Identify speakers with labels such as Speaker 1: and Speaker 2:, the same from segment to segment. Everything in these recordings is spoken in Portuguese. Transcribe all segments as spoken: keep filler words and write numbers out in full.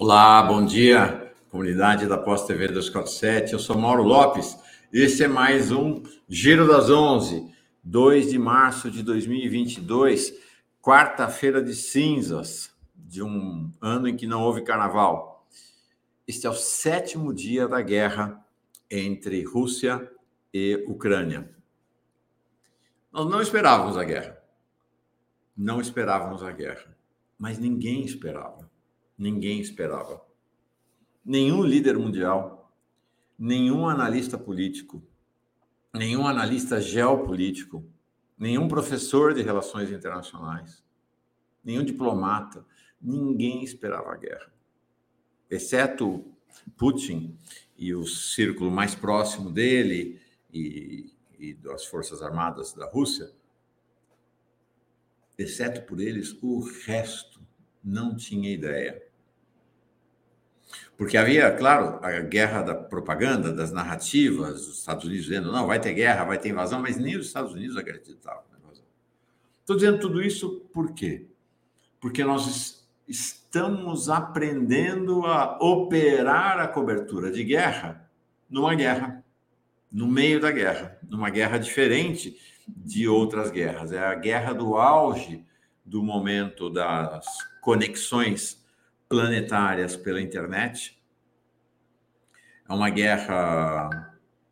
Speaker 1: Olá, bom dia, comunidade da Pós T V duzentos e quarenta e sete. Eu sou Mauro Lopes. Esse é mais um Giro das onze, dois de março de dois mil e vinte e dois, quarta-feira de cinzas, de um ano em que não houve carnaval. Este é o sétimo dia da guerra entre Rússia e Ucrânia. Nós não esperávamos a guerra. Não esperávamos a guerra. Mas ninguém esperava. Ninguém esperava. Nenhum líder mundial, nenhum analista político, nenhum analista geopolítico, nenhum professor de relações internacionais, nenhum diplomata, ninguém esperava a guerra. Exceto Putin e o círculo mais próximo dele e, e das Forças Armadas da Rússia, exceto por eles, o resto não tinha ideia. Porque havia, claro, a guerra da propaganda, das narrativas, os Estados Unidos dizendo, não, vai ter guerra, vai ter invasão, mas nem os Estados Unidos acreditavam na invasão. Estou dizendo tudo isso por quê? Porque nós estamos aprendendo a operar a cobertura de guerra numa guerra, no meio da guerra, numa guerra diferente de outras guerras. É a guerra do auge do momento das conexões planetárias pela internet. É uma guerra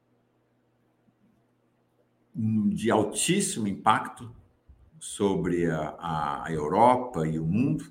Speaker 1: de altíssimo impacto sobre a, a Europa e o mundo.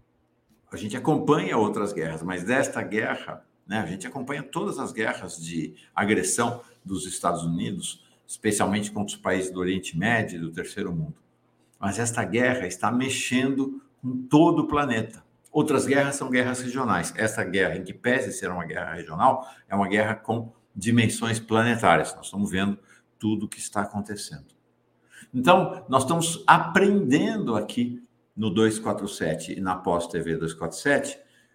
Speaker 1: A gente acompanha outras guerras, mas desta guerra, né, a gente acompanha todas as guerras de agressão dos Estados Unidos, especialmente contra os países do Oriente Médio e do Terceiro Mundo. Mas esta guerra está mexendo com todo o planeta. Outras guerras são guerras regionais. Essa guerra, em que pese ser uma guerra regional, é uma guerra com dimensões planetárias. Nós estamos vendo tudo o que está acontecendo. Então, nós estamos aprendendo aqui no duzentos e quarenta e sete e na Pós T V duzentos e quarenta e sete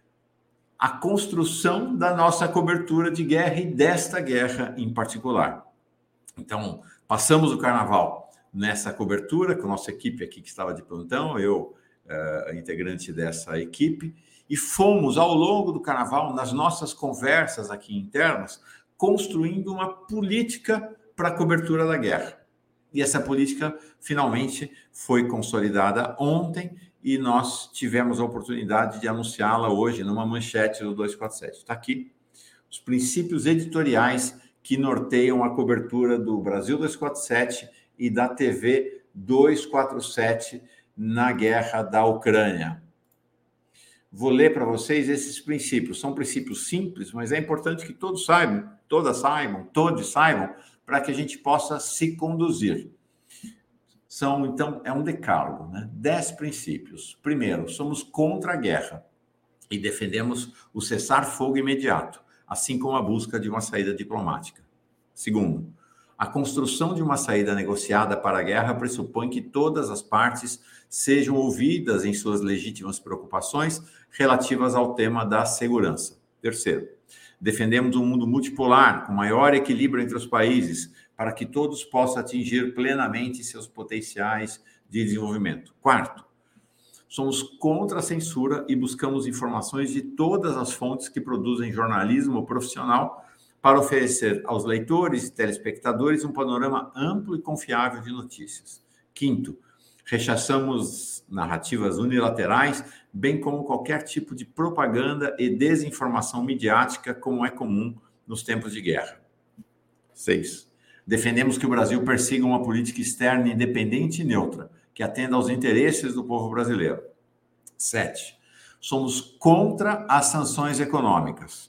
Speaker 1: a construção da nossa cobertura de guerra e desta guerra em particular. Então, passamos o carnaval nessa cobertura com a nossa equipe aqui que estava de plantão, eu... Uh, integrante dessa equipe, e fomos, ao longo do carnaval, nas nossas conversas aqui internas, construindo uma política para a cobertura da guerra. E essa política, finalmente, foi consolidada ontem e nós tivemos a oportunidade de anunciá-la hoje numa manchete do duzentos e quarenta e sete. Está aqui, os princípios editoriais que norteiam a cobertura do Brasil duzentos e quarenta e sete e da T V duzentos e quarenta e sete na guerra da Ucrânia. Vou ler para vocês esses princípios. São princípios simples, mas é importante que todos saibam, todas saibam, todos saibam, para que a gente possa se conduzir. São, então, é um decálogo, né? Dez princípios. Primeiro, somos contra a guerra e defendemos o cessar-fogo imediato, assim como a busca de uma saída diplomática. Segundo, a construção de uma saída negociada para a guerra pressupõe que todas as partes sejam ouvidas em suas legítimas preocupações relativas ao tema da segurança. Terceiro, defendemos um mundo multipolar, com maior equilíbrio entre os países, para que todos possam atingir plenamente seus potenciais de desenvolvimento. Quarto, somos contra a censura e buscamos informações de todas as fontes que produzem jornalismo profissional para oferecer aos leitores e telespectadores um panorama amplo e confiável de notícias. Quinto, rechaçamos narrativas unilaterais, bem como qualquer tipo de propaganda e desinformação midiática, como é comum nos tempos de guerra. Seis, defendemos que o Brasil persiga uma política externa independente e neutra, que atenda aos interesses do povo brasileiro. Sete, somos contra as sanções econômicas.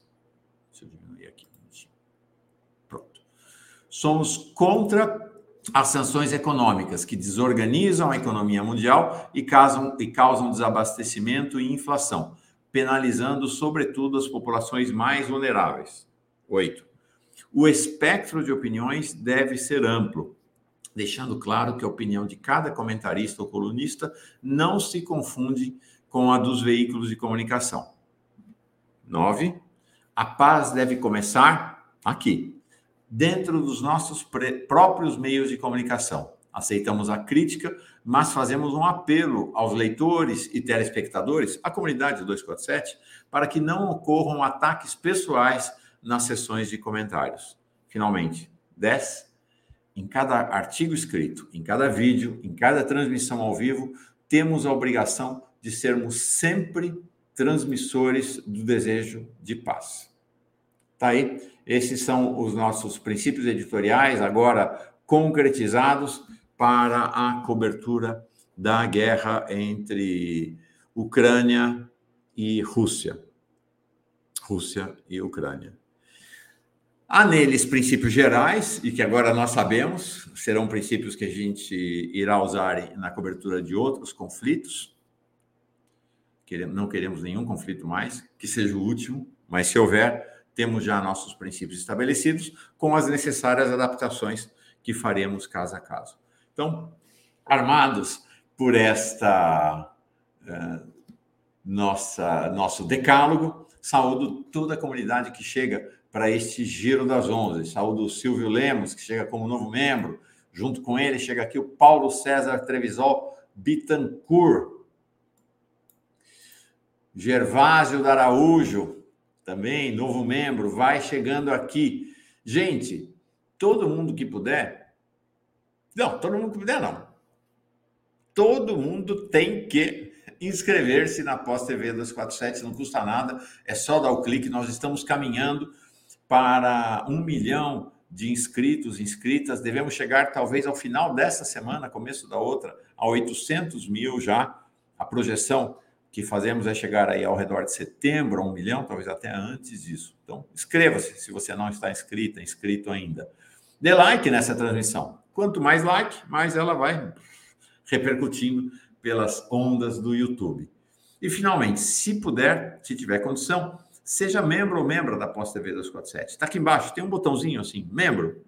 Speaker 1: Somos contra as sanções econômicas que desorganizam a economia mundial e causam, e causam desabastecimento e inflação, penalizando, sobretudo, as populações mais vulneráveis. Oito. O espectro de opiniões deve ser amplo, deixando claro que a opinião de cada comentarista ou colunista não se confunde com a dos veículos de comunicação. Nove. A paz deve começar aqui, dentro dos nossos próprios meios de comunicação. aceitamos a crítica, mas fazemos um apelo aos leitores e telespectadores, à comunidade do duzentos e quarenta e sete, para que não ocorram ataques pessoais nas sessões de comentários. Finalmente, dez. Em cada artigo escrito, em cada vídeo, em cada transmissão ao vivo, temos a obrigação de sermos sempre transmissores do desejo de paz. Tá aí? Esses são os nossos princípios editoriais, agora concretizados para a cobertura da guerra entre Ucrânia e Rússia. Rússia e Ucrânia. Há neles princípios gerais, e que agora nós sabemos, serão princípios que a gente irá usar na cobertura de outros conflitos. Não queremos nenhum conflito mais, que seja o último, mas se houver, temos já nossos princípios estabelecidos, com as necessárias adaptações que faremos caso a caso. Então, armados por esta uh, nossa, nosso decálogo, saúdo toda a comunidade que chega para este Giro das Onze. Saúdo o Silvio Lemos, que chega como novo membro. Junto com ele chega aqui o Paulo César Trevisol Bittencourt. Gervásio da Araújo, também novo membro, vai chegando aqui. Gente, todo mundo que puder... Não, todo mundo que puder não. Todo mundo tem que inscrever-se na Pós-T V duzentos e quarenta e sete, não custa nada, é só dar o clique. Nós estamos caminhando para um milhão de inscritos, inscritas. Devemos chegar talvez ao final dessa semana, começo da outra, a oitocentos mil já. A projeção que fazemos é chegar aí ao redor de setembro, a um milhão, talvez até antes disso. Então, inscreva-se se você não está inscrita, inscrito ainda. Dê like nessa transmissão. Quanto mais like, mais ela vai repercutindo pelas ondas do YouTube. E, finalmente, se puder, se tiver condição, seja membro ou membra da Pós-T V duzentos e quarenta e sete. Está aqui embaixo, tem um botãozinho assim, membro,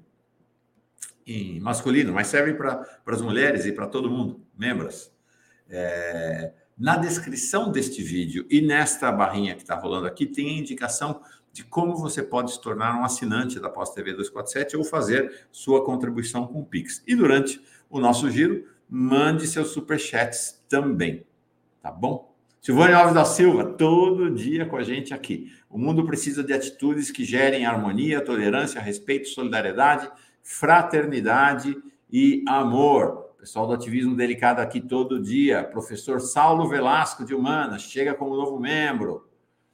Speaker 1: em masculino, mas serve para as mulheres e para todo mundo, membras. É, na descrição deste vídeo e nesta barrinha que está rolando aqui, tem a indicação de como você pode se tornar um assinante da Pós-T V duzentos e quarenta e sete ou fazer sua contribuição com o Pix. E durante o nosso giro, mande seus superchats também, tá bom? Silvânia Alves da Silva, todo dia com a gente aqui. O mundo precisa de atitudes que gerem harmonia, tolerância, respeito, solidariedade, fraternidade e amor. Pessoal do Ativismo Delicado aqui todo dia. Professor Saulo Velasco de Humanas, chega como novo membro.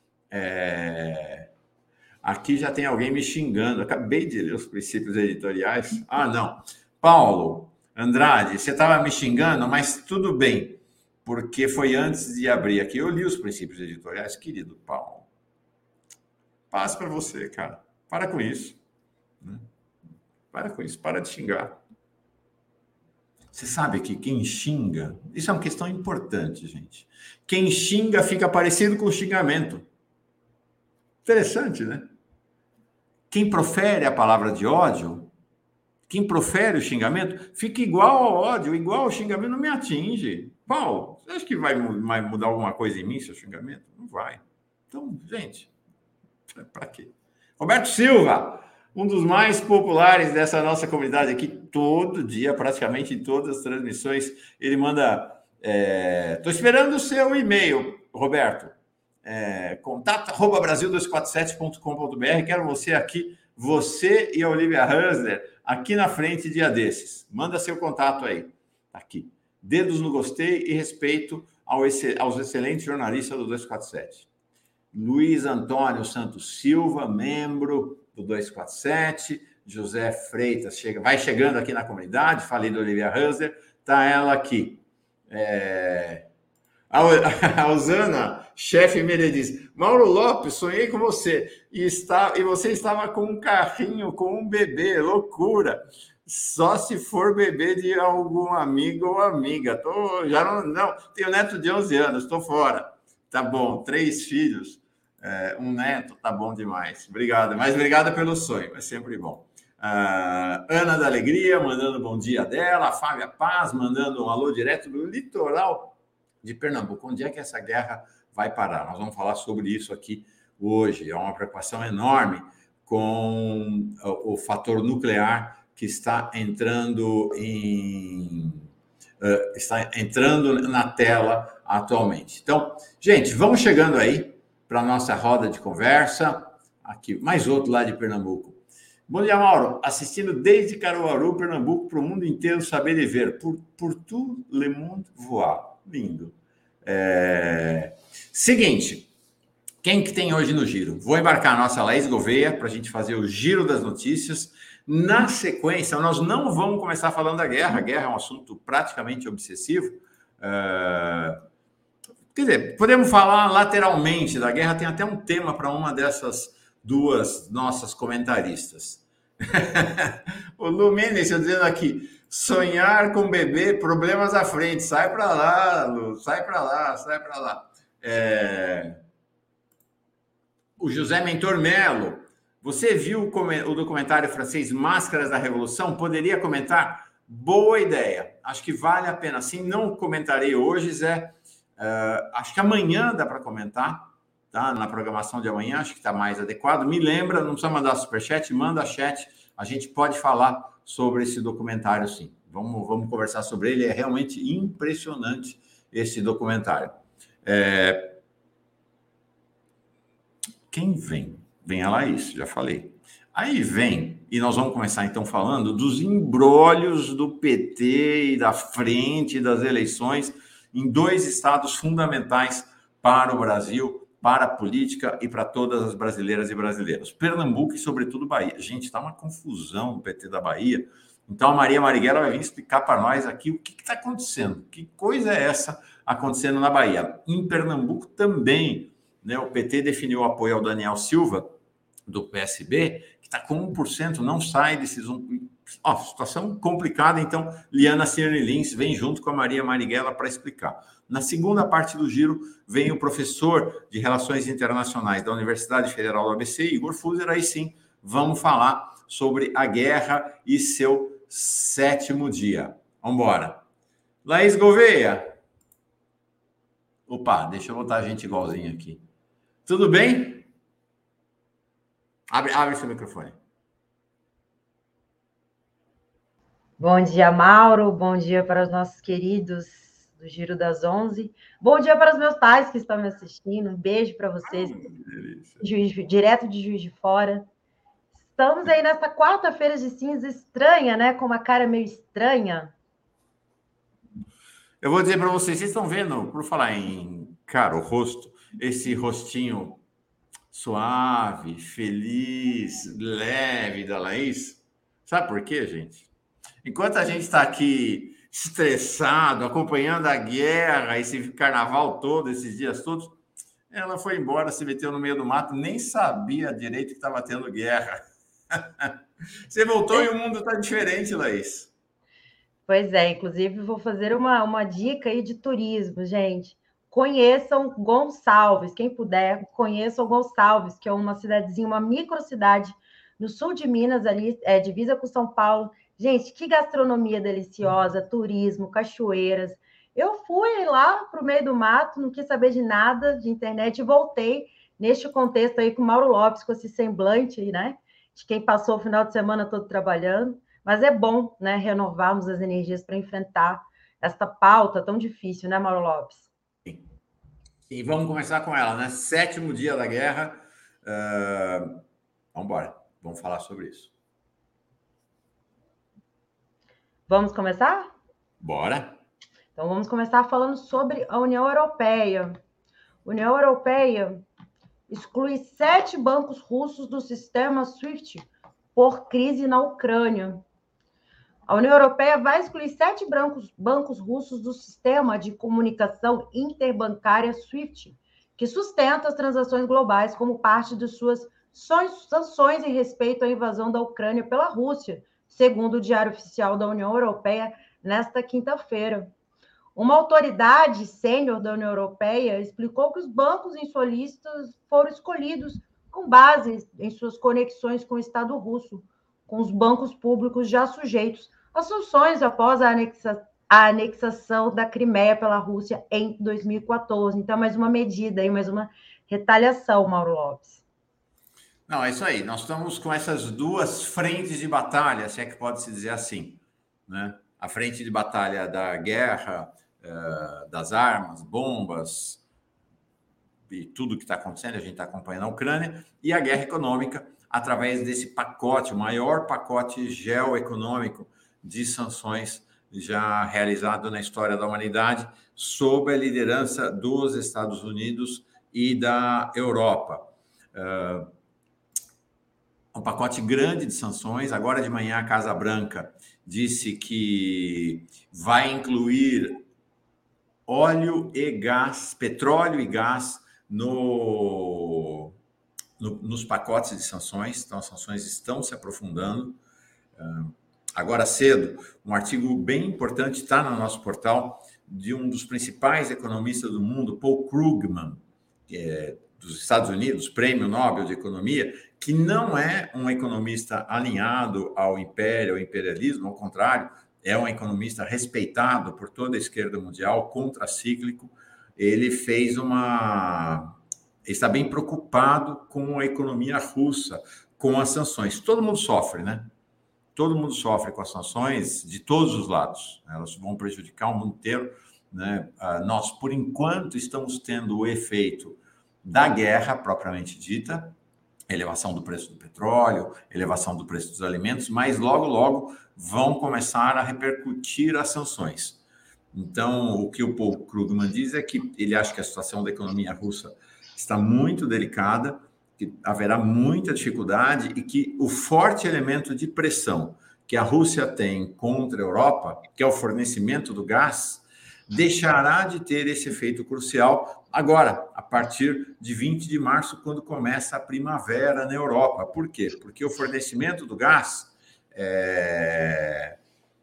Speaker 1: É... Aqui já tem alguém me xingando. Acabei de ler os princípios editoriais. Ah, não. Paulo Andrade, você estava me xingando, mas tudo bem, porque foi antes de abrir aqui. Eu li os princípios editoriais, querido Paulo. Paz para você, cara. Para com isso. Né? Para com isso, para de xingar. Você sabe que quem xinga... Isso é uma questão importante, gente. Quem xinga fica parecido com o xingamento. Interessante, né? Quem profere a palavra de ódio, quem profere o xingamento, fica igual ao ódio, igual ao xingamento, não me atinge. Paulo, você acha que vai, vai mudar alguma coisa em mim, seu xingamento? Não vai. Então, gente, para quê? Roberto Silva, um dos mais populares dessa nossa comunidade aqui, todo dia, praticamente em todas as transmissões, ele manda... Estou é, esperando o seu e-mail, Roberto. É, contato arroba brasil duzentos e quarenta e sete ponto com ponto b r. Quero você aqui, você e a Olivia Hansler, aqui na frente dia desses. Manda seu contato aí, tá aqui. Dedos no gostei e respeito ao, aos excelentes jornalistas do duzentos e quarenta e sete. Luiz Antônio Santos Silva, membro do duzentos e quarenta e sete. José Freitas, chega, vai chegando aqui na comunidade. Falei da Olivia Hansler, tá ela aqui. É... A Osana, chefe Meire, diz: Mauro Lopes, sonhei com você e, está, e você estava com um carrinho, com um bebê, loucura. Só se for bebê de algum amigo ou amiga. Tô, já não, não, tenho neto de onze anos, estou fora. Tá bom, três filhos, é, um neto, tá bom demais. Obrigado, mas obrigado pelo sonho, é sempre bom. Uh, Ana da Alegria, mandando bom dia dela. A Fábia Paz, mandando um alô direto do litoral de Pernambuco. Onde é que essa guerra vai parar? Nós vamos falar sobre isso aqui hoje. É uma preocupação enorme com o, o fator nuclear que está entrando em uh, está entrando na tela atualmente. Então, gente, vamos chegando aí para a nossa roda de conversa. Aqui, mais outro lá de Pernambuco. Bom dia, Mauro. Assistindo desde Caruaru, Pernambuco, para o mundo inteiro saber e ver. Por, por tout le monde voir. Lindo. É... Seguinte, quem que tem hoje no giro? Vou embarcar a nossa Laís Gouveia para a gente fazer o giro das notícias. Na sequência, nós não vamos começar falando da guerra. A guerra é um assunto praticamente obsessivo. É... Quer dizer, podemos falar lateralmente da guerra. Tem até um tema para uma dessas duas nossas comentaristas. O Lu Mendes dizendo aqui, sonhar com bebê, problemas à frente. Sai para lá, Lu, sai para lá, sai para lá. É... O José Mentor Melo, você viu o documentário francês Máscaras da Revolução? Poderia comentar? Boa ideia. Acho que vale a pena. Sim, não comentarei hoje, Zé. Uh, acho que amanhã dá para comentar. Tá? Na programação de amanhã, acho que está mais adequado. Me lembra, não precisa mandar superchat, manda chat. A gente pode falar sobre esse documentário, sim. Vamos, vamos conversar sobre ele. É realmente impressionante esse documentário. É... Quem vem? Vem a Laís, já falei. Aí vem, e nós vamos começar então falando dos embrólios do P T e da frente das eleições em dois estados fundamentais para o Brasil, para a política e para todas as brasileiras e brasileiros. Pernambuco e, sobretudo, Bahia. Gente, está uma confusão no P T da Bahia. Então, a Maria Marighella vai vir explicar para nós aqui o que está acontecendo. Que coisa é essa acontecendo na Bahia? Em Pernambuco também, né, o P T definiu o apoio ao Daniel Silva, do P S B, que está com um por cento, não sai desses... Um... Oh, situação complicada. Então, Liana Cirne Lins vem junto com a Maria Marighella para explicar. Na segunda parte do giro, vem o professor de Relações Internacionais da Universidade Federal do A B C, Igor Fuser. Aí sim, vamos falar sobre a guerra e seu sétimo dia. Vamos embora. Laís Gouveia. Opa, deixa eu botar a gente igualzinho aqui. Tudo bem? Abre, abre seu microfone.
Speaker 2: Bom dia, Mauro. Bom dia para os nossos queridos do Giro das Onze. Bom dia para os meus pais que estão me assistindo. Um beijo para vocês. Ah, Juiz, direto de Juiz de Fora. Estamos aí nessa quarta-feira de cinza estranha, né? Com uma cara meio estranha.
Speaker 1: Eu vou dizer para vocês, vocês estão vendo, por falar em cara, o rosto, esse rostinho suave, feliz, leve da Laís. Sabe por quê, gente? Enquanto a gente está aqui estressado, acompanhando a guerra, esse carnaval todo, esses dias todos, ela foi embora, se meteu no meio do mato, nem sabia direito que estava tendo guerra. Você voltou e o mundo está diferente, Laís.
Speaker 2: Pois é, inclusive vou fazer uma, uma dica aí de turismo, gente. Conheçam Gonçalves, quem puder, conheçam Gonçalves, que é uma cidadezinha, uma microcidade no sul de Minas, ali, é, divisa com São Paulo. Gente, que gastronomia deliciosa, turismo, cachoeiras. Eu fui lá para o meio do mato, não quis saber de nada de internet e voltei neste contexto aí com o Mauro Lopes, com esse semblante, né? De quem passou o final de semana todo trabalhando. Mas é bom, né, renovarmos as energias para enfrentar esta pauta tão difícil, né, Mauro Lopes?
Speaker 1: E vamos começar com ela, né? Sétimo dia da guerra. Uh... Vamos embora, vamos falar sobre isso.
Speaker 2: Vamos começar?
Speaker 1: Bora.
Speaker 2: Então, vamos começar falando sobre a União Europeia. A União Europeia exclui sete bancos russos do sistema SWIFT por crise na Ucrânia. A União Europeia vai excluir sete bancos, bancos russos do sistema de comunicação interbancária SWIFT, que sustenta as transações globais como parte de suas sanções em respeito à invasão da Ucrânia pela Rússia, segundo o Diário Oficial da União Europeia, nesta quinta-feira. Uma autoridade sênior da União Europeia explicou que os bancos insolistas foram escolhidos com base em suas conexões com o Estado russo, com os bancos públicos já sujeitos a sanções após a, anexa, a anexação da Crimeia pela Rússia em dois mil e quatorze. Então, mais uma medida aí, mais uma retaliação, Mauro Lopes.
Speaker 1: Não, é isso aí. Nós estamos com essas duas frentes de batalha, se é que pode-se dizer assim, né? A frente de batalha da guerra, uh, das armas, bombas e tudo que está acontecendo, a gente está acompanhando a Ucrânia, e a guerra econômica através desse pacote, o maior pacote geoeconômico de sanções já realizado na história da humanidade, sob a liderança dos Estados Unidos e da Europa. Uh, um pacote grande de sanções. Agora de manhã, a Casa Branca disse que vai incluir óleo e gás, petróleo e gás no, no, nos pacotes de sanções. Então, as sanções estão se aprofundando. Agora cedo, um artigo bem importante está no nosso portal de um dos principais economistas do mundo, Paul Krugman, que é dos Estados Unidos, Prêmio Nobel de Economia, que não é um economista alinhado ao império, ao imperialismo, ao contrário, é um economista respeitado por toda a esquerda mundial, contracíclico. Ele fez uma... Ele está bem preocupado com a economia russa, com as sanções. Todo mundo sofre, né? Todo mundo sofre com as sanções de todos os lados. Elas vão prejudicar o mundo inteiro, né? Nós, por enquanto, estamos tendo o efeito da guerra propriamente dita, elevação do preço do petróleo, elevação do preço dos alimentos, mas logo, logo vão começar a repercutir as sanções. Então, o que o Paul Krugman diz é que ele acha que a situação da economia russa está muito delicada, que haverá muita dificuldade e que o forte elemento de pressão que a Rússia tem contra a Europa, que é o fornecimento do gás, deixará de ter esse efeito crucial agora, a partir de vinte de março, quando começa a primavera na Europa. Por quê? Porque o fornecimento do gás, é...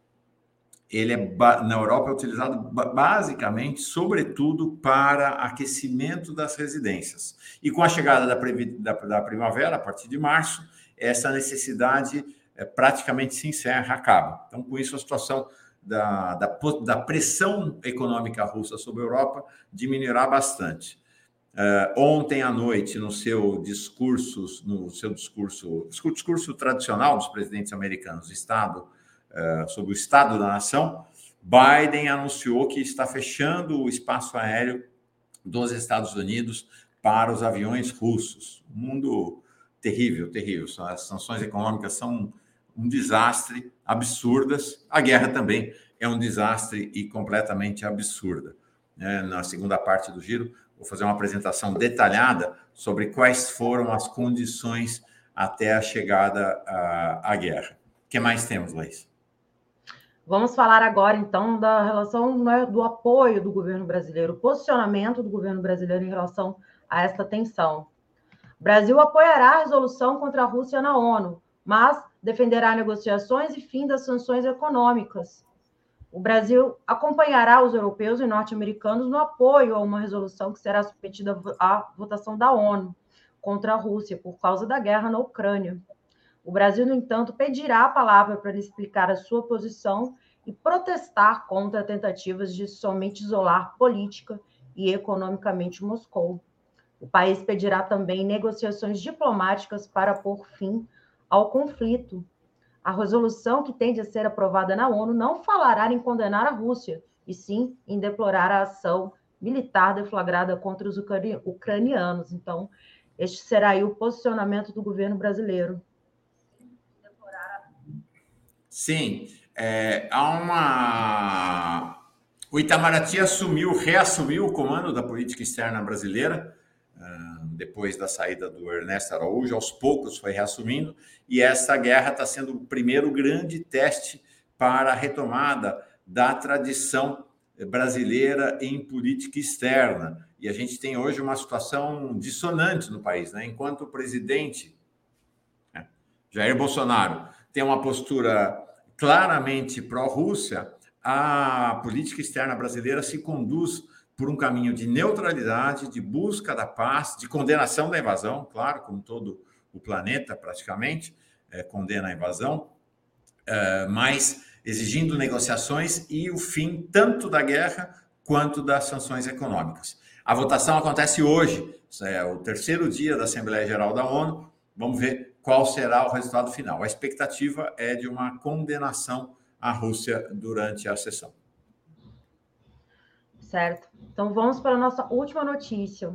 Speaker 1: ele é, na Europa é utilizado basicamente, sobretudo, para aquecimento das residências. E com a chegada da, da, da primavera, a partir de março, essa necessidade é, praticamente se encerra, acaba. Então, com isso, a situação Da, da, da pressão econômica russa sobre a Europa diminuirá bastante. Uh, ontem à noite, no seu discurso, no seu discurso, discurso tradicional dos presidentes americanos, Estado, uh, sobre o Estado da Nação, Biden anunciou que está fechando o espaço aéreo dos Estados Unidos para os aviões russos. Um mundo terrível, terrível. As sanções econômicas são um desastre, absurdas. A guerra também é um desastre e completamente absurda. Na segunda parte do giro, vou fazer uma apresentação detalhada sobre quais foram as condições até a chegada à, à guerra. O que mais temos, Laís?
Speaker 2: Vamos falar agora, então, da relação, né, do apoio do governo brasileiro, o posicionamento do governo brasileiro em relação a esta tensão. O Brasil apoiará a resolução contra a Rússia na ONU, mas defenderá negociações e fim das sanções econômicas. O Brasil acompanhará os europeus e norte-americanos no apoio a uma resolução que será submetida à votação da ONU contra a Rússia por causa da guerra na Ucrânia. O Brasil, no entanto, pedirá a palavra para explicar a sua posição e protestar contra tentativas de somente isolar política e economicamente Moscou. O país pedirá também negociações diplomáticas para pôr fim ao conflito. A resolução que tende a ser aprovada na ONU não falará em condenar a Rússia, e sim em deplorar a ação militar deflagrada contra os ucranianos. Então, este será aí o posicionamento do governo brasileiro.
Speaker 1: Sim, é, há uma... O Itamaraty assumiu, reassumiu o comando da política externa brasileira, depois da saída do Ernesto Araújo, aos poucos foi reassumindo, e essa guerra está sendo o primeiro grande teste para a retomada da tradição brasileira em política externa. E a gente tem hoje uma situação dissonante no país, né? Enquanto o presidente, né, Jair Bolsonaro tem uma postura claramente pró-Rússia, a política externa brasileira se conduz por um caminho de neutralidade, de busca da paz, de condenação da invasão, claro, como todo o planeta praticamente é, condena a invasão, é, mas exigindo negociações e o fim tanto da guerra quanto das sanções econômicas. A votação acontece hoje, é o terceiro dia da Assembleia Geral da ONU, vamos ver qual será o resultado final. A expectativa é de uma condenação à Rússia durante a sessão.
Speaker 2: Certo. Então, vamos para a nossa última notícia.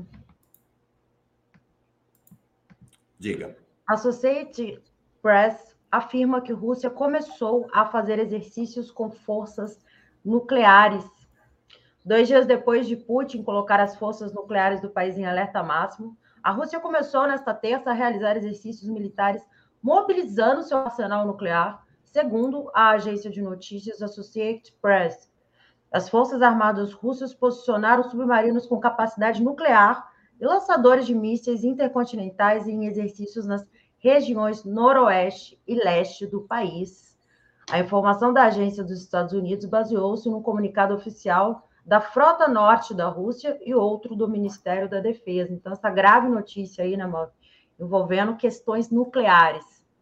Speaker 1: Diga.
Speaker 2: Associated Press afirma que a Rússia começou a fazer exercícios com forças nucleares. Dois dias depois de Putin colocar as forças nucleares do país em alerta máximo, a Rússia começou nesta terça a realizar exercícios militares mobilizando seu arsenal nuclear, segundo a agência de notícias Associated Press. As forças armadas russas posicionaram submarinos com capacidade nuclear e lançadores de mísseis intercontinentais em exercícios nas regiões noroeste e leste do país. A informação da agência dos Estados Unidos baseou-se num comunicado oficial da Frota Norte da Rússia e outro do Ministério da Defesa. Então, essa grave notícia aí, né, Mauro, envolvendo questões nucleares.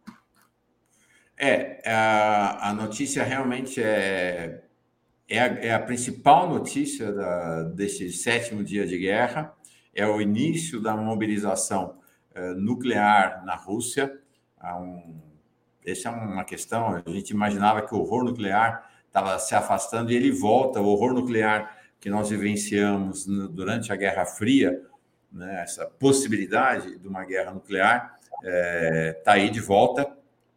Speaker 1: É, a, a notícia realmente é, é, a, é a principal notícia da, desse sétimo dia de guerra, é o início da mobilização uh, nuclear na Rússia. Há um, essa é uma questão, a gente imaginava que o horror nuclear estava se afastando e ele volta. O horror nuclear que nós vivenciamos no, durante a Guerra Fria, né, essa possibilidade de uma guerra nuclear, está é, aí de volta.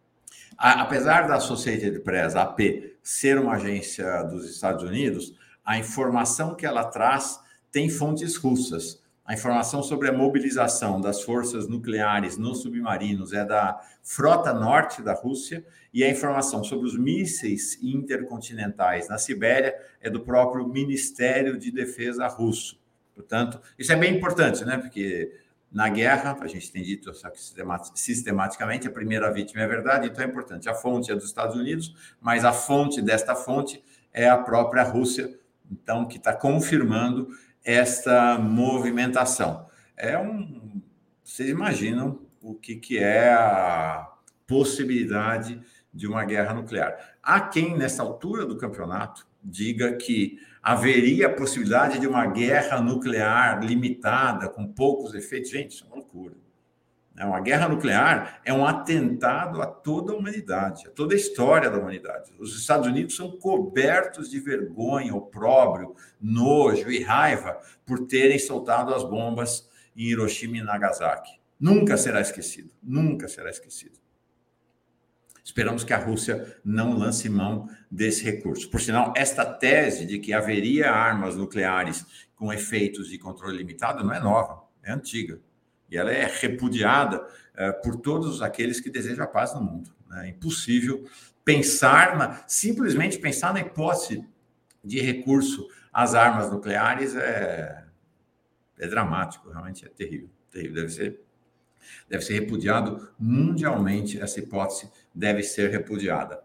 Speaker 1: A, apesar da Associated Press, A P, ser uma agência dos Estados Unidos, a informação que ela traz tem fontes russas. A informação sobre a mobilização das forças nucleares nos submarinos é da Frota Norte da Rússia e a informação sobre os mísseis intercontinentais na Sibéria é do próprio Ministério de Defesa russo. Portanto, isso é bem importante, né? Porque na guerra, a gente tem dito só que sistematicamente, a primeira vítima é a verdade, então é importante. A fonte é dos Estados Unidos, mas a fonte desta fonte é a própria Rússia, então, que está confirmando esta movimentação. É um, vocês imaginam o que, que é a possibilidade de uma guerra nuclear. Há quem, nessa altura do campeonato, diga que haveria a possibilidade de uma guerra nuclear limitada, com poucos efeitos. Gente, isso é uma loucura. Uma guerra nuclear é um atentado a toda a humanidade, a toda a história da humanidade. Os Estados Unidos são cobertos de vergonha, opróbrio, nojo e raiva por terem soltado as bombas em Hiroshima e Nagasaki. Nunca será esquecido, nunca será esquecido. Esperamos que a Rússia não lance mão desse recurso. Por sinal, esta tese de que haveria armas nucleares com efeitos de controle limitado não é nova, é antiga. E ela é repudiada uh, por todos aqueles que desejam a paz no mundo. É impossível pensar, na, simplesmente pensar na hipótese de recurso às armas nucleares é, é dramático, realmente é terrível. terrível. Deve ser, deve ser repudiado mundialmente, essa hipótese deve ser repudiada.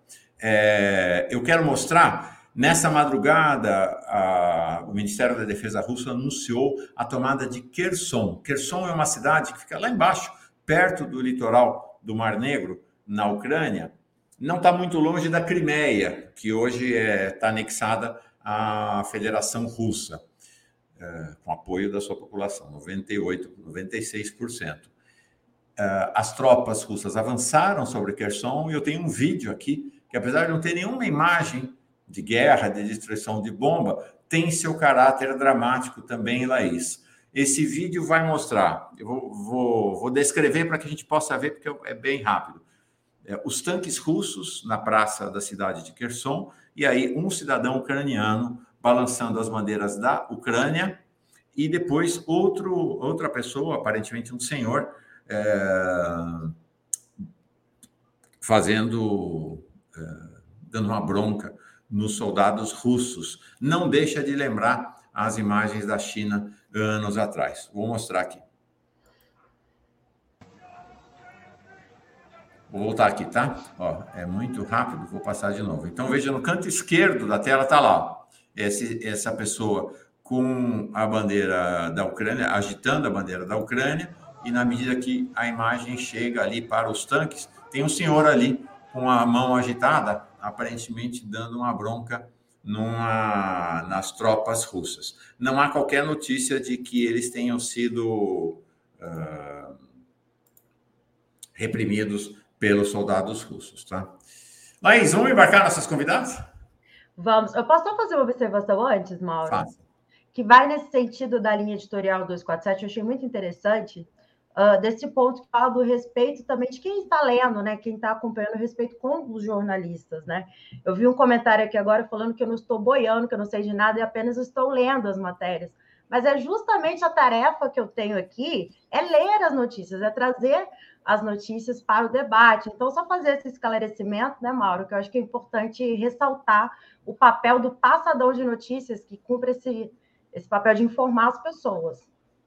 Speaker 1: É, eu quero mostrar... Nessa madrugada, a, o Ministério da Defesa russo anunciou a tomada de Kherson. Kherson é uma cidade que fica lá embaixo, perto do litoral do Mar Negro, na Ucrânia. Não está muito longe da Crimeia, que hoje está é, tá anexada à Federação Russa, é, com apoio da sua população, noventa e oito, noventa e seis por cento. É, as tropas russas avançaram sobre Kherson e eu tenho um vídeo aqui, que apesar de não ter nenhuma imagem de guerra, de destruição de bomba, tem seu caráter dramático também, Laís. Esse vídeo vai mostrar, eu vou, vou, vou descrever para que a gente possa ver, porque é bem rápido. É, os tanques russos na praça da cidade de Kherson, e aí um cidadão ucraniano balançando as bandeiras da Ucrânia, e depois outro, outra pessoa, aparentemente um senhor, é, fazendo, é, dando uma bronca nos soldados russos. Não deixa de lembrar as imagens da China anos atrás. Vou mostrar aqui. Vou voltar aqui, tá? Ó, é muito rápido, vou passar de novo. Então, veja, no canto esquerdo da tela está lá. Esse, essa pessoa com a bandeira da Ucrânia, agitando a bandeira da Ucrânia, e na medida que a imagem chega ali para os tanques, tem um senhor ali com a mão agitada, aparentemente dando uma bronca numa, nas tropas russas. Não há qualquer notícia de que eles tenham sido uh, reprimidos pelos soldados russos, tá? Laís, vamos embarcar nossas convidadas?
Speaker 2: Vamos. Eu posso só fazer uma observação antes, Mauro?
Speaker 1: Faça.
Speaker 2: Que vai nesse sentido da linha editorial duzentos e quarenta e sete, eu achei muito interessante, uh, desse ponto que fala do respeito também de quem está lendo, né? Quem está acompanhando o respeito com os jornalistas, né? Eu vi um comentário aqui agora falando que eu não estou boiando, que eu não sei de nada e apenas estou lendo as matérias. Mas é justamente a tarefa que eu tenho aqui, é ler as notícias, é trazer as notícias para o debate. Então, só fazer esse esclarecimento, né, Mauro, que eu acho que é importante ressaltar o papel do passador de notícias que cumpre esse, esse papel de informar as pessoas.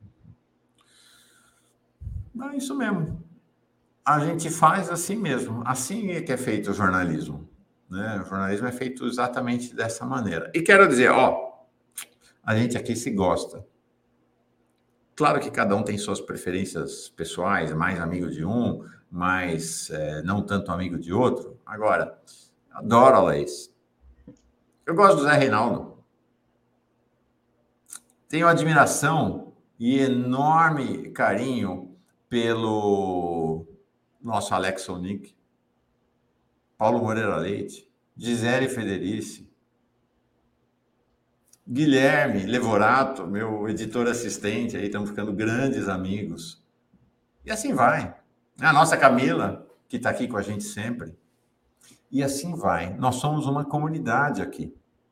Speaker 1: É isso mesmo. A gente faz assim mesmo. Assim é que é feito o jornalismo, né? O jornalismo é feito exatamente dessa maneira. E quero dizer, ó, a gente aqui se gosta. Claro que cada um tem suas preferências pessoais, mais amigo de um, mais é, não tanto amigo de outro. Agora, adoro a Laís. Eu gosto do Zé Reinaldo. Tenho admiração e enorme carinho pelo nosso Alex Sonic, Paulo Moreira Leite, Gisele Federici, Guilherme Levorato, meu editor assistente, aí estamos ficando grandes amigos. E assim vai. A nossa Camila, que está aqui com a gente sempre. E assim vai. Nós somos uma comunidade aqui.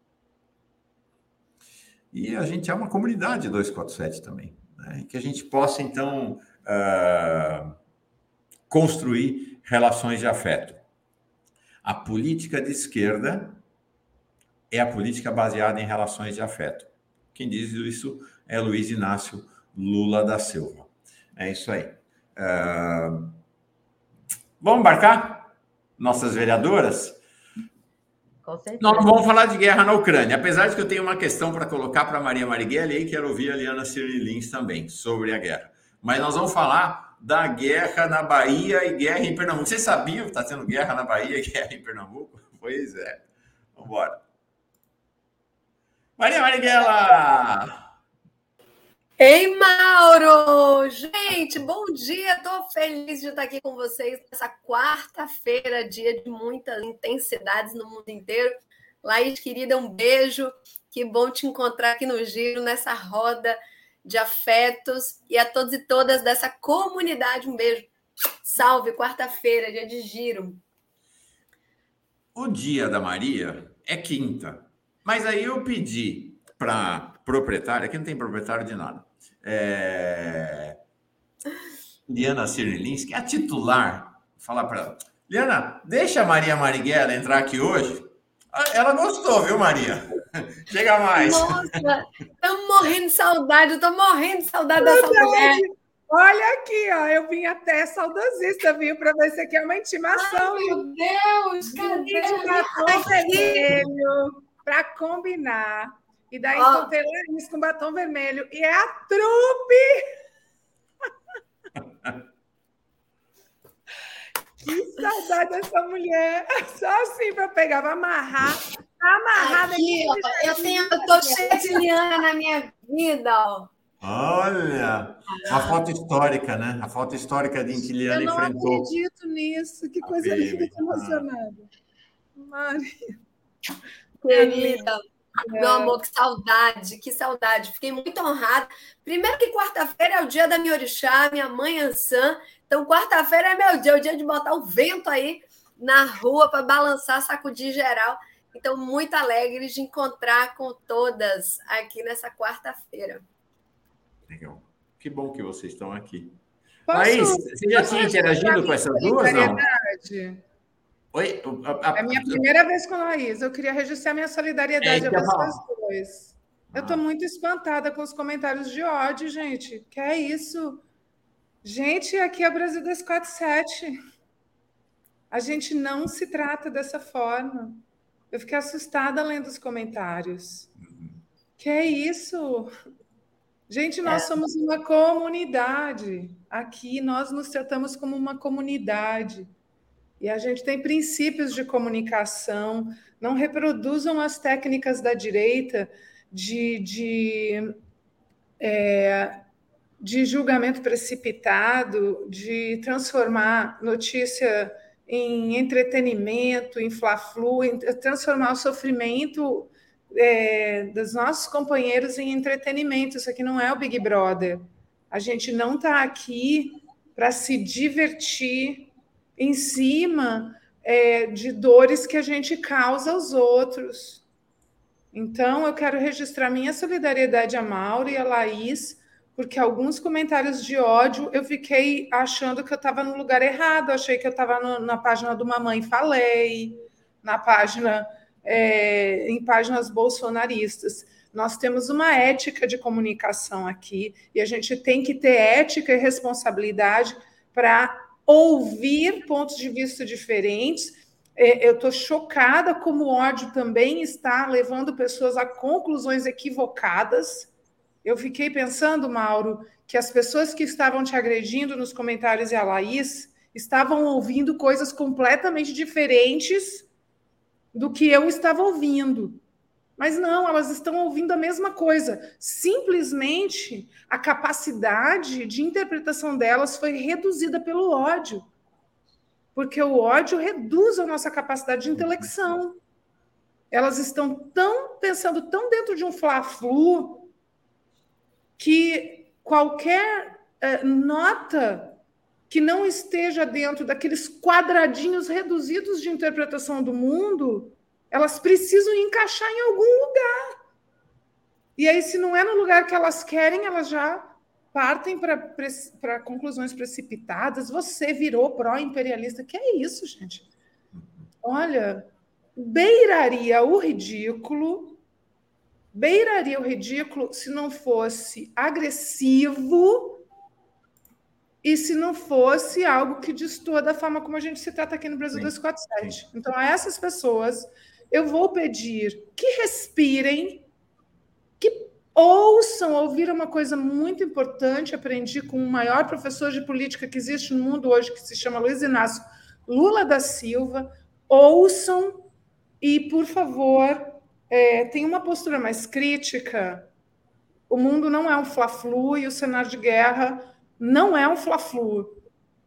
Speaker 1: E a gente é uma comunidade duzentos e quarenta e sete também. Né? Que a gente possa, então, uh, construir relações de afeto. A política de esquerda é a política baseada em relações de afeto. Quem diz isso é Luiz Inácio Lula da Silva. É isso aí. Uh, vamos embarcar? Nossas vereadoras?
Speaker 2: Com certeza.
Speaker 1: Nós não vamos falar de guerra na Ucrânia, apesar de que eu tenho uma questão para colocar para a Maria Marighella e quero ouvir a Liana Cirne Lins também sobre a guerra. Mas nós vamos falar da guerra na Bahia e guerra em Pernambuco. Vocês sabiam que está tendo guerra na Bahia e guerra em Pernambuco? Pois é. Vamos embora. Maria Marighella!
Speaker 3: Ei, Mauro! Gente, bom dia! Estou feliz de estar aqui com vocês nessa quarta-feira, dia de muitas intensidades no mundo inteiro. Laís, querida, um beijo. Que bom te encontrar aqui no Giro, nessa roda de afetos. E a todos e todas dessa comunidade, um beijo. Salve, quarta-feira, dia de Giro.
Speaker 1: O dia da Maria é quinta. Mas aí eu pedi para proprietária, aqui não tem proprietário de nada, é... Liana Cirne Lins, que é a titular, falar para ela, Liana, deixa a Maria Marighella entrar aqui hoje. Ela gostou, viu, Maria? Chega mais.
Speaker 3: Nossa, estamos morrendo de saudade, eu estou morrendo de saudade dessa mulher.
Speaker 4: Olha aqui, ó, eu vim até saudosista, viu, para ver se aqui é uma intimação.
Speaker 3: Ai, meu Deus, cadê
Speaker 4: de batom vermelho para combinar. E daí oh. encontrei Laís com batom vermelho. E é a trupe! Que saudade dessa mulher. Só assim para pegar, para amarrar. Amarrada
Speaker 3: aqui, ó, eu tenho, eu tô cheia de liana na minha vida, ó.
Speaker 1: Olha, a foto histórica, né? A foto histórica de que Liana
Speaker 4: enfrentou. Eu não
Speaker 1: enfrentou.
Speaker 4: acredito nisso. Que coisa linda, que emocionada. Maria.
Speaker 3: Querida, meu amor, que saudade, que saudade. Fiquei muito honrada. Primeiro que quarta-feira é o dia da minha orixá, minha mãe Ansã. Então, quarta-feira é meu dia, é o dia de botar o vento aí na rua para balançar, sacudir geral. Então, muito alegre de encontrar com todas aqui nessa quarta-feira.
Speaker 1: Legal. Que bom que vocês estão aqui.
Speaker 4: Posso,
Speaker 1: Laís, você já tinha interagido com essas duas, não? Oi?
Speaker 4: A, a, é a minha primeira vez com a Laís. Eu queria registrar minha solidariedade é, a vocês dois. Eu estou muito espantada com os comentários de ódio, gente. Que é isso? Gente, aqui é o Brasil duzentos e quarenta e sete. A gente não se trata dessa forma. Eu fiquei assustada lendo os comentários. Uhum. Que é isso? Gente, nós é. somos uma comunidade. Aqui nós nos tratamos como uma comunidade. E a gente tem princípios de comunicação. Não reproduzam as técnicas da direita de, de, é, de julgamento precipitado, de transformar notícia em entretenimento, em fla-flu, em transformar o sofrimento é, dos nossos companheiros em entretenimento. Isso aqui não é o Big Brother. A gente não está aqui para se divertir em cima é, de dores que a gente causa aos outros. Então, eu quero registrar minha solidariedade a Mauro e a Laís, porque alguns comentários de ódio eu fiquei achando que eu estava no lugar errado, achei que eu estava na página do Mamãe Falei, na página, é, em páginas bolsonaristas. Nós temos uma ética de comunicação aqui, e a gente tem que ter ética e responsabilidade para ouvir pontos de vista diferentes. Eu estou chocada como o ódio também está levando pessoas a conclusões equivocadas. Eu fiquei pensando, Mauro, que as pessoas que estavam te agredindo nos comentários e a Laís estavam ouvindo coisas completamente diferentes do que eu estava ouvindo. Mas não, elas estão ouvindo a mesma coisa. Simplesmente a capacidade de interpretação delas foi reduzida pelo ódio. Porque o ódio reduz a nossa capacidade de intelecção. Elas estão tão pensando tão dentro de um fla-flu que qualquer eh, nota que não esteja dentro daqueles quadradinhos reduzidos de interpretação do mundo, elas precisam encaixar em algum lugar. E aí, se não é no lugar que elas querem, elas já partem para conclusões precipitadas. Você virou pró-imperialista. Que é isso, gente? Olha, beiraria o ridículo, beiraria o ridículo se não fosse agressivo e se não fosse algo que destoa da forma como a gente se trata aqui no Brasil duzentos e quarenta e sete. Então, a essas pessoas, eu vou pedir que respirem, que ouçam, ouviram uma coisa muito importante, aprendi com o maior professor de política que existe no mundo hoje, que se chama Luiz Inácio Lula da Silva. Ouçam e, por favor, é, tenham uma postura mais crítica. O mundo não é um fla-flu e o cenário de guerra não é um fla-flu.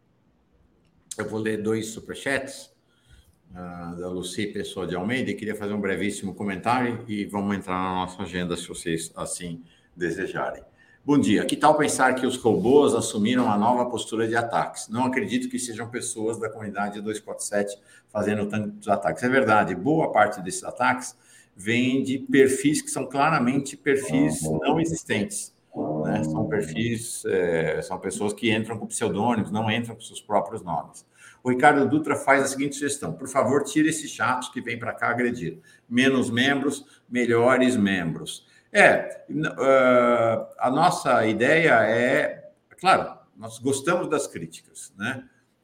Speaker 1: Eu vou ler dois superchats uh, da Lucy Pessoa de Almeida e queria fazer um brevíssimo comentário e vamos entrar na nossa agenda se vocês assim desejarem. Bom dia. Que tal pensar que os robôs assumiram uma nova postura de ataques? Não acredito que sejam pessoas da comunidade duzentos e quarenta e sete fazendo tantos ataques. É verdade, boa parte desses ataques vem de perfis que são claramente perfis não existentes. Né? São perfis, é, são pessoas que entram com pseudônimos, não entram com seus próprios nomes. O Ricardo Dutra faz a seguinte sugestão: por favor, tire esses chatos que vêm para cá agredir. Menos membros, melhores membros. É, uh, a nossa ideia é, claro, nós gostamos das críticas, né?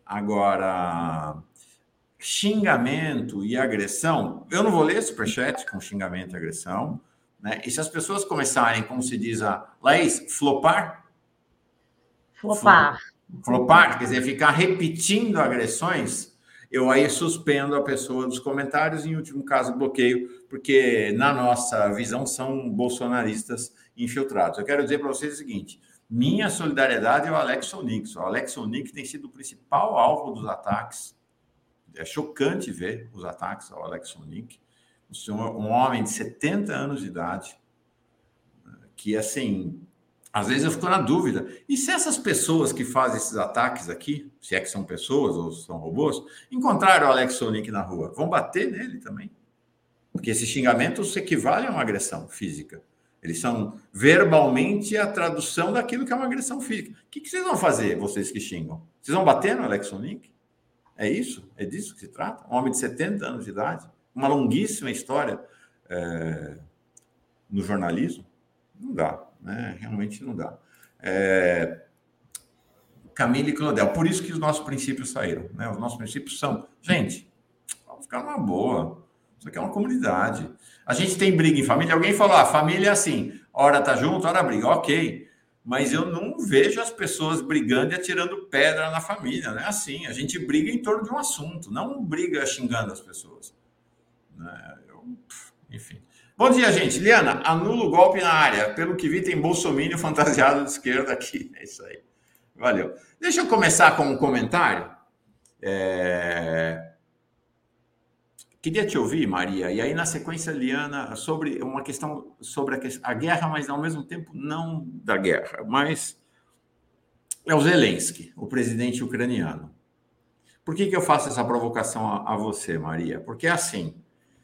Speaker 1: Agora, xingamento e agressão, eu não vou ler superchat com xingamento e agressão, né? E se as pessoas começarem, como se diz a Laís, flopar?
Speaker 2: Flopar.
Speaker 1: Flopar, quer dizer, ficar repetindo agressões, eu aí suspendo a pessoa dos comentários e, em último caso, bloqueio, porque, na nossa visão, são bolsonaristas infiltrados. Eu quero dizer para vocês o seguinte: minha solidariedade é o Alex Onick. O Alex Onick tem sido o principal alvo dos ataques. É chocante ver os ataques ao Alex Onick. Um homem de setenta anos de idade, que, assim, às vezes eu fico na dúvida. E se essas pessoas que fazem esses ataques aqui, se é que são pessoas ou são robôs, encontrarem o Alex Onick na rua, vão bater nele também? Porque esses xingamentos equivalem a uma agressão física. Eles são verbalmente a tradução daquilo que é uma agressão física. O que vocês vão fazer, vocês que xingam? Vocês vão bater no Alex Onick? É isso? É disso que se trata? Um homem de setenta anos de idade? Uma longuíssima história é, no jornalismo? Não dá, né? Realmente não dá. É, Camille e Claudel, por isso que os nossos princípios saíram, né? Os nossos princípios são, gente, vamos ficar numa boa. Isso aqui é uma comunidade. A gente tem briga em família. Alguém falou, ah, família é assim, hora tá junto, hora briga. Ok, mas eu não vejo as pessoas brigando e atirando pedra na família, não é assim. A gente briga em torno de um assunto, não briga xingando as pessoas. Eu, enfim. Bom dia, gente. Liana, anula o golpe na área. Pelo que vi, tem bolsominion fantasiado de esquerda aqui. É isso aí. Valeu. Deixa eu começar com um comentário. É... Queria te ouvir, Maria, e aí na sequência, Liana, sobre uma questão sobre a, questão, a guerra, mas ao mesmo tempo não da guerra, mas é o Zelensky, o presidente ucraniano. Por que que eu faço essa provocação a, a você, Maria? Porque assim,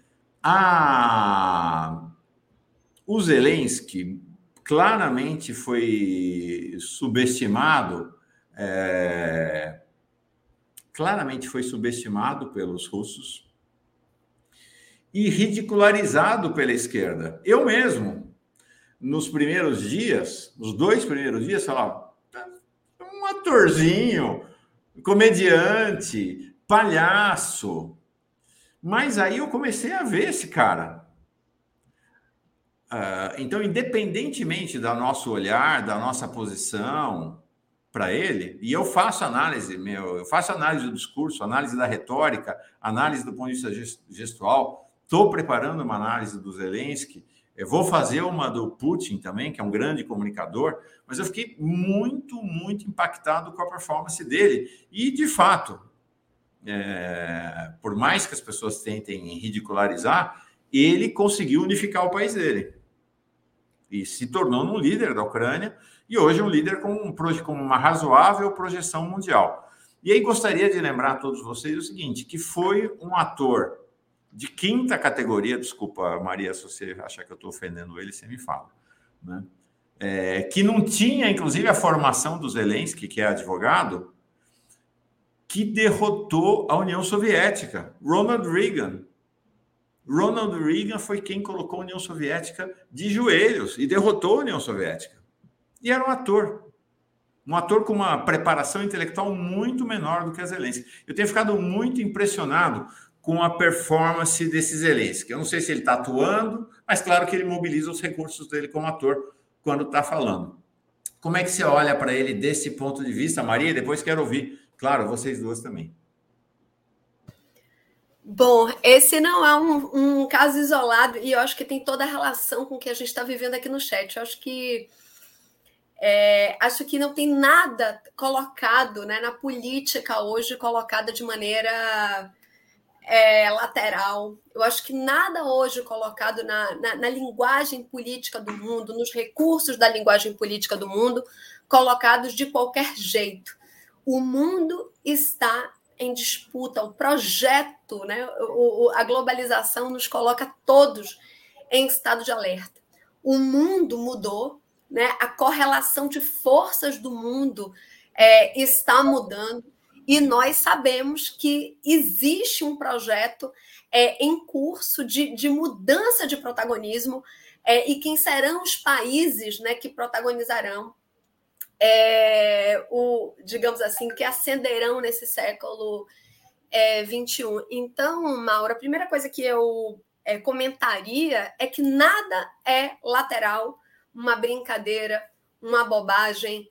Speaker 1: a... o Zelensky claramente foi subestimado, é... claramente foi subestimado pelos russos, e ridicularizado pela esquerda. Eu mesmo, nos primeiros dias, nos dois primeiros dias, falava, um atorzinho, comediante, palhaço. Mas aí eu comecei a ver esse cara. Então, independentemente do nosso olhar, da nossa posição para ele, e eu faço análise, meu, eu faço análise do discurso, análise da retórica, análise do ponto de vista gestual. Estou preparando uma análise do Zelensky, eu vou fazer uma do Putin também, que é um grande comunicador, mas eu fiquei muito, muito impactado com a performance dele. E, de fato, é, por mais que as pessoas tentem ridicularizar, ele conseguiu unificar o país dele. E se tornou um líder da Ucrânia, e hoje um líder com, um, com uma razoável projeção mundial. E aí gostaria de lembrar a todos vocês o seguinte, que foi um ator de quinta categoria, desculpa, Maria, se você achar que eu estou ofendendo ele, você me fala, né? É, que não tinha, inclusive, a formação do Zelensky, que é advogado, que derrotou a União Soviética, Ronald Reagan. Ronald Reagan foi quem colocou a União Soviética de joelhos e derrotou a União Soviética. E era um ator, um ator com uma preparação intelectual muito menor do que a Zelensky. Eu tenho ficado muito impressionado com a performance desse Zelensky. Eu não sei se ele está atuando, mas claro que ele mobiliza os recursos dele como ator quando está falando. Como é que você olha para ele desse ponto de vista, Maria? Depois quero ouvir, claro, vocês duas também.
Speaker 3: Bom, esse não é um, um caso isolado e eu acho que tem toda a relação com o que a gente está vivendo aqui no chat. Eu acho que É, acho que não tem nada colocado, né, na política hoje, colocada de maneira é, lateral. Eu acho que nada hoje colocado na, na, na linguagem política do mundo, nos recursos da linguagem política do mundo, colocados de qualquer jeito. O mundo está em disputa, o projeto, né, o, o, a globalização nos coloca todos em estado de alerta. O mundo mudou, né? A correlação de forças do mundo é, está mudando e nós sabemos que existe um projeto é, em curso de, de mudança de protagonismo é, e quem serão os países, né, que protagonizarão é, o, digamos assim, que ascenderão nesse século é, vinte e um. Então, Maura, a primeira coisa que eu é, comentaria é que nada é lateral, uma brincadeira, uma bobagem,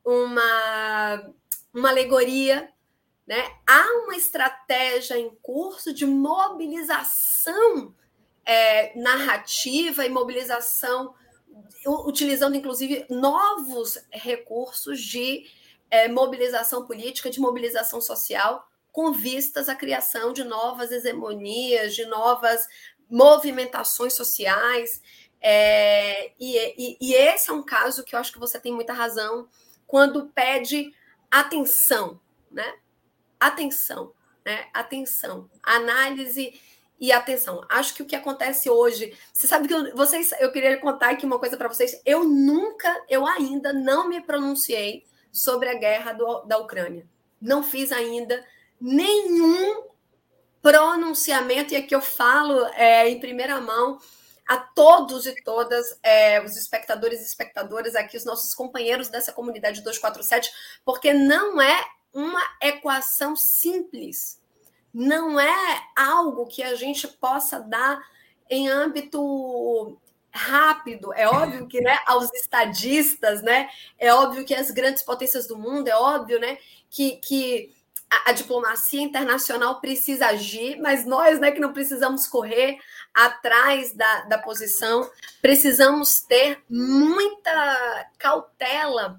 Speaker 3: uma, uma alegoria, né? Há uma estratégia em curso de mobilização é, narrativa e mobilização, utilizando, inclusive, novos recursos de é, mobilização política, de mobilização social, com vistas à criação de novas hegemonias, de novas movimentações sociais. É, e, e, e esse é um caso que eu acho que você tem muita razão quando pede atenção, né? Atenção, né? Atenção, análise e atenção. Acho que o que acontece hoje, você sabe que eu, vocês, eu queria contar aqui uma coisa para vocês. Eu nunca, eu ainda não me pronunciei sobre a guerra do, da Ucrânia. Não fiz ainda nenhum pronunciamento, e aqui eu falo é, em primeira mão a todos e todas é, os espectadores e espectadoras aqui, os nossos companheiros dessa comunidade duzentos e quarenta e sete, porque não é uma equação simples, não é algo que a gente possa dar em âmbito rápido. É óbvio que, né, aos estadistas, né, é óbvio que as grandes potências do mundo, é óbvio, né, que, que a, a diplomacia internacional precisa agir, mas nós, né, que não precisamos correr atrás da, da posição, precisamos ter muita cautela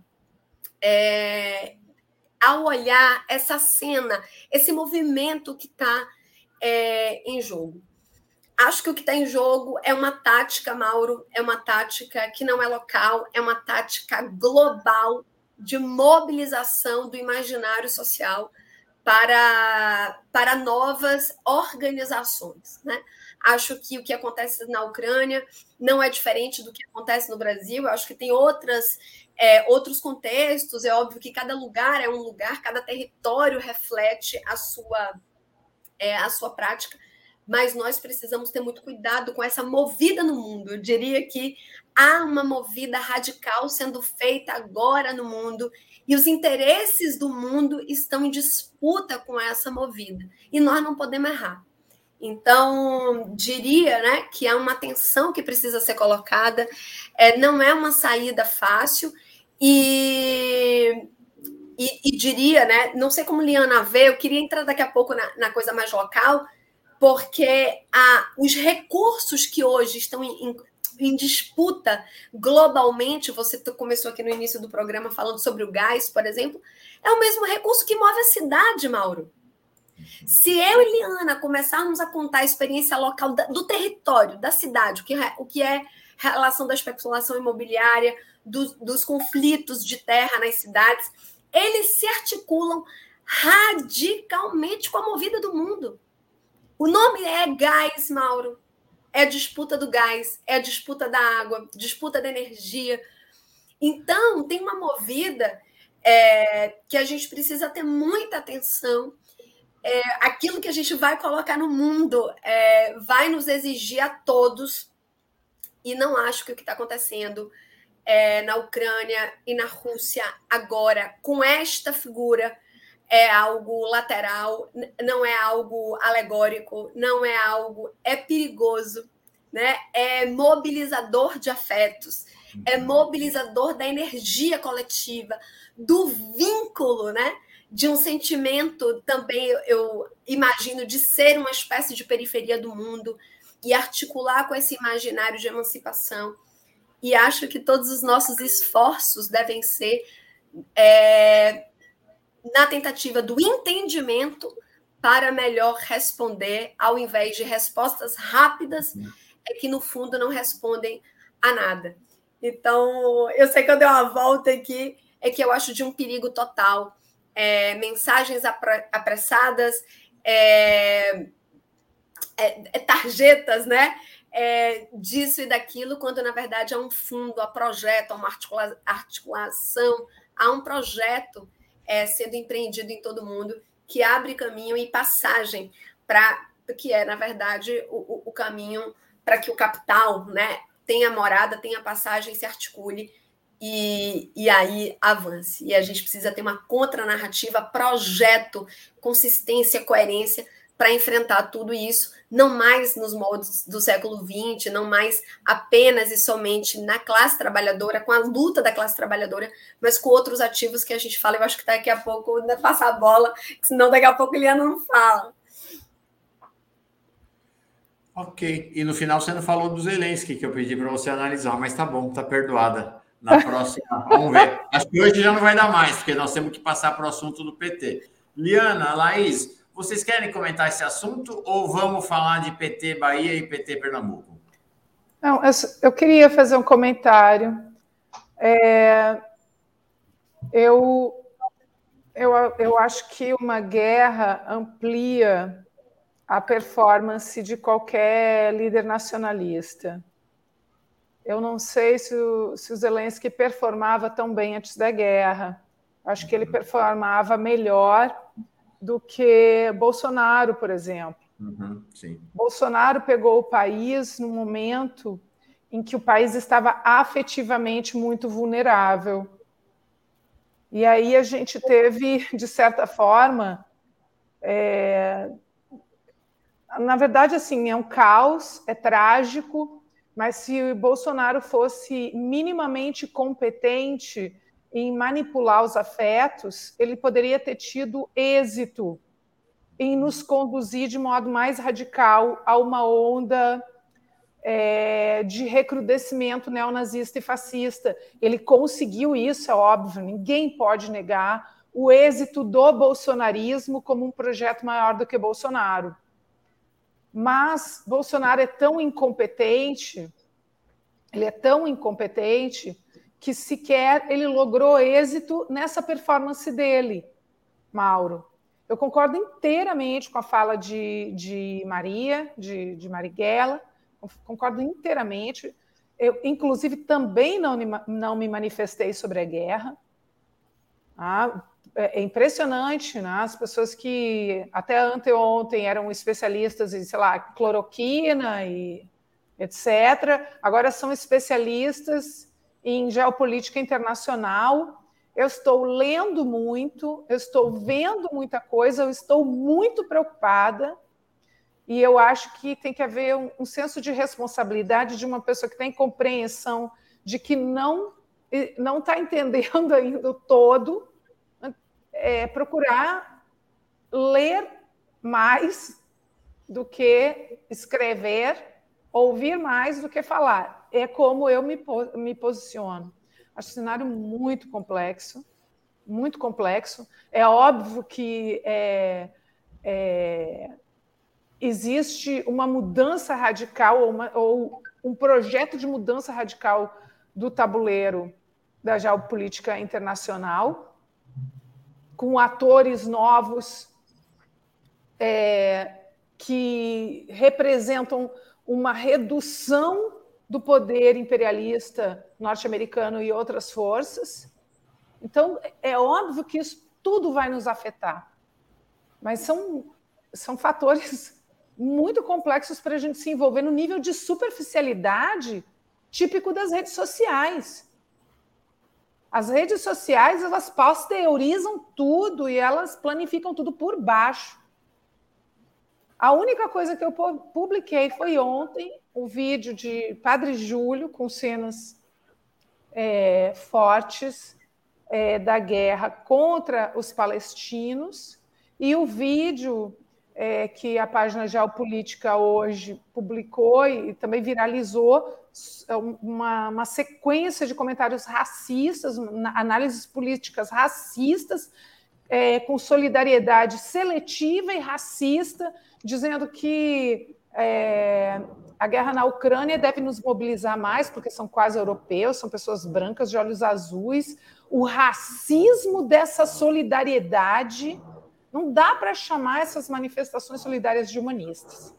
Speaker 3: é, ao olhar essa cena, esse movimento que está é, em jogo. Acho que o que está em jogo é uma tática, Mauro, é uma tática que não é local, é uma tática global de mobilização do imaginário social para, para novas organizações, né? Acho que o que acontece na Ucrânia não é diferente do que acontece no Brasil. Eu acho que tem outras, é, outros contextos. É óbvio que cada lugar é um lugar, cada território reflete a sua, é, a sua prática, mas nós precisamos ter muito cuidado com essa movida no mundo. Eu diria que há uma movida radical sendo feita agora no mundo e os interesses do mundo estão em disputa com essa movida. E nós não podemos errar. Então, diria, né, que há uma tensão que precisa ser colocada, é, não é uma saída fácil e... E, e diria, né, não sei como Liana vê, eu queria entrar daqui a pouco na, na coisa mais local, porque a, os recursos que hoje estão em, em, em disputa globalmente, você começou aqui no início do programa falando sobre o gás, por exemplo, é o mesmo recurso que move a cidade, Mauro. Se eu e Liana começarmos a contar a experiência local da, do território, da cidade, o que é, o que é relação da especulação imobiliária, do, dos conflitos de terra nas cidades, eles se articulam radicalmente com a movida do mundo. O nome é gás, Mauro. É a disputa do gás, é a disputa da água, disputa da energia. Então, tem uma movida é, que a gente precisa ter muita atenção. É, aquilo que a gente vai colocar no mundo é, vai nos exigir a todos. E não acho que o que está acontecendo é, na Ucrânia e na Rússia agora, com esta figura, é algo lateral, não é algo alegórico, não é algo... É perigoso, né? É mobilizador de afetos, é mobilizador da energia coletiva, do vínculo, né? De um sentimento também, eu imagino, de ser uma espécie de periferia do mundo e articular com esse imaginário de emancipação. E acho que todos os nossos esforços devem ser... É, na tentativa do entendimento para melhor responder, ao invés de respostas rápidas, é que, no fundo, não respondem a nada. Então, eu sei que eu dei uma volta aqui, é que eu acho de um perigo total. É, mensagens apressadas, é, é, é, tarjetas, né? É, disso e daquilo, quando, na verdade, há um fundo, há projeto, há uma articula- articulação, há um projeto É, sendo empreendido em todo mundo, que abre caminho e passagem para que é, na verdade, o, o caminho para que o capital, né, tenha morada, tenha passagem, se articule e, e aí avance. E a gente precisa ter uma contranarrativa, projeto, consistência, coerência para enfrentar tudo isso, não mais nos moldes do século vinte, não mais apenas e somente na classe trabalhadora, com a luta da classe trabalhadora, mas com outros ativos que a gente fala. Eu acho que daqui a pouco vai passar a bola, senão daqui a pouco a Liana não fala.
Speaker 1: Ok. E no final você não falou do Zelensky, que eu pedi para você analisar, mas tá bom, tá perdoada. Na próxima, vamos ver. Acho que hoje já não vai dar mais, porque nós temos que passar para o assunto do P T. Liana, Laís, vocês querem comentar esse assunto ou vamos falar de P T Bahia e P T Pernambuco?
Speaker 4: Não, eu, eu queria fazer um comentário. É, eu, eu, eu acho que uma guerra amplia a performance de qualquer líder nacionalista. Eu não sei se o, se o Zelensky performava tão bem antes da guerra. Acho que ele performava melhor do que Bolsonaro, por exemplo.
Speaker 1: Uhum, sim.
Speaker 4: Bolsonaro pegou o país num momento em que o país estava afetivamente muito vulnerável. E aí a gente teve, de certa forma, é... na verdade, assim, é um caos, é trágico, mas se o Bolsonaro fosse minimamente competente, em manipular os afetos, ele poderia ter tido êxito em nos conduzir de modo mais radical a uma onda é, de recrudescimento neonazista e fascista. Ele conseguiu isso, é óbvio, ninguém pode negar o êxito do bolsonarismo como um projeto maior do que Bolsonaro. Mas Bolsonaro é tão incompetente, ele é tão incompetente que sequer ele logrou êxito nessa performance dele, Mauro. Eu concordo inteiramente com a fala de, de Maria, de, de Marighella, concordo inteiramente. Eu, inclusive, também não, não me manifestei sobre a guerra. Ah, é impressionante, né? As pessoas que até anteontem eram especialistas em, sei lá, cloroquina e etcétera, agora são especialistas em geopolítica internacional. Eu estou lendo muito, eu estou vendo muita coisa, eu estou muito preocupada e eu acho que tem que haver um, um senso de responsabilidade de uma pessoa que tem compreensão de que não não está entendendo ainda o todo, é, procurar ler mais do que escrever, ouvir mais do que falar. É como eu me, me posiciono. Acho o cenário muito complexo, muito complexo. É óbvio que é, é, existe uma mudança radical ou, uma, ou um projeto de mudança radical do tabuleiro da geopolítica internacional, com atores novos é, que representam uma redução do poder imperialista norte-americano e outras forças. Então, é óbvio que isso tudo vai nos afetar, mas são, são fatores muito complexos para a gente se envolver no nível de superficialidade típico das redes sociais. As redes sociais, elas pasteurizam tudo e elas planificam tudo por baixo. A única coisa que eu publiquei foi ontem o vídeo de Padre Júlio com cenas é, fortes é, da guerra contra os palestinos e o vídeo é, que a página Geopolítica hoje publicou e também viralizou uma, uma sequência de comentários racistas, análises políticas racistas, é, com solidariedade seletiva e racista, dizendo que é, a guerra na Ucrânia deve nos mobilizar mais, porque são quase europeus, são pessoas brancas de olhos azuis. O racismo dessa solidariedade, não dá para chamar essas manifestações solidárias de humanistas.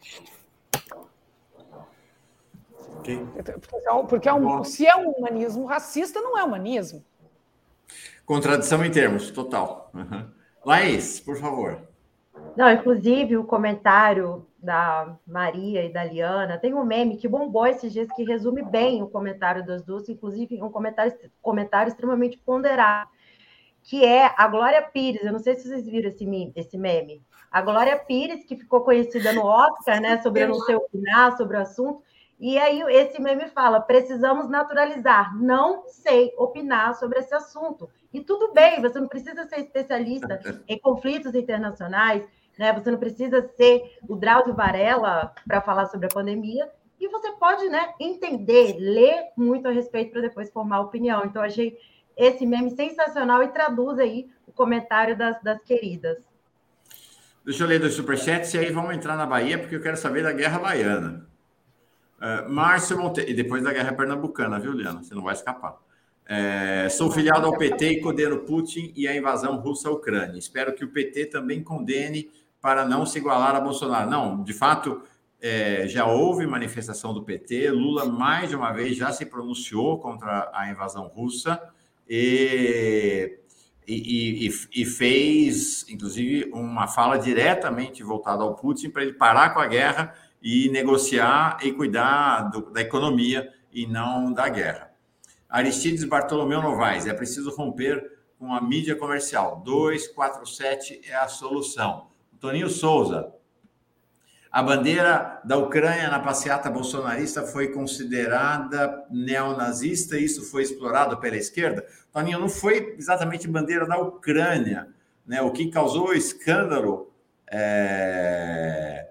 Speaker 4: Okay. Porque é um, se é um humanismo racista, não é humanismo.
Speaker 1: Contradição em termos, total. Uhum. Laís, por favor.
Speaker 2: Não, inclusive, o comentário da Maria e da Liana, tem um meme que bombou esses dias que resume bem o comentário das duas, inclusive um comentário, comentário extremamente ponderado, que é a Glória Pires. Eu não sei se vocês viram esse, esse meme. A Glória Pires, que ficou conhecida no Oscar, né, sobre eu não sei opinar sobre o assunto, e aí esse meme fala, precisamos naturalizar, não sei opinar sobre esse assunto. E tudo bem, você não precisa ser especialista em conflitos internacionais, né? Você não precisa ser o Drauzio Varela para falar sobre a pandemia, e você pode, né, entender, ler muito a respeito para depois formar opinião. Então, achei esse meme sensacional e traduz aí o comentário das, das queridas.
Speaker 1: Deixa eu ler dos superchats e aí vamos entrar na Bahia, porque eu quero saber da Guerra Baiana. Uh, Márcio Monteiro, e depois da Guerra Pernambucana, viu, Liana? Você não vai escapar. É, sou filiado ao P T e condeno Putin e a invasão russa à Ucrânia. Espero que o P T também condene para não se igualar a Bolsonaro. Não, de fato, é, já houve manifestação do P T. Lula, mais de uma vez, já se pronunciou contra a invasão russa e, e, e, e fez, inclusive, uma fala diretamente voltada ao Putin para ele parar com a guerra e negociar e cuidar do, da economia e não da guerra. Aristides Bartolomeu Novaes, é preciso romper com a mídia comercial. duzentos e quarenta e sete é a solução. Toninho Souza, A bandeira da Ucrânia na passeata bolsonarista foi considerada neonazista e isso foi explorado pela esquerda? Toninho, não foi exatamente bandeira da Ucrânia, né? O que causou escândalo é...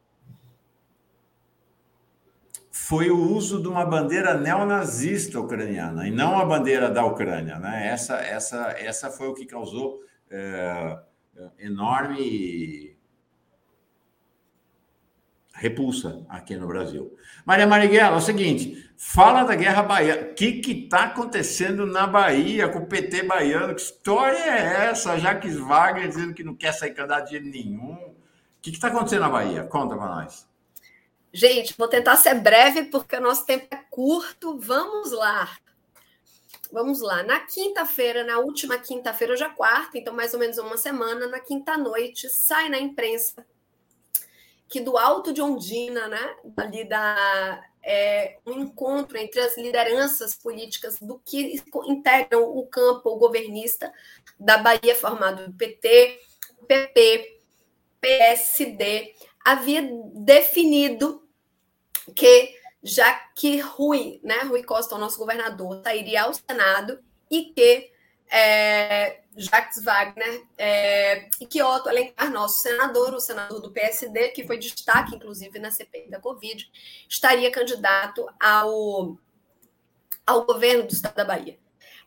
Speaker 1: foi o uso de uma bandeira neonazista ucraniana e não a bandeira da Ucrânia, né? Essa, essa, essa foi o que causou é, enorme repulsa aqui no Brasil. Maria Marighella, é o seguinte, fala da guerra baiana. O que está acontecendo na Bahia com o P T baiano? Que história é essa? Jacques Wagner dizendo que não quer sair candidato de nenhum. O que está acontecendo na Bahia? Conta para nós.
Speaker 3: Gente, vou tentar ser breve porque o nosso tempo é curto. Vamos lá. Vamos lá. Na quinta-feira, na última quinta-feira, hoje é quarta, então mais ou menos uma semana, na quinta-noite, sai na imprensa que do Alto de Ondina, né, ali da, é, um encontro entre as lideranças políticas do que integram o campo governista da Bahia, formado do P T, P P, P S D, havia definido que, já que Rui, né, Rui Costa, o nosso governador, sairia ao Senado e que é, Jacques Wagner é, e que Otto Alencar, nosso senador, o senador do P S D, que foi destaque, inclusive, na C P I da Covid, estaria candidato ao, ao governo do estado da Bahia.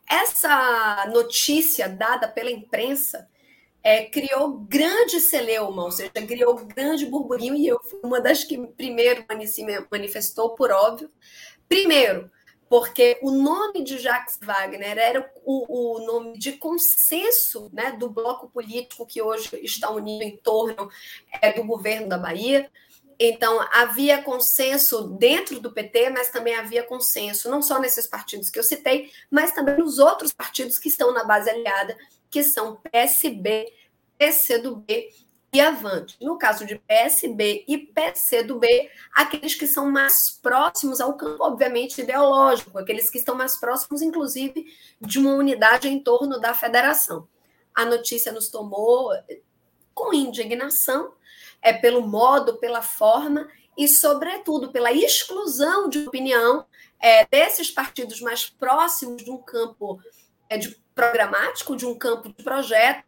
Speaker 3: Essa notícia dada pela imprensa é, criou grande celeuma, ou seja, criou grande burburinho, e eu fui uma das que primeiro se manifestou, por óbvio. Primeiro, porque o nome de Jacques Wagner era o, o nome de consenso, né, do bloco político que hoje está unido em torno é, do governo da Bahia. Então, havia consenso dentro do P T, mas também havia consenso, não só nesses partidos que eu citei, mas também nos outros partidos que estão na base aliada, que são P S B, P C do B e Avante. No caso de P S B e P C do B, aqueles que são mais próximos ao campo, obviamente, ideológico, aqueles que estão mais próximos, inclusive, de uma unidade em torno da federação. A notícia nos tomou com indignação, é, pelo modo, pela forma e, sobretudo, pela exclusão de opinião é, desses partidos mais próximos de um campo é, de programático, de um campo de projeto,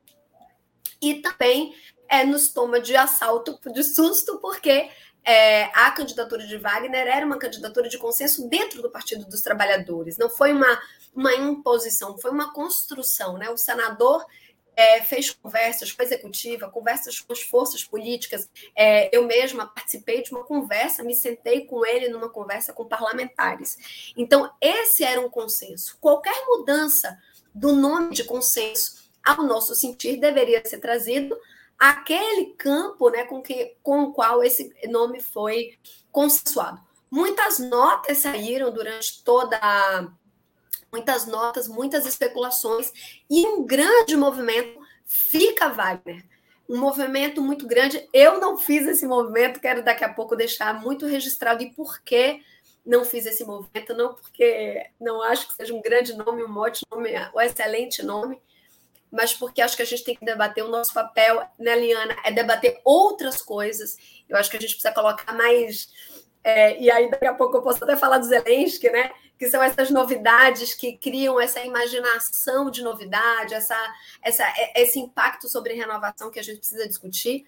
Speaker 3: e também é, nos toma de assalto, de susto, porque é, a candidatura de Wagner era uma candidatura de consenso dentro do Partido dos Trabalhadores, não foi uma, uma imposição, foi uma construção, né? O senador é, fez conversas com a executiva, conversas com as forças políticas, é, eu mesma participei de uma conversa, me sentei com ele numa conversa com parlamentares. Então, esse era um consenso. Qualquer mudança do nome de consenso, ao nosso sentir, deveria ser trazido aquele campo, né, com, que, com o qual esse nome foi consensuado. Muitas notas saíram durante toda a... Muitas notas, muitas especulações, e um grande movimento fica Wagner. Um movimento muito grande. Eu não fiz esse movimento, quero daqui a pouco deixar muito registrado e por que não fiz esse movimento, não porque não acho que seja um grande nome, um ótimo nome, um excelente nome, mas porque acho que a gente tem que debater o nosso papel, né, Liana? É debater outras coisas. Eu acho que a gente precisa colocar mais... É, e aí, daqui a pouco, eu posso até falar do Zelensky, né? Que são essas novidades que criam essa imaginação de novidade, essa, essa, esse impacto sobre renovação que a gente precisa discutir,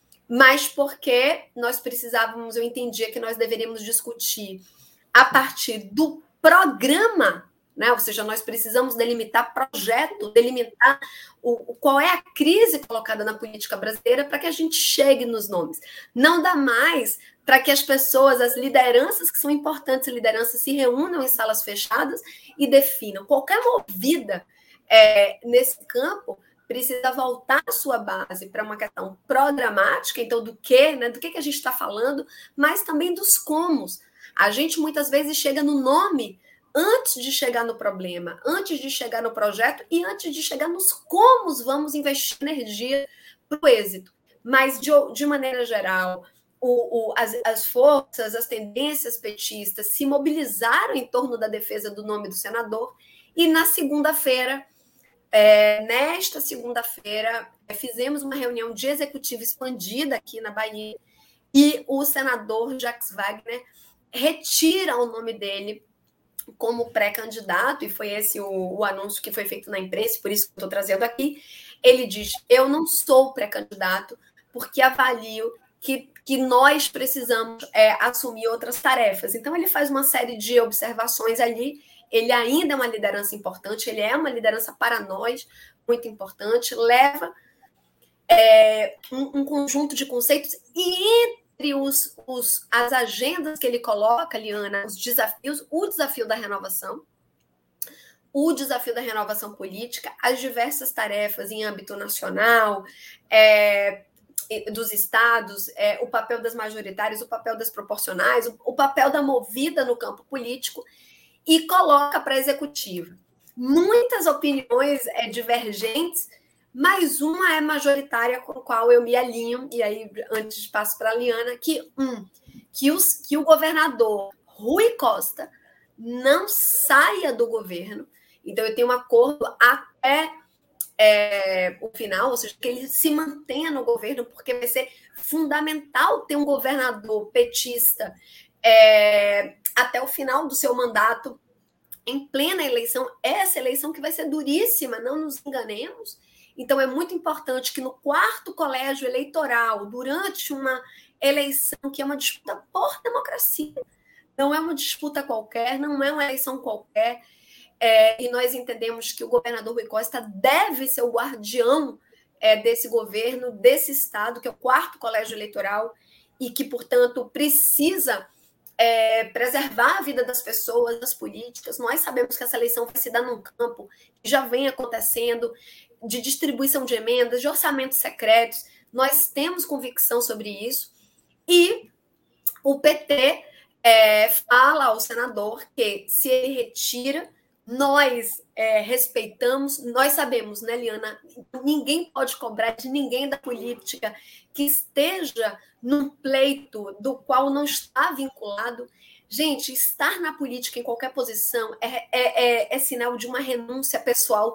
Speaker 3: mas porque nós precisávamos, eu entendia que nós deveríamos discutir a partir do programa, né? Ou seja, nós precisamos delimitar projeto, delimitar o, o, qual é a crise colocada na política brasileira para que a gente chegue nos nomes. Não dá mais para que as pessoas, as lideranças que são importantes, lideranças se reúnam em salas fechadas e definam. Qualquer movida é, nesse campo precisa voltar à sua base para uma questão programática, então do que, né, do que, que a gente está falando, mas também dos comos. A gente muitas vezes chega no nome antes de chegar no problema, antes de chegar no projeto e antes de chegar nos como vamos investir energia para o êxito. Mas, de, de maneira geral, o, o, as, as forças, as tendências petistas se mobilizaram em torno da defesa do nome do senador e, na segunda-feira, é, nesta segunda-feira, fizemos uma reunião de executiva expandida aqui na Bahia e o senador Jacques Wagner retira o nome dele como pré-candidato, e foi esse o, o anúncio que foi feito na imprensa, por isso que eu estou trazendo aqui. Ele diz, eu não sou pré-candidato, porque avalio que, que nós precisamos é, assumir outras tarefas. Então, ele faz uma série de observações ali, ele ainda é uma liderança importante, ele é uma liderança para nós, muito importante, leva é, um, um conjunto de conceitos, e entre os, os, as agendas que ele coloca, Liana, os desafios, o desafio da renovação, o desafio da renovação política, as diversas tarefas em âmbito nacional, é, dos estados, é, o papel das majoritárias, o papel das proporcionais, o, o papel da movida no campo político, e coloca para a executiva. Muitas opiniões é, divergentes, mas uma é majoritária com a qual eu me alinho, e aí, antes de passo para a Liana, que, um, que, os, que o governador Rui Costa não saia do governo. Então, eu tenho um acordo até é, o final, ou seja, que ele se mantenha no governo, porque vai ser fundamental ter um governador petista é, até o final do seu mandato, em plena eleição, essa eleição que vai ser duríssima, não nos enganemos. Então, é muito importante que no quarto colégio eleitoral, durante uma eleição que é uma disputa por democracia, não é uma disputa qualquer, não é uma eleição qualquer, é, e nós entendemos que o governador Rui Costa deve ser o guardião é, desse governo, desse estado, que é o quarto colégio eleitoral, e que, portanto, precisa é, preservar a vida das pessoas, das políticas. Nós sabemos que essa eleição vai se dar num campo que já vem acontecendo, de distribuição de emendas, de orçamentos secretos. Nós temos convicção sobre isso, e o P T é, fala ao senador que, se ele retira, nós é, respeitamos, nós sabemos, né, Liana? Ninguém pode cobrar de ninguém da política que esteja num pleito do qual não está vinculado. Gente, estar na política em qualquer posição é, é, é, é sinal de uma renúncia pessoal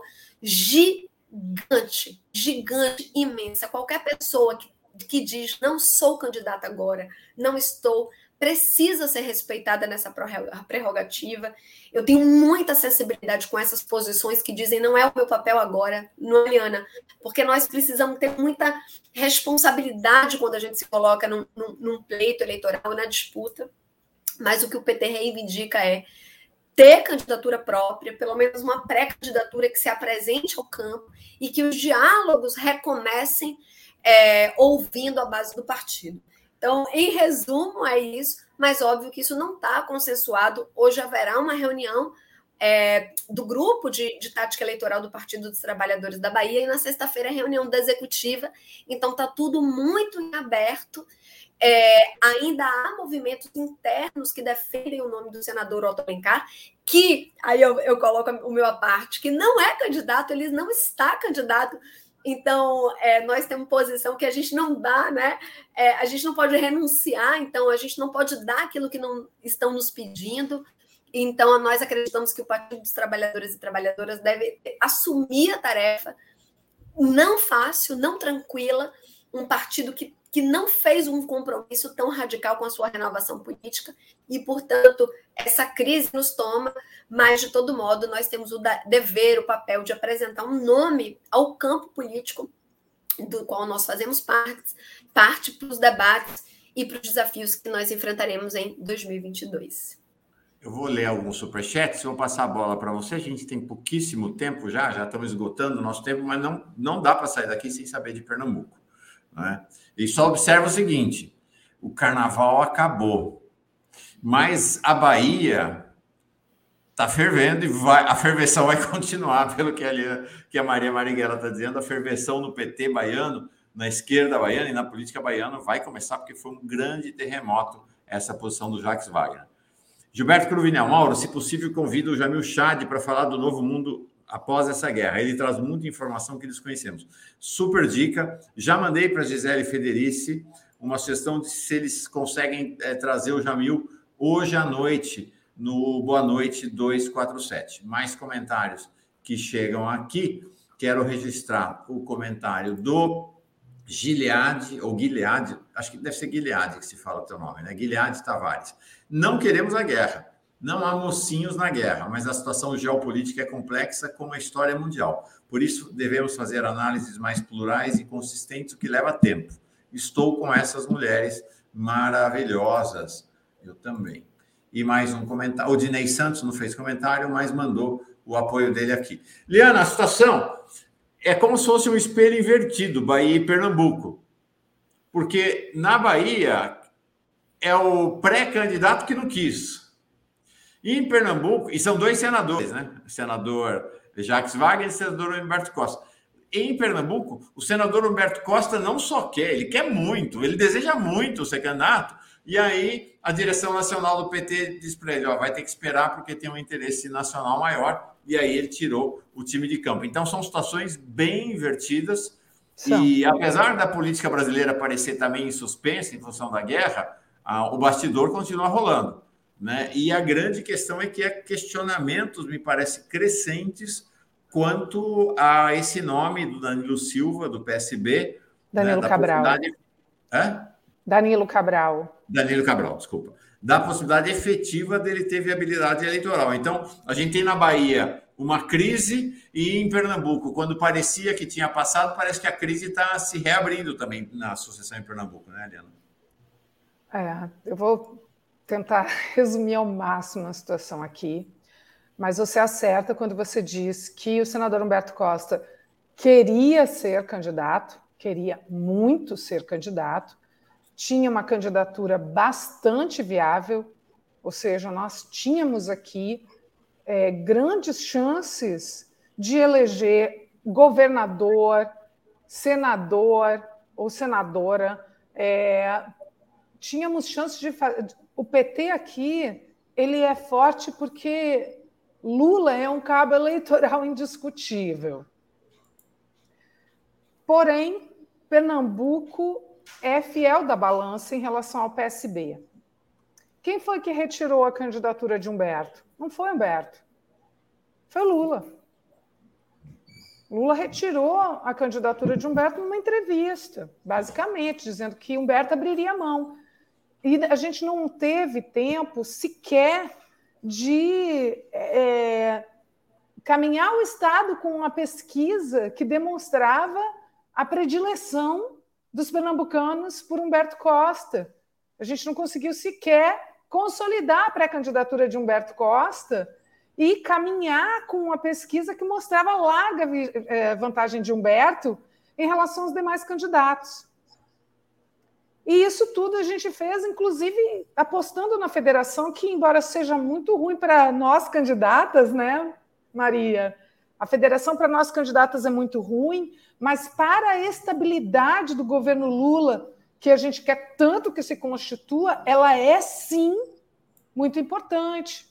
Speaker 3: gigante, gigante, imensa. Qualquer pessoa que, que diz, não sou candidata agora, não estou, precisa ser respeitada nessa prerrogativa. Eu tenho muita sensibilidade com essas posições que dizem não é o meu papel agora, não é, Liana? Porque nós precisamos ter muita responsabilidade quando a gente se coloca num, num, num pleito eleitoral, na disputa. Mas o que o P T reivindica é ter candidatura própria, pelo menos uma pré-candidatura que se apresente ao campo e que os diálogos recomecem é, ouvindo a base do partido. Então, em resumo, é isso, mas óbvio que isso não está consensuado. Hoje haverá uma reunião é, do grupo de, de tática eleitoral do Partido dos Trabalhadores da Bahia, e na sexta-feira a reunião da executiva. Então, está tudo muito em aberto. É, ainda há movimentos internos que defendem o nome do senador Otto Alencar, que, aí eu, eu coloco o meu à parte, que não é candidato, ele não está candidato. Então, é, nós temos posição que a gente não dá, né? É, a gente não pode renunciar, então a gente não pode dar aquilo que não estão nos pedindo. Então, nós acreditamos que o Partido dos Trabalhadores e Trabalhadoras deve assumir a tarefa, não fácil, não tranquila, um partido que, que não fez um compromisso tão radical com a sua renovação política, e, portanto, essa crise nos toma, mas, de todo modo, nós temos o dever, o papel de apresentar um nome ao campo político do qual nós fazemos parte, parte para os debates e para os desafios que nós enfrentaremos em dois mil e vinte e dois.
Speaker 1: Eu vou ler alguns superchats, vou passar a bola para você. A gente tem pouquíssimo tempo já, já estamos esgotando o nosso tempo, mas não, não dá para sair daqui sem saber de Pernambuco, né? E só observa o seguinte, o carnaval acabou, mas a Bahia está fervendo e vai, a ferveção vai continuar, pelo que, ali, que a Maria Marighella está dizendo. A ferveção no P T baiano, na esquerda baiana e na política baiana vai começar, porque foi um grande terremoto essa posição do Jacques Wagner. Gilberto Cruvinel, Mauro, se possível, convido o Jamil Chad para falar do novo mundo após essa guerra. Ele traz muita informação que desconhecemos. Super dica. Já mandei para a Gisele Federici uma sugestão de se eles conseguem é, trazer o Jamil hoje à noite, no Boa Noite duzentos e quarenta e sete. Mais comentários que chegam aqui. Quero registrar o comentário do Gilead, ou Gilead, acho que deve ser Gilead que se fala o teu nome, né? Gilead Tavares. Não queremos a guerra. Não há mocinhos na guerra, mas a situação geopolítica é complexa como a história mundial. Por isso, devemos fazer análises mais plurais e consistentes, o que leva tempo. Estou com essas mulheres maravilhosas. Eu também. E mais um comentário. O Dinei Santos não fez comentário, mas mandou o apoio dele aqui. Liana, a situação é como se fosse um espelho invertido, Bahia e Pernambuco. Porque na Bahia é o pré-candidato que não quis. E em Pernambuco, e são dois senadores, né? O senador Jacques Wagner e o senador Humberto Costa. Em Pernambuco, o senador Humberto Costa não só quer, ele quer muito, ele deseja muito ser candidato, e aí a direção nacional do P T diz para ele, ó, vai ter que esperar porque tem um interesse nacional maior, e aí ele tirou o time de campo. Então, são situações bem invertidas, são. E apesar da política brasileira parecer também em suspenso em função da guerra, a, o bastidor continua rolando. Né? E a grande questão é que há questionamentos, me parece, crescentes quanto a esse nome do Danilo Silva, do P S B.
Speaker 2: Danilo
Speaker 1: né?
Speaker 2: Cabral.
Speaker 1: Hã?
Speaker 2: Danilo Cabral.
Speaker 1: Danilo Cabral, desculpa. Da possibilidade efetiva dele ter viabilidade eleitoral. Então, a gente tem na Bahia uma crise e em Pernambuco, quando parecia que tinha passado, parece que a crise está se reabrindo também na sucessão em Pernambuco, né, Liana?
Speaker 5: É, eu vou tentar resumir ao máximo a situação aqui, mas você acerta quando você diz que o senador Humberto Costa queria ser candidato, queria muito ser candidato, tinha uma candidatura bastante viável, ou seja, nós tínhamos aqui é, grandes chances de eleger governador, senador ou senadora, é, tínhamos chances de fazer. O P T aqui, ele é forte porque Lula é um cabo eleitoral indiscutível. Porém, Pernambuco é fiel da balança em relação ao P S B. Quem foi que retirou a candidatura de Humberto? Não foi Humberto. Foi Lula. Lula retirou a candidatura de Humberto numa entrevista, basicamente, dizendo que Humberto abriria a mão. E a gente não teve tempo sequer de é, caminhar o Estado com uma pesquisa que demonstrava a predileção dos pernambucanos por Humberto Costa. A gente não conseguiu sequer consolidar a pré-candidatura de Humberto Costa e caminhar com uma pesquisa que mostrava larga vantagem de Humberto em relação aos demais candidatos. E isso tudo a gente fez, inclusive, apostando na federação, que, embora seja muito ruim para nós candidatas, né, Maria? A federação para nós candidatas é muito ruim, mas para a estabilidade do governo Lula, que a gente quer tanto que se constitua, ela é, sim, muito importante.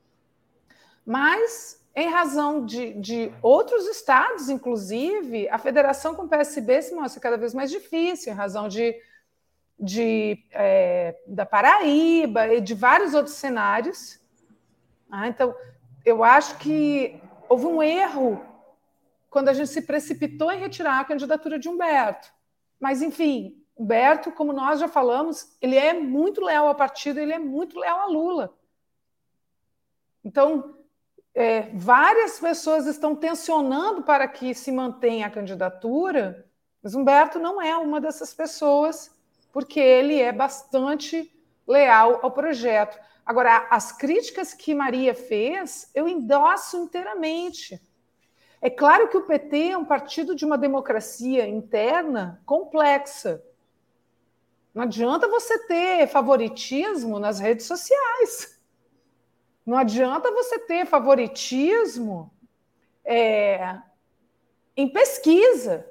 Speaker 5: Mas, em razão de, de outros estados, inclusive, a federação com o P S B se mostra cada vez mais difícil, em razão de De, é, da Paraíba e de vários outros cenários. Ah, então, eu acho que houve um erro quando a gente se precipitou em retirar a candidatura de Humberto. Mas, enfim, Humberto, como nós já falamos, ele é muito leal ao partido, ele é muito leal a Lula. Então, é, várias pessoas estão tensionando para que se mantenha a candidatura, mas Humberto não é uma dessas pessoas, porque ele é bastante leal ao projeto. Agora, as críticas que Maria fez, eu endosso inteiramente. É claro que o P T é um partido de uma democracia interna complexa. Não adianta você ter favoritismo nas redes sociais. Não adianta você ter favoritismo é, em pesquisa.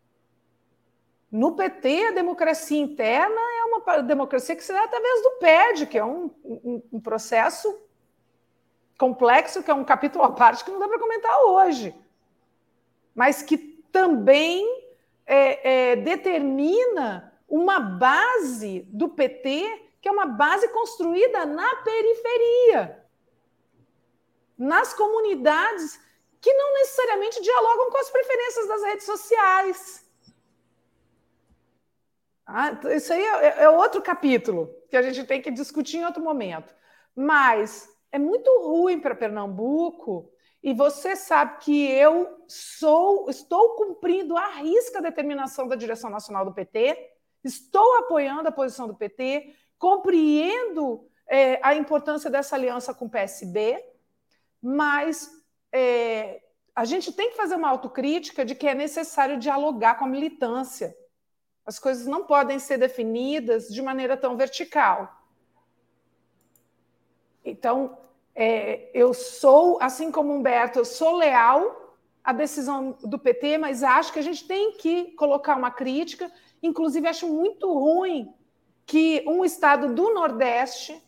Speaker 5: No P T, a democracia interna é uma democracia que se dá através do P E D, que é um, um, um processo complexo, que é um capítulo à parte que não dá para comentar hoje, mas que também é, é, determina uma base do P T, que é uma base construída na periferia, nas comunidades que não necessariamente dialogam com as preferências das redes sociais. Ah, isso aí é, é outro capítulo que a gente tem que discutir em outro momento. Mas é muito ruim para Pernambuco, e você sabe que eu sou, estou cumprindo à risca a determinação da direção nacional do P T, estou apoiando a posição do P T, compreendo é, a importância dessa aliança com o P S B, mas é, a gente tem que fazer uma autocrítica de que é necessário dialogar com a militância. As coisas não podem ser definidas de maneira tão vertical. Então, é, eu sou, assim como Humberto, eu sou leal à decisão do P T, mas acho que a gente tem que colocar uma crítica. Inclusive, acho muito ruim que um estado do Nordeste,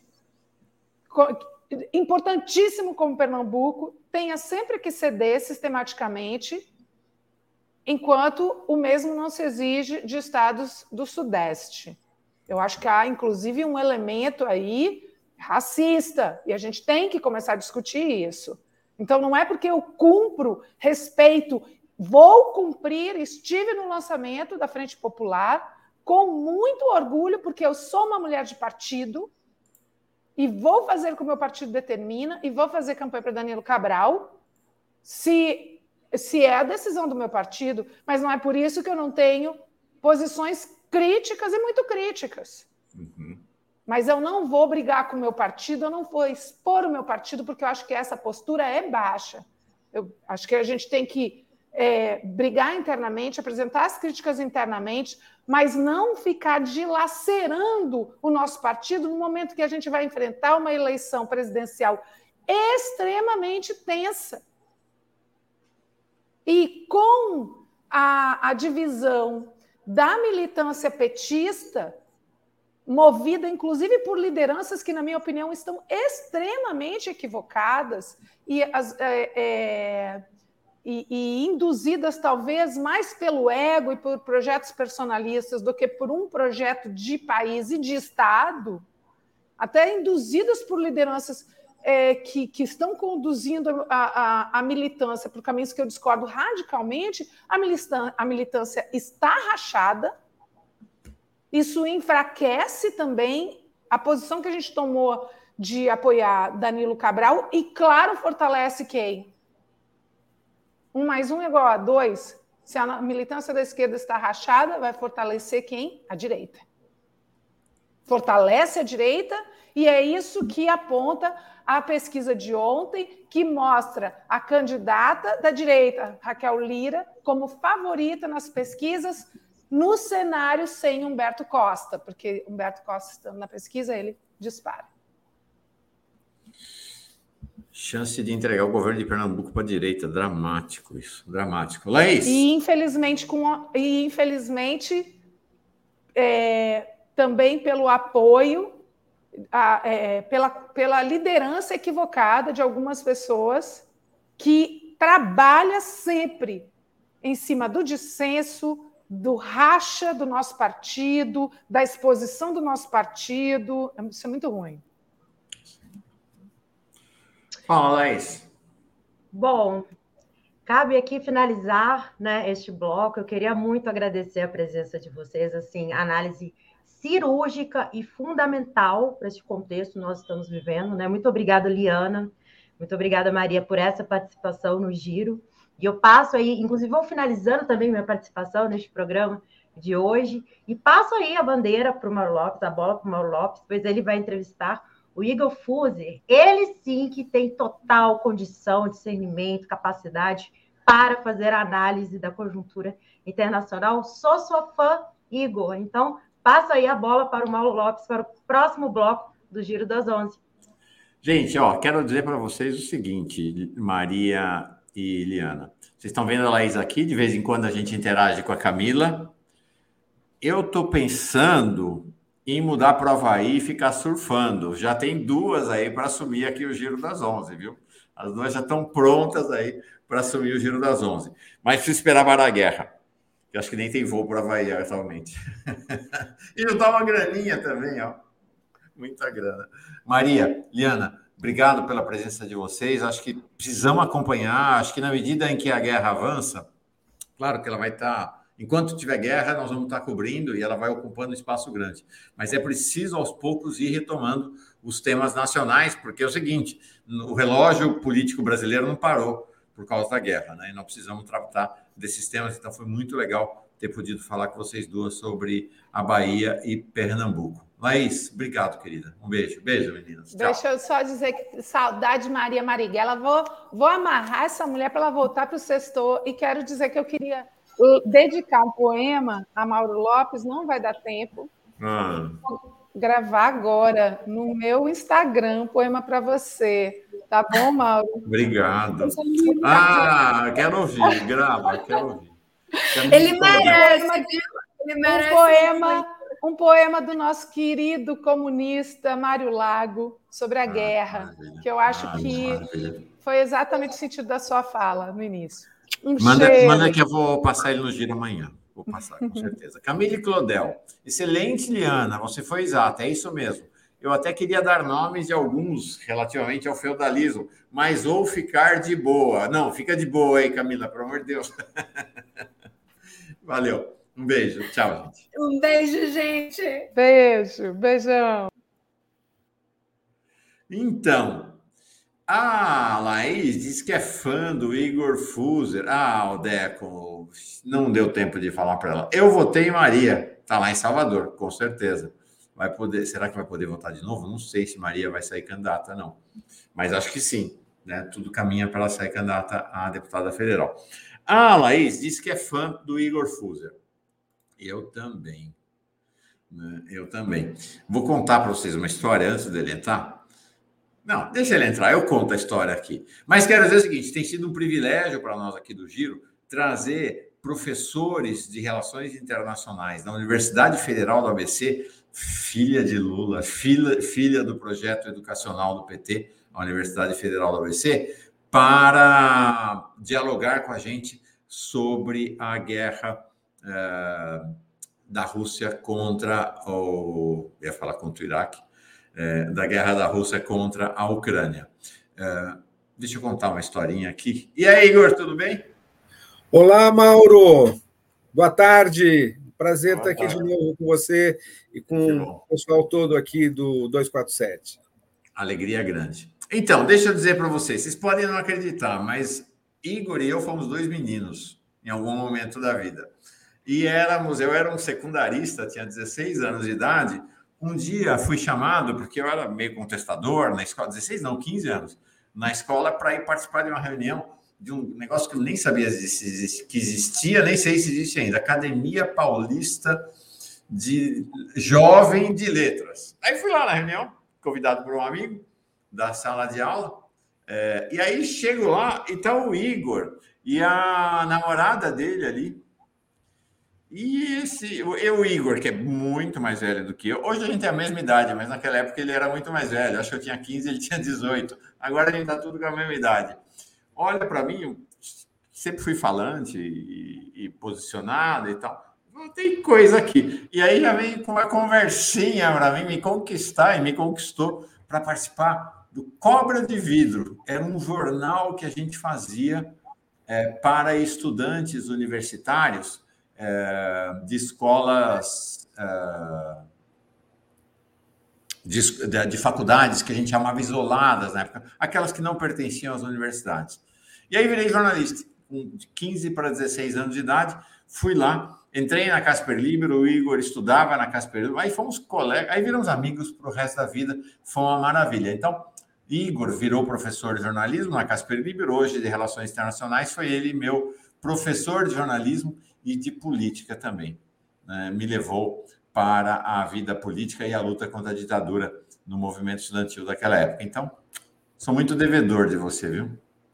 Speaker 5: importantíssimo como Pernambuco, tenha sempre que ceder sistematicamente, enquanto o mesmo não se exige de estados do Sudeste. Eu acho que há, inclusive, um elemento aí racista, e a gente tem que começar a discutir isso. Então, não é porque eu cumpro, respeito, vou cumprir, estive no lançamento da Frente Popular com muito orgulho, porque eu sou uma mulher de partido e vou fazer o que o meu partido determina e vou fazer campanha para Danilo Cabral, se... se é a decisão do meu partido, mas não é por isso que eu não tenho posições críticas e muito críticas. Uhum. Mas eu não vou brigar com o meu partido, eu não vou expor o meu partido, porque eu acho que essa postura é baixa. Eu acho que a gente tem que é, brigar internamente, apresentar as críticas internamente, mas não ficar dilacerando o nosso partido no momento que a gente vai enfrentar uma eleição presidencial extremamente tensa. E com a, a divisão da militância petista, movida inclusive por lideranças que, na minha opinião, estão extremamente equivocadas e, as, é, é, e, e induzidas talvez mais pelo ego e por projetos personalistas do que por um projeto de país e de Estado, até induzidas por lideranças É, que, que estão conduzindo a, a, a militância por caminhos que eu discordo radicalmente, a militância, a militância está rachada, isso enfraquece também a posição que a gente tomou de apoiar Danilo Cabral e, claro, fortalece quem? Um mais um é igual a dois. Se a militância da esquerda está rachada, vai fortalecer quem? A direita. Fortalece a direita e é isso que aponta a pesquisa de ontem, que mostra a candidata da direita, Raquel Lira, como favorita nas pesquisas no cenário sem Humberto Costa, porque Humberto Costa, estando na pesquisa, ele dispara.
Speaker 1: Chance de entregar o governo de Pernambuco para a direita. Dramático isso, dramático. Laís?
Speaker 5: E, infelizmente, com, e, infelizmente é, também pelo apoio, a, é, pela, pela liderança equivocada de algumas pessoas que trabalha sempre em cima do dissenso, do racha do nosso partido, da exposição do nosso partido. Isso é muito ruim.
Speaker 1: Fala, Laís.
Speaker 2: Bom, cabe aqui finalizar, né, este bloco. Eu queria muito agradecer a presença de vocês, assim, análise cirúrgica e fundamental para este contexto que nós estamos vivendo, né? Muito obrigada, Liana. Muito obrigada, Maria, por essa participação no Giro. E eu passo aí, inclusive vou finalizando também minha participação neste programa de hoje, e passo aí a bandeira para o Mauro Lopes, a bola para o Mauro Lopes, pois ele vai entrevistar o Igor Fuser. Ele sim que tem total condição, discernimento, capacidade para fazer a análise da conjuntura internacional. Sou sua fã, Igor. Então, passo aí a bola para o Mauro Lopes para o próximo bloco do Giro das Onze.
Speaker 1: Gente, ó, quero dizer para vocês o seguinte, Maria e Liana. Vocês estão vendo a Laís aqui, de vez em quando a gente interage com a Camila. Eu estou pensando em mudar para o Havaí e ficar surfando. Já tem duas aí para assumir aqui o Giro das Onze, viu? As duas já estão prontas aí para assumir o Giro das Onze. Mas preciso esperar parar a guerra. Eu acho que nem tem voo para o Havaí atualmente. E não dá uma graninha também, ó. Muita grana. Maria, Liana, obrigado pela presença de vocês. Acho que precisamos acompanhar. Acho que na medida em que a guerra avança, claro que ela vai estar Enquanto tiver guerra, nós vamos estar cobrindo e ela vai ocupando espaço grande. Mas é preciso, aos poucos, ir retomando os temas nacionais, porque é o seguinte, o relógio político brasileiro não parou por causa da guerra, né? E nós precisamos tratar desses temas. Então, foi muito legal ter podido falar com vocês duas sobre a Bahia e Pernambuco. Laís, obrigado, querida. Um beijo. Beijo, meninas. Tchau.
Speaker 5: Deixa eu só dizer que saudade de Maria Marighella. Vou, vou amarrar essa mulher para ela voltar para o sextor e quero dizer que eu queria dedicar um poema a Mauro Lopes, não vai dar tempo.
Speaker 1: Ah.
Speaker 5: Vou gravar agora no meu Instagram um poema para você. Tá bom, Mauro?
Speaker 1: Obrigado. Ah, quero ouvir. Grava, quero ouvir. Quero
Speaker 3: Ele merece, Ele merece
Speaker 5: um poema, um poema do nosso querido comunista Mário Lago sobre a ah, guerra, maravilha. Que eu acho ah, que maravilha. Foi exatamente o sentido da sua fala no início. Um
Speaker 1: manda, manda que eu vou passar ele no giro amanhã. Vou passar, com certeza. Camille Clodel. Excelente, Liana. Você foi exata, é isso mesmo. Eu até queria dar nomes de alguns relativamente ao feudalismo, mas ou ficar de boa. Não, fica de boa aí, Camila, pelo amor de Deus. Valeu. Um beijo. Tchau, gente.
Speaker 3: Um beijo, gente.
Speaker 5: Beijo. Beijão.
Speaker 1: Então, a Laís diz que é fã do Igor Fuser. Ah, o Deco, não deu tempo de falar para ela. Eu votei em Maria. Está lá em Salvador, com certeza. Vai poder, será que vai poder votar de novo? Não sei se Maria vai sair candidata, não. Mas acho que sim. Né? Tudo caminha para ela sair candidata a deputada federal. A Laís disse que é fã do Igor Fuser. Eu também. Né? Eu também. Vou contar para vocês uma história antes dele entrar. Não, deixa ele entrar, eu conto a história aqui. Mas quero dizer o seguinte, tem sido um privilégio para nós aqui do Giro trazer professores de Relações Internacionais da Universidade Federal do A B C, filha de Lula, filha, filha do projeto educacional do P T, a Universidade Federal do A B C, para dialogar com a gente sobre a guerra uh, da Rússia contra o... Eu ia falar contra o Iraque, uh, da guerra da Rússia contra a Ucrânia. Uh, deixa eu contar uma historinha aqui. E aí, Igor, tudo bem?
Speaker 6: Olá, Mauro. Boa tarde. Prazer Boa estar tarde. aqui de novo com você e com o pessoal todo aqui do duzentos e quarenta e sete.
Speaker 1: Alegria grande. Então, deixa eu dizer para vocês, vocês podem não acreditar, mas Igor e eu fomos dois meninos em algum momento da vida. E éramos, eu era um secundarista, tinha dezesseis anos de idade. Um dia fui chamado, porque eu era meio contestador na escola, dezesseis não, quinze anos, na escola para ir participar de uma reunião de um negócio que eu nem sabia que existia, nem sei se existe ainda, Academia Paulista de Jovem de Letras. Aí fui lá na reunião, convidado por um amigo da sala de aula, é, e aí chego lá e tá o Igor e a namorada dele ali, e esse, eu, o Igor, que é muito mais velho do que eu, hoje a gente tem a mesma idade, mas naquela época ele era muito mais velho, acho que eu tinha quinze, ele tinha dezoito, agora a gente tá tudo com a mesma idade. Olha para mim, eu sempre fui falante e, e posicionado e tal, tem coisa aqui, e aí já vem com uma conversinha para mim, me conquistar, e me conquistou para participar do Cobra de Vidro. Era um jornal que a gente fazia é, para estudantes universitários é, de escolas é, de, de, de faculdades que a gente chamava isoladas na época, aquelas que não pertenciam às universidades. E aí virei jornalista, com quinze para dezesseis anos de idade, fui lá, entrei na Casper Libero, o Igor estudava na Casper Libero, aí fomos colegas, aí viramos amigos para o resto da vida, foi uma maravilha. Então, Igor virou professor de jornalismo na Casper Libero, hoje de Relações Internacionais, foi ele meu professor de jornalismo e de política também. Né? Me levou para a vida política e a luta contra a ditadura no movimento estudantil daquela época. Então, sou muito devedor de você, viu?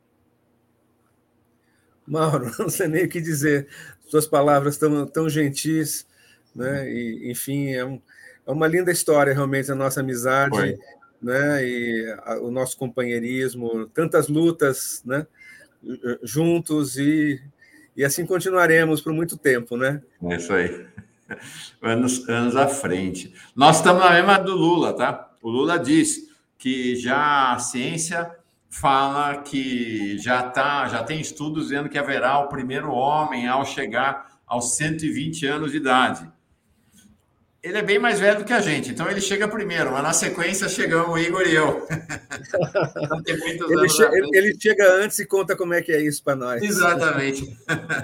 Speaker 6: Mauro, não sei nem o que dizer. Suas palavras tão, tão gentis, né? E, enfim, é, um, é uma linda história, realmente, a nossa amizade, Foi. né? E a, o nosso companheirismo, tantas lutas, né? Juntos, e, e assim continuaremos por muito tempo, né?
Speaker 1: É isso aí. Anos, anos à frente. Nós estamos na mesma do Lula, tá? O Lula diz que já a ciência fala que já, tá, já tem estudos dizendo que haverá o primeiro homem ao chegar aos cento e vinte anos de idade. Ele é bem mais velho do que a gente, então ele chega primeiro, mas na sequência chegamos o Igor e eu. Não tem muitos
Speaker 6: ele,
Speaker 1: anos
Speaker 6: che ele, ele chega antes e conta como é que é isso para nós.
Speaker 1: Exatamente.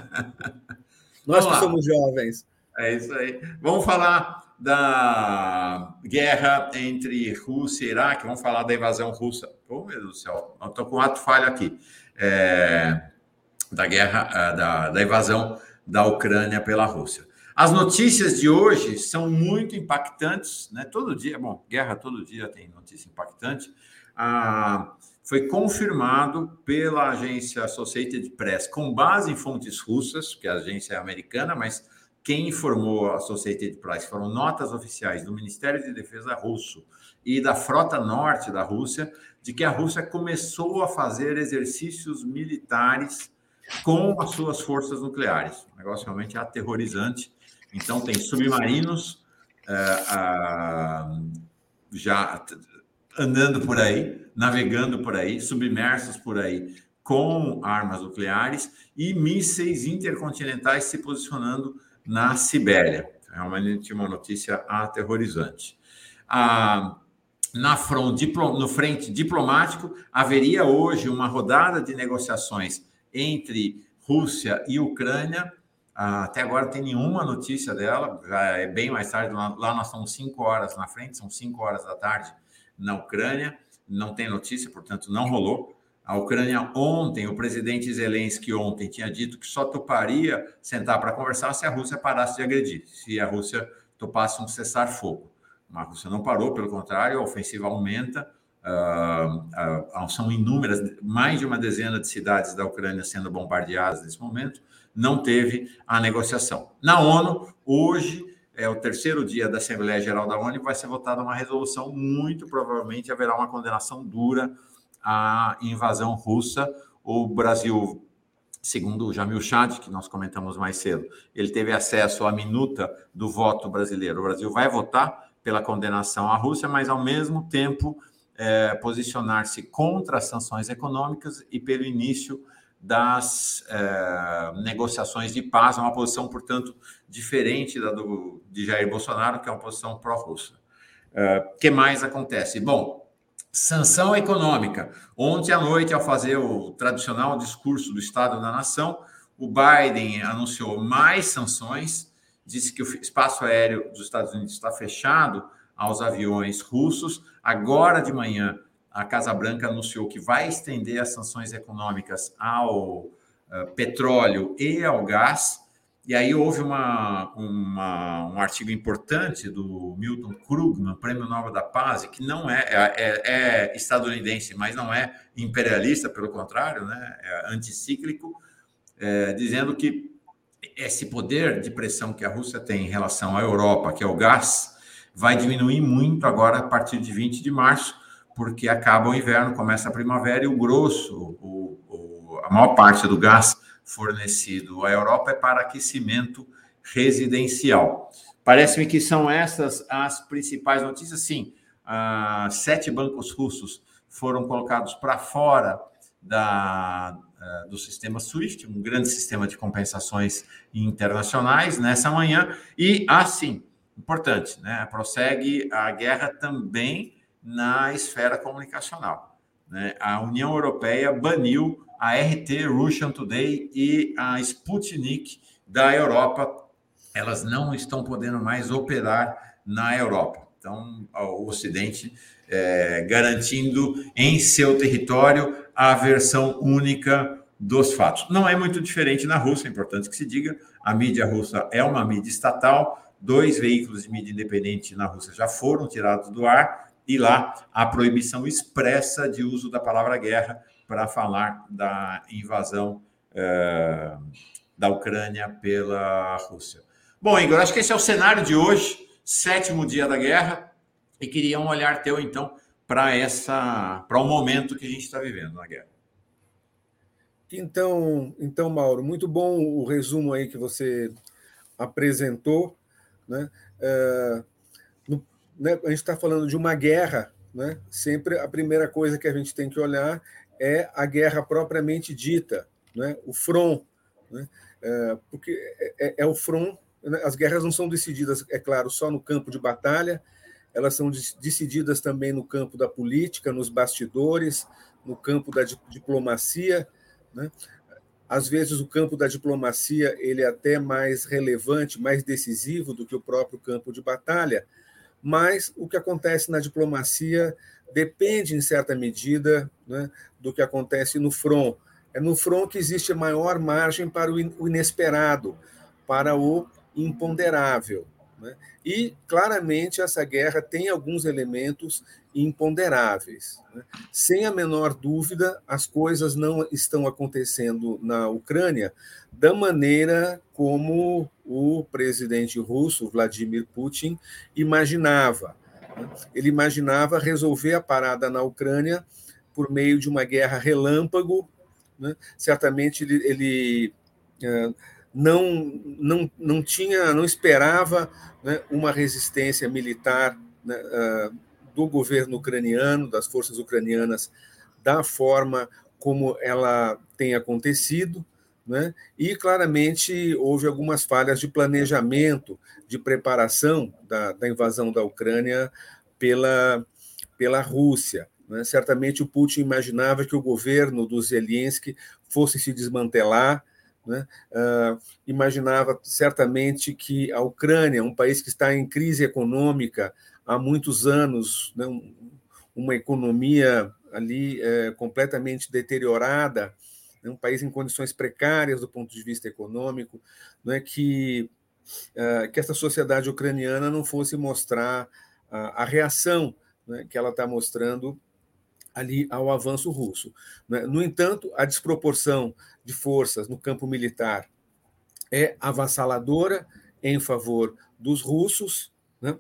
Speaker 6: Nós que somos jovens.
Speaker 1: É isso aí. Vamos falar da guerra entre Rússia e Iraque, vamos falar da invasão russa. Oh, meu Deus do céu, eu estou com um ato falho aqui. É, da guerra, da, da invasão da Ucrânia pela Rússia. As notícias de hoje são muito impactantes, né? Todo dia, bom, guerra todo dia tem notícia impactante. Ah, foi confirmado pela agência Associated Press, com base em fontes russas, que a agência é americana, mas quem informou a Associated Press foram notas oficiais do Ministério de Defesa russo e da Frota Norte da Rússia, de que a Rússia começou a fazer exercícios militares com as suas forças nucleares. Um negócio realmente aterrorizante. Então, tem submarinos uh, uh, já andando por aí, navegando por aí, submersos por aí, com armas nucleares e mísseis intercontinentais se posicionando na Sibéria. É realmente uma notícia aterrorizante. Uh, na front, no frente diplomático, haveria hoje uma rodada de negociações entre Rússia e Ucrânia. Até agora não tem nenhuma notícia dela, já é bem mais tarde, lá, lá nós estamos cinco horas na frente, são cinco horas da tarde na Ucrânia, não tem notícia, portanto não rolou. A Ucrânia ontem, o presidente Zelensky ontem tinha dito que só toparia sentar para conversar se a Rússia parasse de agredir, se a Rússia topasse um cessar-fogo. Mas a Rússia não parou, pelo contrário, a ofensiva aumenta. Uh, uh, são inúmeras, mais de uma dezena de cidades da Ucrânia sendo bombardeadas nesse momento. Não teve a negociação. Na ONU, hoje é o terceiro dia da Assembleia Geral da ONU e vai ser votada uma resolução, muito provavelmente haverá uma condenação dura à invasão russa. O Brasil, segundo o Jamil Chad, que nós comentamos mais cedo, ele teve acesso à minuta do voto brasileiro. O Brasil vai votar pela condenação à Rússia, mas ao mesmo tempo é, posicionar-se contra as sanções econômicas e pelo início das é, negociações de paz, uma posição, portanto, diferente da do, de Jair Bolsonaro, que é uma posição pró-russa. O é, que mais acontece? Bom, sanção econômica. Ontem à noite, ao fazer o tradicional discurso do Estado da Nação, o Biden anunciou mais sanções, disse que o espaço aéreo dos Estados Unidos está fechado aos aviões russos. Agora de manhã, a Casa Branca anunciou que vai estender as sanções econômicas ao uh, petróleo e ao gás. E aí houve uma, uma, um artigo importante do Milton Krugman, Prêmio Nobel da Paz, que não é, é, é estadunidense, mas não é imperialista, pelo contrário, né? É anticíclico, é, dizendo que esse poder de pressão que a Rússia tem em relação à Europa, que é o gás, vai diminuir muito agora a partir de vinte de março, porque acaba o inverno, começa a primavera e o grosso, o, o, a maior parte do gás fornecido à Europa é para aquecimento residencial. Parece-me que são essas as principais notícias. Sim, ah, sete bancos russos foram colocados para fora da, ah, do sistema SWIFT, um grande sistema de compensações internacionais, nessa manhã. E, assim, importante, né? Prossegue a guerra também na esfera comunicacional, né? A União Europeia baniu a R T, Russian Today, e a Sputnik da Europa. Elas não estão podendo mais operar na Europa. Então, o Ocidente é, garantindo em seu território a versão única dos fatos. Não é muito diferente na Rússia, é importante que se diga. A mídia russa é uma mídia estatal. Dois veículos de mídia independente na Rússia já foram tirados do ar. E lá a proibição expressa de uso da palavra guerra para falar da invasão eh, da Ucrânia pela Rússia. Bom, Igor, acho que esse é o cenário de hoje, sétimo dia da guerra, e queria um olhar teu, então, para essa, para o momento que a gente está vivendo na guerra.
Speaker 6: Então, então, Mauro, muito bom o resumo aí que você apresentou, né? É... Né, a gente está falando de uma guerra, né? Sempre a primeira coisa que a gente tem que olhar é a guerra propriamente dita, né? O front, né? é, porque é, é o front. As guerras não são decididas, é claro, só no campo de batalha, elas são decididas também no campo da política, nos bastidores, no campo da diplomacia, né? Às vezes o campo da diplomacia ele é até mais relevante, mais decisivo do que o próprio campo de batalha, mas o que acontece na diplomacia depende, em certa medida, né, do que acontece no front. É no front que existe maior margem para o inesperado, para o imponderável, né? E, claramente, essa guerra tem alguns elementos imponderáveis, né? Sem a menor dúvida, as coisas não estão acontecendo na Ucrânia da maneira como o presidente russo, Vladimir Putin, imaginava. Ele imaginava resolver a parada na Ucrânia por meio de uma guerra relâmpago, né? Certamente ele... ele Não, não, não tinha, não esperava, né, uma resistência militar, né, uh, do governo ucraniano, das forças ucranianas, da forma como ela tem acontecido, né, e claramente houve algumas falhas de planejamento, de preparação da, da invasão da Ucrânia pela, pela Rússia. Né. Certamente o Putin imaginava que o governo do Zelensky fosse se desmantelar, né? Uh, imaginava certamente que a Ucrânia, um país que está em crise econômica há muitos anos, né? um, uma economia ali é, completamente deteriorada, né? Um país em condições precárias do ponto de vista econômico, né? que, uh, que essa sociedade ucraniana não fosse mostrar uh, a reação, né? que ela está mostrando ali ao avanço russo. No entanto, a desproporção de forças no campo militar é avassaladora em favor dos russos, né?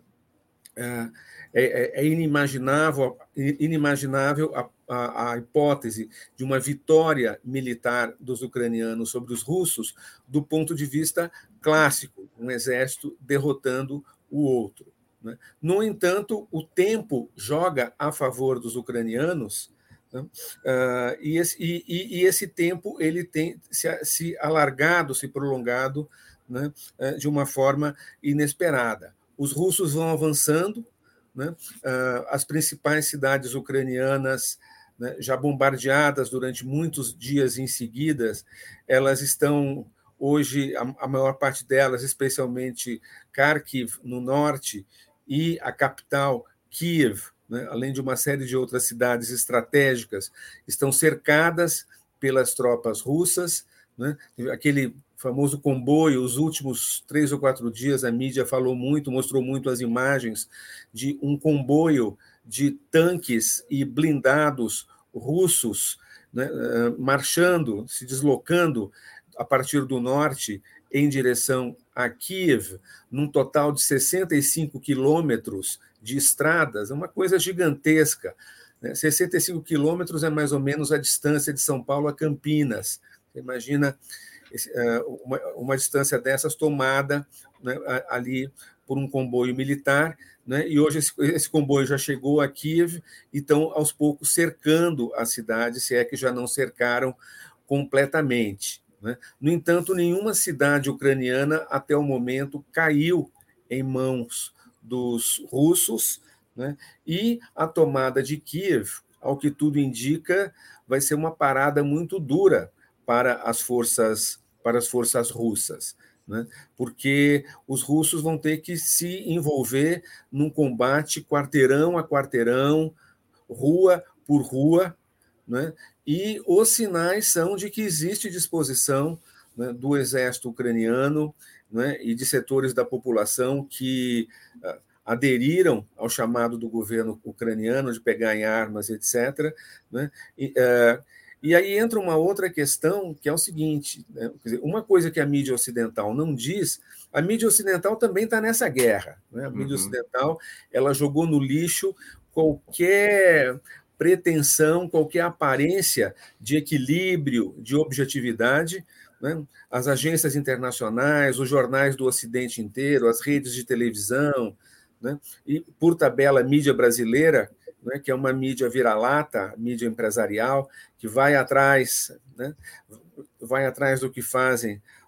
Speaker 6: É, é inimaginável, inimaginável a, a, a hipótese de uma vitória militar dos ucranianos sobre os russos do ponto de vista clássico, um exército derrotando o outro. Né? No entanto, o tempo joga a favor dos ucranianos, né? uh, e, esse, e, e esse tempo ele tem se, se alargado, se prolongado, né? uh, de uma forma inesperada. Os russos vão avançando, né? uh, as principais cidades ucranianas, né, já bombardeadas durante muitos dias em seguida, elas estão hoje, a, a maior parte delas, especialmente Kharkiv, no norte, e a capital, Kiev, né, além de uma série de outras cidades estratégicas, estão cercadas pelas tropas russas, né, aquele famoso comboio, os últimos três ou quatro dias, a mídia falou muito, mostrou muito as imagens de um comboio de tanques e blindados russos, né, marchando, se deslocando a partir do norte em direção a Kiev, num total de sessenta e cinco quilômetros de estradas, é uma coisa gigantesca. Né? sessenta e cinco quilômetros é mais ou menos a distância de São Paulo a Campinas. Você imagina uma, uma distância dessas tomada, né, ali por um comboio militar, né, e hoje esse, esse comboio já chegou a Kiev e estão, aos poucos, cercando a cidade, se é que já não cercaram completamente. Né? No entanto, nenhuma cidade ucraniana, até o momento, caiu em mãos dos russos, né? E a tomada de Kiev, ao que tudo indica, vai ser uma parada muito dura para as forças, para as forças russas, né? Porque os russos vão ter que se envolver num combate quarteirão a quarteirão, rua por rua, né? E os sinais são de que existe disposição, né, do exército ucraniano, né, e de setores da população que uh, aderiram ao chamado do governo ucraniano de pegar em armas, etcétera. Né? E, uh, e aí entra uma outra questão, que é o seguinte, né? Quer dizer, uma coisa que a mídia ocidental não diz, a mídia ocidental também está nessa guerra. Né? A mídia uhum. ocidental ela jogou no lixo qualquer pretensão, qualquer aparência de equilíbrio, de objetividade. Né? As agências internacionais, os jornais do Ocidente inteiro, as redes de televisão, né? E, por tabela, a mídia brasileira, né, que é uma mídia vira-lata, mídia empresarial, que vai atrás, né, vai atrás do que fazem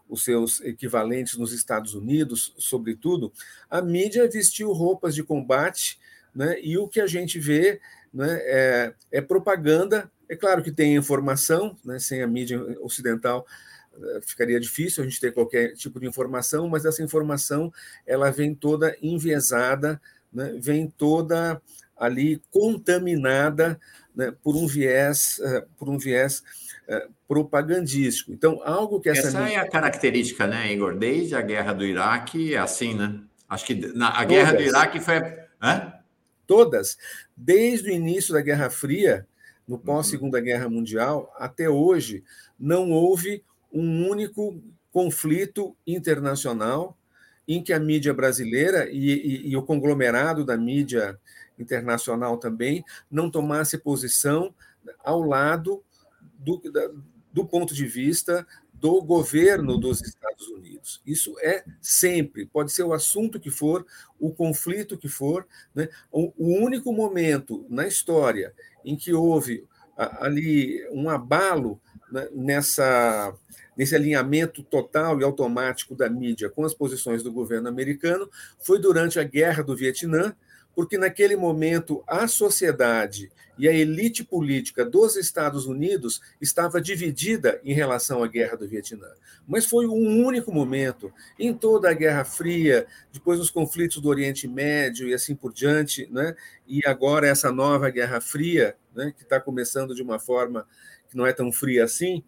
Speaker 6: os seus equivalentes nos Estados Unidos, sobretudo, a mídia vestiu roupas de combate, né? E o que a gente vê, né, é, é propaganda. É claro que tem informação, né? Sem a mídia ocidental ficaria difícil a gente ter qualquer tipo de informação, mas essa informação ela vem toda enviesada, né? Vem toda ali contaminada, né, por um viés, uh, por um viés uh, propagandístico. Então, algo que essa...
Speaker 1: Essa mídia... é a característica, né, Igor? Desde a guerra do Iraque é assim, né? Acho que na, a Todas. guerra do Iraque foi... Hã?
Speaker 6: Todas. Desde o início da Guerra Fria, no pós-Segunda uhum. Guerra Mundial, até hoje, não houve um único conflito internacional em que a mídia brasileira e, e, e o conglomerado da mídia internacional também não tomasse posição ao lado do, da, do ponto de vista do governo dos Estados Unidos. Isso é sempre, pode ser o assunto que for, o conflito que for, né? O, o único momento na história em que houve ali um abalo, né, nessa... nesse alinhamento total e automático da mídia com as posições do governo americano, foi durante a Guerra do Vietnã, porque naquele momento a sociedade e a elite política dos Estados Unidos estava dividida em relação à Guerra do Vietnã. Mas foi um único momento, em toda a Guerra Fria, depois os conflitos do Oriente Médio e assim por diante, né? E agora essa nova Guerra Fria, né, que está começando de uma forma que não é tão fria assim.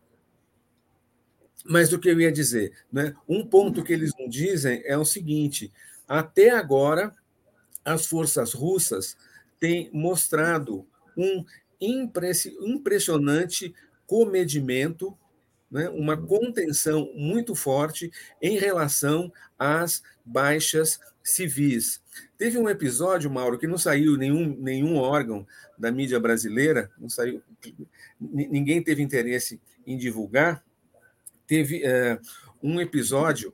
Speaker 6: Mas o que eu ia dizer, né? Um ponto que eles não dizem é o seguinte: até agora, as forças russas têm mostrado um impressionante comedimento, né? Uma contenção muito forte em relação às baixas civis. Teve um episódio, Mauro, que não saiu nenhum, nenhum órgão da mídia brasileira, não saiu, ninguém teve interesse em divulgar. Teve uh, um episódio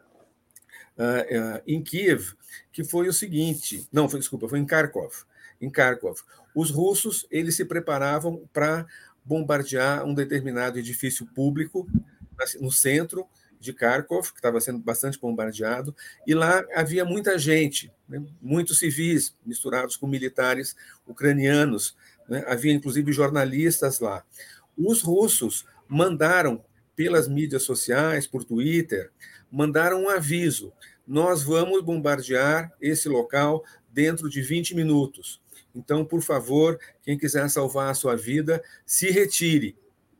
Speaker 6: uh, uh, em Kiev que foi o seguinte, não, foi, desculpa, foi em Kharkov. Em Kharkov, os russos eles se preparavam para bombardear um determinado edifício público no centro de Kharkov, que estava sendo bastante bombardeado, e lá havia muita gente, né, muitos civis misturados com militares ucranianos, né, havia inclusive jornalistas lá. Os russos mandaram pelas mídias sociais, por Twitter, mandaram um aviso: nós vamos bombardear esse local dentro de vinte minutos. Então, por favor, quem quiser salvar a sua vida, se retire.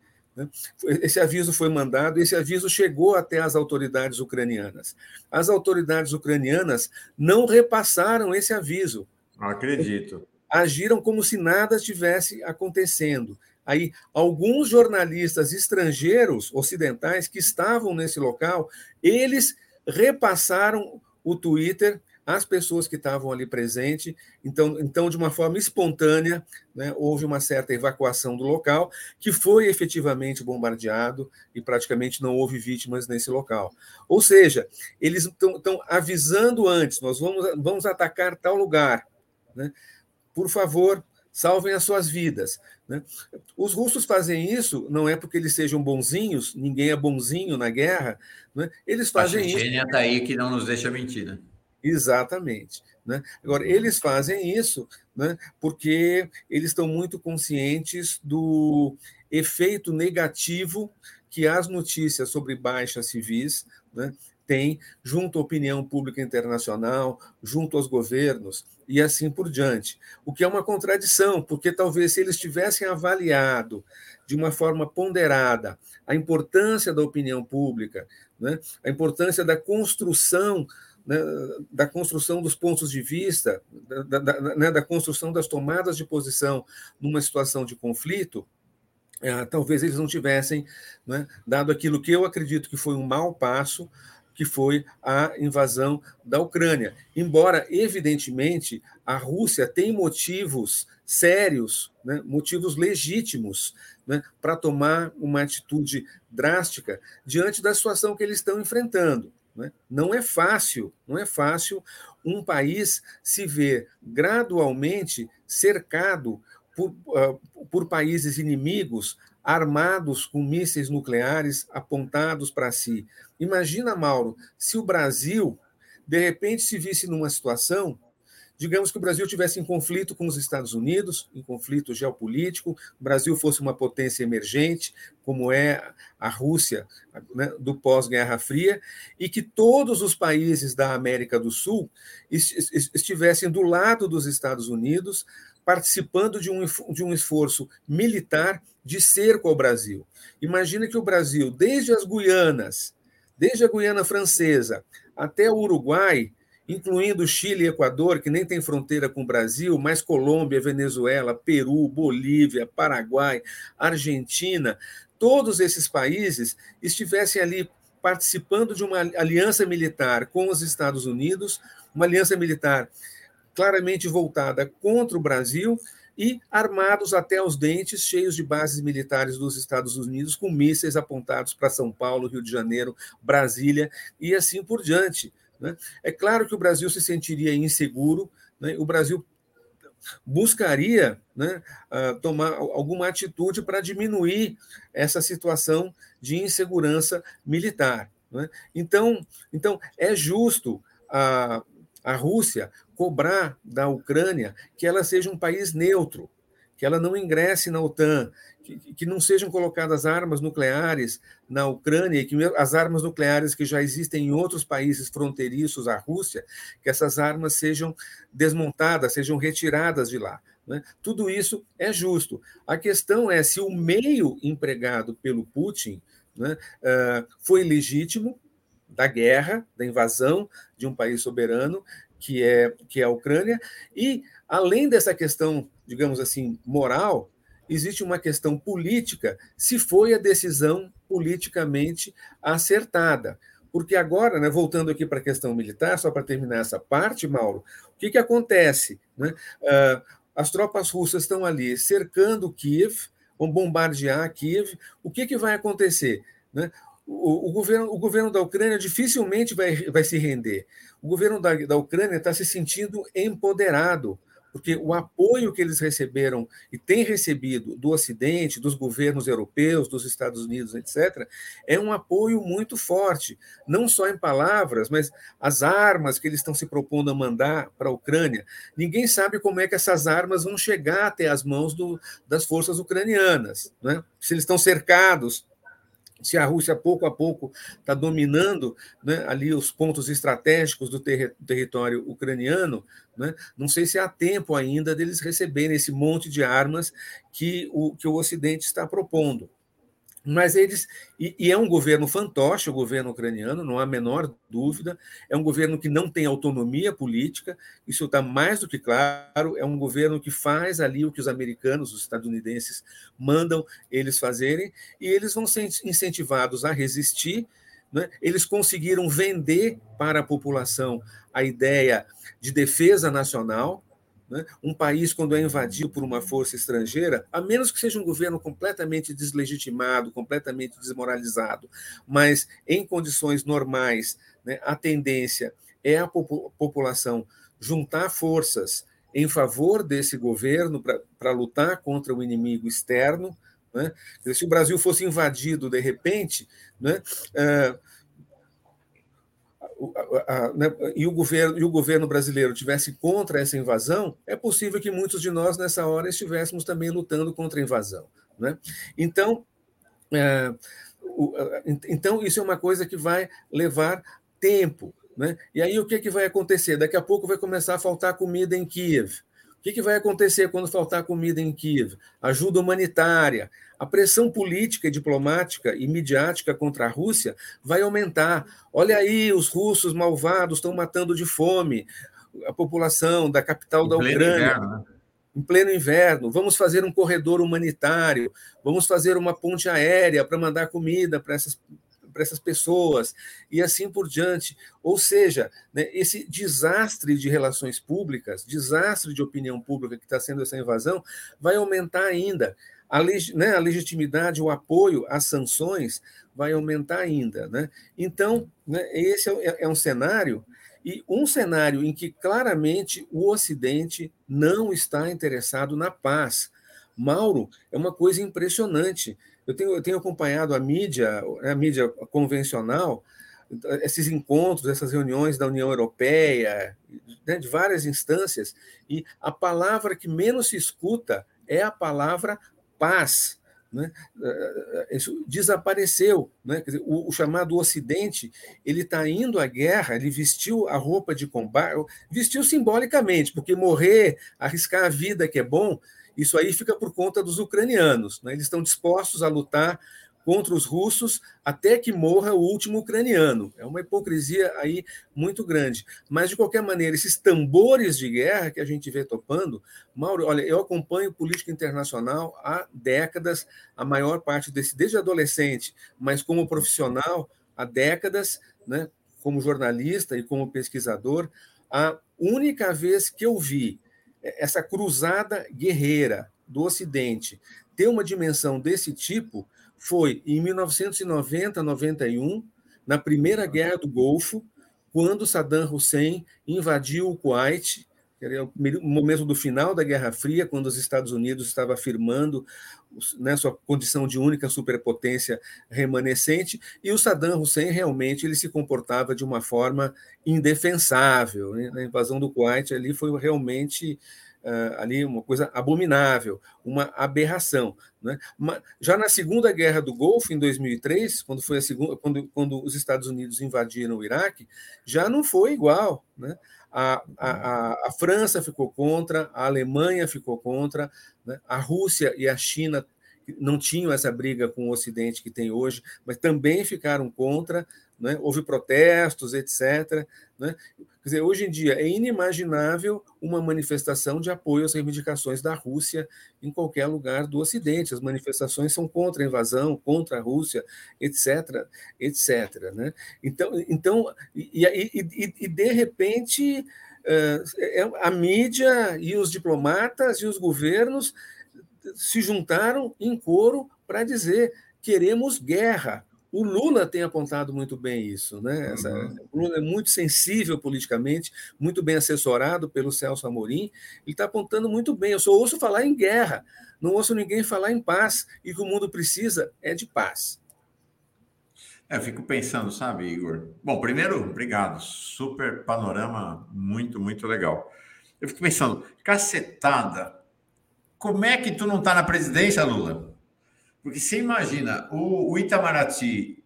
Speaker 6: Esse aviso foi mandado, esse aviso chegou até as autoridades ucranianas. As autoridades ucranianas não repassaram esse aviso.
Speaker 1: Não acredito.
Speaker 6: Agiram como se nada estivesse acontecendo. Aí, alguns jornalistas estrangeiros, ocidentais, que estavam nesse local, eles repassaram o Twitter às pessoas que estavam ali presentes. Então, então de uma forma espontânea, né, houve uma certa evacuação do local, que foi efetivamente bombardeado e praticamente não houve vítimas nesse local. Ou seja, eles estão avisando antes: nós vamos, vamos atacar tal lugar, né? Por favor, salvem as suas vidas. Né? Os russos fazem isso, não é porque eles sejam bonzinhos, ninguém é bonzinho na guerra, né? Eles fazem isso...
Speaker 1: A Chechênia está aí que não nos deixa mentir, né?
Speaker 6: Exatamente. Né? Agora, eles fazem isso, né, porque eles estão muito conscientes do efeito negativo que as notícias sobre baixas civis, né, têm junto à opinião pública internacional, junto aos governos e assim por diante. O que é uma contradição, porque talvez se eles tivessem avaliado de uma forma ponderada a importância da opinião pública, né, a importância da construção, né, da construção dos pontos de vista, da, da, né, da construção das tomadas de posição numa situação de conflito, é, talvez eles não tivessem, né, dado aquilo que eu acredito que foi um mau passo, que foi a invasão da Ucrânia. Embora, evidentemente, a Rússia tem motivos sérios, né, motivos legítimos, né, para tomar uma atitude drástica diante da situação que eles estão enfrentando. Né? Não é fácil, não é fácil um país se ver gradualmente cercado por, uh, por países inimigos armados com mísseis nucleares apontados para si. Imagina, Mauro, se o Brasil, de repente, se visse numa situação, digamos que o Brasil tivesse em conflito com os Estados Unidos, em conflito geopolítico, o Brasil fosse uma potência emergente, como é a Rússia, né, do pós-Guerra Fria, e que todos os países da América do Sul estivessem do lado dos Estados Unidos, participando de um, de um esforço militar de cerco ao Brasil. Imagina que o Brasil, desde as Guianas, desde a Guiana Francesa até o Uruguai, incluindo Chile e Equador, que nem tem fronteira com o Brasil, mas Colômbia, Venezuela, Peru, Bolívia, Paraguai, Argentina, todos esses países estivessem ali participando de uma aliança militar com os Estados Unidos, uma aliança militar claramente voltada contra o Brasil e armados até os dentes, cheios de bases militares dos Estados Unidos, com mísseis apontados para São Paulo, Rio de Janeiro, Brasília e assim por diante. É claro que o Brasil se sentiria inseguro, né? O Brasil buscaria, né, tomar alguma atitude para diminuir essa situação de insegurança militar. Né? Então, então, é justo a, a Rússia cobrar da Ucrânia que ela seja um país neutro, que ela não ingresse na OTAN, que, que não sejam colocadas armas nucleares na Ucrânia, e que as armas nucleares que já existem em outros países fronteiriços à Rússia, que essas armas sejam desmontadas, sejam retiradas de lá. Né? Tudo isso é justo. A questão é se o meio empregado pelo Putin, né, foi legítimo, da guerra, da invasão de um país soberano, que é, que é a Ucrânia, e, além dessa questão, digamos assim, moral, existe uma questão política, se foi a decisão politicamente acertada. Porque agora, né, voltando aqui para a questão militar, só para terminar essa parte, Mauro, o que, que acontece? Né? Uh, as tropas russas estão ali cercando Kiev, vão bombardear Kiev, o que, que vai acontecer? Né? O, o, governo, o governo da Ucrânia dificilmente vai, vai se render. O governo da, da Ucrânia está se sentindo empoderado, porque o apoio que eles receberam e têm recebido do Ocidente, dos governos europeus, dos Estados Unidos, etcétera, é um apoio muito forte, não só em palavras, mas as armas que eles estão se propondo a mandar para a Ucrânia. Ninguém sabe como é que essas armas vão chegar até as mãos do, das forças ucranianas, né? Se eles estão cercados, se a Rússia, pouco a pouco, está dominando, né, ali os pontos estratégicos do ter território ucraniano, né, não sei se há tempo ainda deles receberem esse monte de armas que o, que o Ocidente está propondo. Mas eles... E, e é um governo fantoche, o governo ucraniano, não há a menor dúvida. É um governo que não tem autonomia política, isso está mais do que claro. É um governo que faz ali o que os americanos, os estadunidenses, mandam eles fazerem, e eles vão ser incentivados a resistir. Né? Eles conseguiram vender para a população a ideia de defesa nacional. Né? Um país, quando é invadido por uma força estrangeira, a menos que seja um governo completamente deslegitimado, completamente desmoralizado, mas em condições normais, né, a tendência é a popu- população juntar forças em favor desse governo para lutar contra o inimigo externo. Né? Se o Brasil fosse invadido de repente, né, uh, A, a, né, e, o governo, e o governo brasileiro tivesse contra essa invasão, é possível que muitos de nós, nessa hora, estivéssemos também lutando contra a invasão. Né? Então, é, o, então, isso é uma coisa que vai levar tempo. Né? E aí, o que, que vai acontecer? Daqui a pouco vai começar a faltar comida em Kiev. O que, que vai acontecer quando faltar comida em Kiev? Ajuda humanitária. A pressão política, diplomática e midiática contra a Rússia vai aumentar. Olha aí, os russos malvados estão matando de fome a população da capital da Ucrânia. Inverno, né? Em pleno inverno. Vamos fazer um corredor humanitário, vamos fazer uma ponte aérea para mandar comida para essas para essas pessoas, e assim por diante. Ou seja, né, esse desastre de relações públicas, desastre de opinião pública que está sendo essa invasão, vai aumentar ainda. A, leg, né, a legitimidade, o apoio às sanções vai aumentar ainda. Né? Então, né, esse é, é um cenário, e um cenário em que claramente o Ocidente não está interessado na paz. Mauro, é uma coisa impressionante. eu tenho, eu tenho acompanhado a mídia, a mídia convencional, esses encontros, essas reuniões da União Europeia, né, de várias instâncias, e a palavra que menos se escuta é a palavra paz. Né? Isso desapareceu. Né? Quer dizer, o, o chamado Ocidente, ele está indo à guerra, ele vestiu a roupa de combate, vestiu simbolicamente, porque morrer, arriscar a vida que é bom, isso aí fica por conta dos ucranianos. Né? Eles estão dispostos a lutar contra os russos até que morra o último ucraniano. É uma hipocrisia aí muito grande. Mas, de qualquer maneira, esses tambores de guerra que a gente vê topando, Mauro, olha, eu acompanho política internacional há décadas, a maior parte desse, desde adolescente, mas como profissional, há décadas, né, como jornalista e como pesquisador, a única vez que eu vi essa cruzada guerreira do Ocidente ter uma dimensão desse tipo foi em mil novecentos e noventa, noventa e um, na Primeira Guerra do Golfo, quando Saddam Hussein invadiu o Kuwait, que era o momento do final da Guerra Fria, quando os Estados Unidos estavam afirmando, né, sua condição de única superpotência remanescente, e o Saddam Hussein realmente ele se comportava de uma forma indefensável. Né? A invasão do Kuwait ali foi realmente uh, ali uma coisa abominável, uma aberração. Né? Já na Segunda Guerra do Golfo, em dois mil e três, quando, foi a segunda, quando, quando os Estados Unidos invadiram o Iraque, já não foi igual. Né? A, a, a França ficou contra, a Alemanha ficou contra, né? A Rússia e a China não tinham essa briga com o Ocidente que tem hoje, mas também ficaram contra, né? Houve protestos, etcétera. Né? Quer dizer, hoje em dia é inimaginável uma manifestação de apoio às reivindicações da Rússia em qualquer lugar do Ocidente. As manifestações são contra a invasão, contra a Rússia, etcétera, etcétera. Né? Então, então e, e, e, e de repente, a mídia e os diplomatas e os governos se juntaram em coro para dizer queremos guerra. O Lula tem apontado muito bem isso. Né? Essa, uhum. O Lula é muito sensível politicamente, muito bem assessorado pelo Celso Amorim. Ele está apontando muito bem. Eu só ouço falar em guerra, não ouço ninguém falar em paz. E o que o mundo precisa é de paz.
Speaker 1: É, eu fico pensando, sabe, Igor? Bom, primeiro, obrigado. Super panorama, muito, muito legal. Eu fico pensando, cacetada, como é que tu não está na presidência, Lula? Porque você imagina, o, o Itamaraty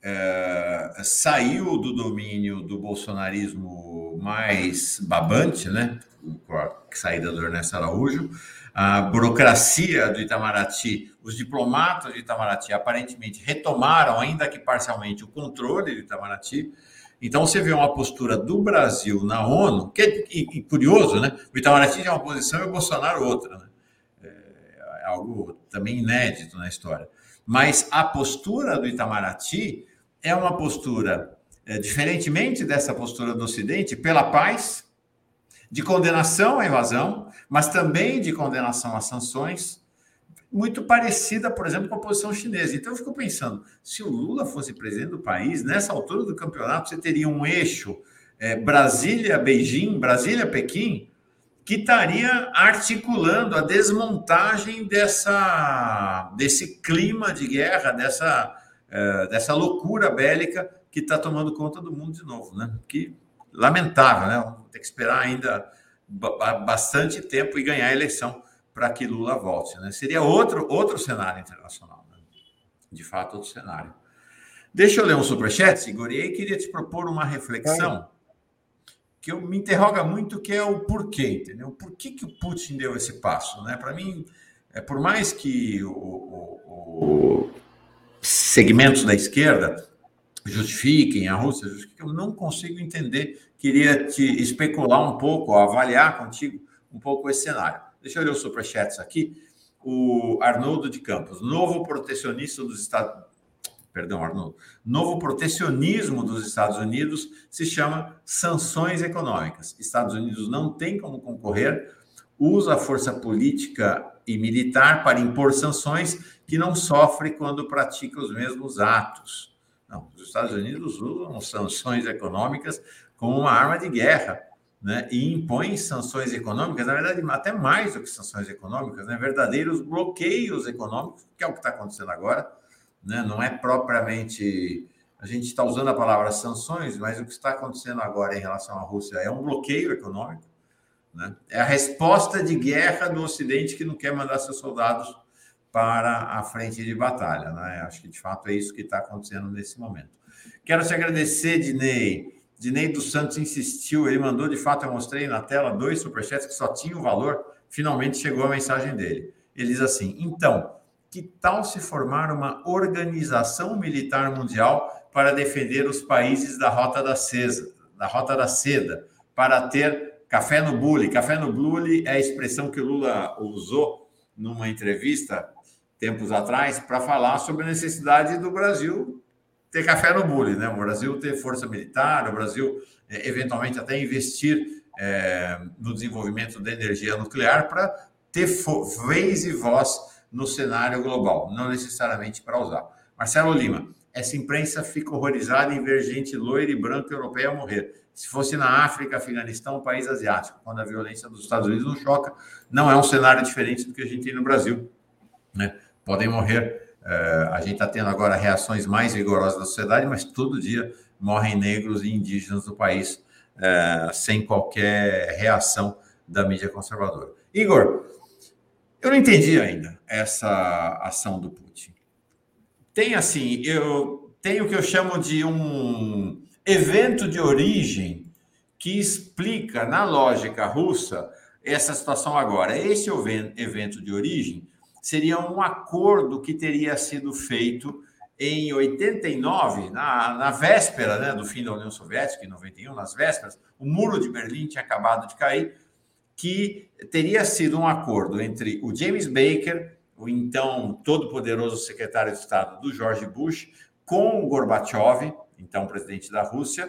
Speaker 1: é, saiu do domínio do bolsonarismo mais babante, né? Com a saída do Ernesto Araújo, a burocracia do Itamaraty, os diplomatas do Itamaraty aparentemente retomaram, ainda que parcialmente, o controle do Itamaraty. Então, você vê uma postura do Brasil na ONU, que é e, e curioso, né? O Itamaraty é uma posição e o Bolsonaro outra, né? É algo também inédito na história. Mas a postura do Itamaraty é uma postura, é, diferentemente dessa postura do Ocidente, pela paz, de condenação à invasão, mas também de condenação às sanções, muito parecida, por exemplo, com a posição chinesa. Então, eu fico pensando, se o Lula fosse presidente do país, nessa altura do campeonato, você teria um eixo é, Brasília-Beijing, Brasília-Pequim, que estaria articulando a desmontagem dessa, desse clima de guerra, dessa, uh, dessa loucura bélica que está tomando conta do mundo de novo, né? Que lamentável, né? Vamos ter que esperar ainda bastante tempo e ganhar a eleição para que Lula volte, né? Seria outro, outro cenário internacional, né? De fato, outro cenário. Deixa eu ler um superchat, Igor, e aí queria te propor uma reflexão que eu, me interroga muito, que é o porquê, entendeu? Por que, que o Putin deu esse passo, né? Para mim, é, por mais que o, o, o segmentos da esquerda justifiquem, a Rússia justifiquem, eu não consigo entender. Queria te especular um pouco, avaliar contigo um pouco esse cenário. Deixa eu ler os superchats aqui. O Arnoldo de Campos, novo protecionista dos Estados Perdão, Arnoldo. Novo protecionismo dos Estados Unidos se chama sanções econômicas. Estados Unidos não tem como concorrer, usa a força política e militar para impor sanções que não sofre quando pratica os mesmos atos. Não, os Estados Unidos usam sanções econômicas como uma arma de guerra, né, e impõe sanções econômicas, na verdade, até mais do que sanções econômicas, né, verdadeiros bloqueios econômicos, que é o que está acontecendo agora, né, não é propriamente... A gente está usando a palavra sanções, mas o que está acontecendo agora em relação à Rússia é um bloqueio econômico, né? É a resposta de guerra do Ocidente que não quer mandar seus soldados para a frente de batalha, né? Acho que, de fato, é isso que está acontecendo nesse momento. Quero te agradecer, Dinei. Dinei dos Santos insistiu, ele mandou, de fato, eu mostrei na tela dois superchats que só tinham valor, finalmente chegou a mensagem dele. Ele diz assim, então, que tal se formar uma organização militar mundial para defender os países da Rota da Seda, da Rota da Seda, para ter café no bule. Café no bule é a expressão que o Lula usou numa entrevista tempos atrás para falar sobre a necessidade do Brasil ter café no bule, né? O Brasil ter força militar, o Brasil eventualmente até investir é, no desenvolvimento da energia nuclear para ter vez e voz no cenário global, não necessariamente para usar. Marcelo Lima, essa imprensa fica horrorizada em ver gente loira e branca europeia morrer. Se fosse na África, Afeganistão, país asiático, quando a violência dos Estados Unidos não choca, não é um cenário diferente do que a gente tem no Brasil, né? Podem morrer. Uh, a gente está tendo agora reações mais vigorosas da sociedade, mas todo dia morrem negros e indígenas do país uh, sem qualquer reação da mídia conservadora. Igor, eu não entendi ainda essa ação do Putin. Tem assim, eu tenho o que eu chamo de um evento de origem que explica, na lógica russa, essa situação agora. Esse evento de origem seria um acordo que teria sido feito em oitenta e nove, na, na véspera, né, do fim da União Soviética, em noventa e um, nas vésperas, o Muro de Berlim tinha acabado de cair, que teria sido um acordo entre o James Baker, o então todo-poderoso secretário de Estado do George Bush, com o Gorbachev, então presidente da Rússia,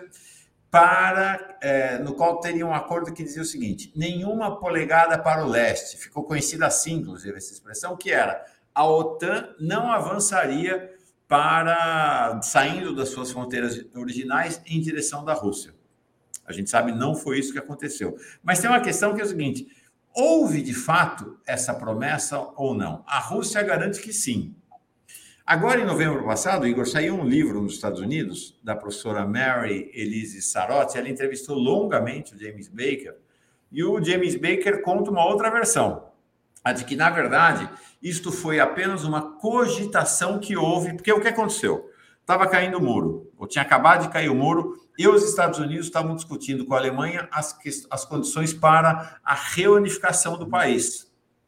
Speaker 1: para, é, no qual teria um acordo que dizia o seguinte, nenhuma polegada para o leste, ficou conhecida assim, inclusive, essa expressão, que era a OTAN não avançaria para, saindo das suas fronteiras originais, em direção da Rússia. A gente sabe, não foi isso que aconteceu. Mas tem uma questão que é o seguinte, houve, de fato, essa promessa ou não? A Rússia garante que sim. Agora, em novembro passado, Igor, saiu um livro nos Estados Unidos, da professora Mary Elise Sarotti, ela entrevistou longamente o James Baker, e o James Baker conta uma outra versão, a de que, na verdade, isto foi apenas uma cogitação que houve, porque o que aconteceu? Estava caindo o muro, ou tinha acabado de cair o muro, e os Estados Unidos estavam discutindo com a Alemanha as, as condições para a reunificação do país.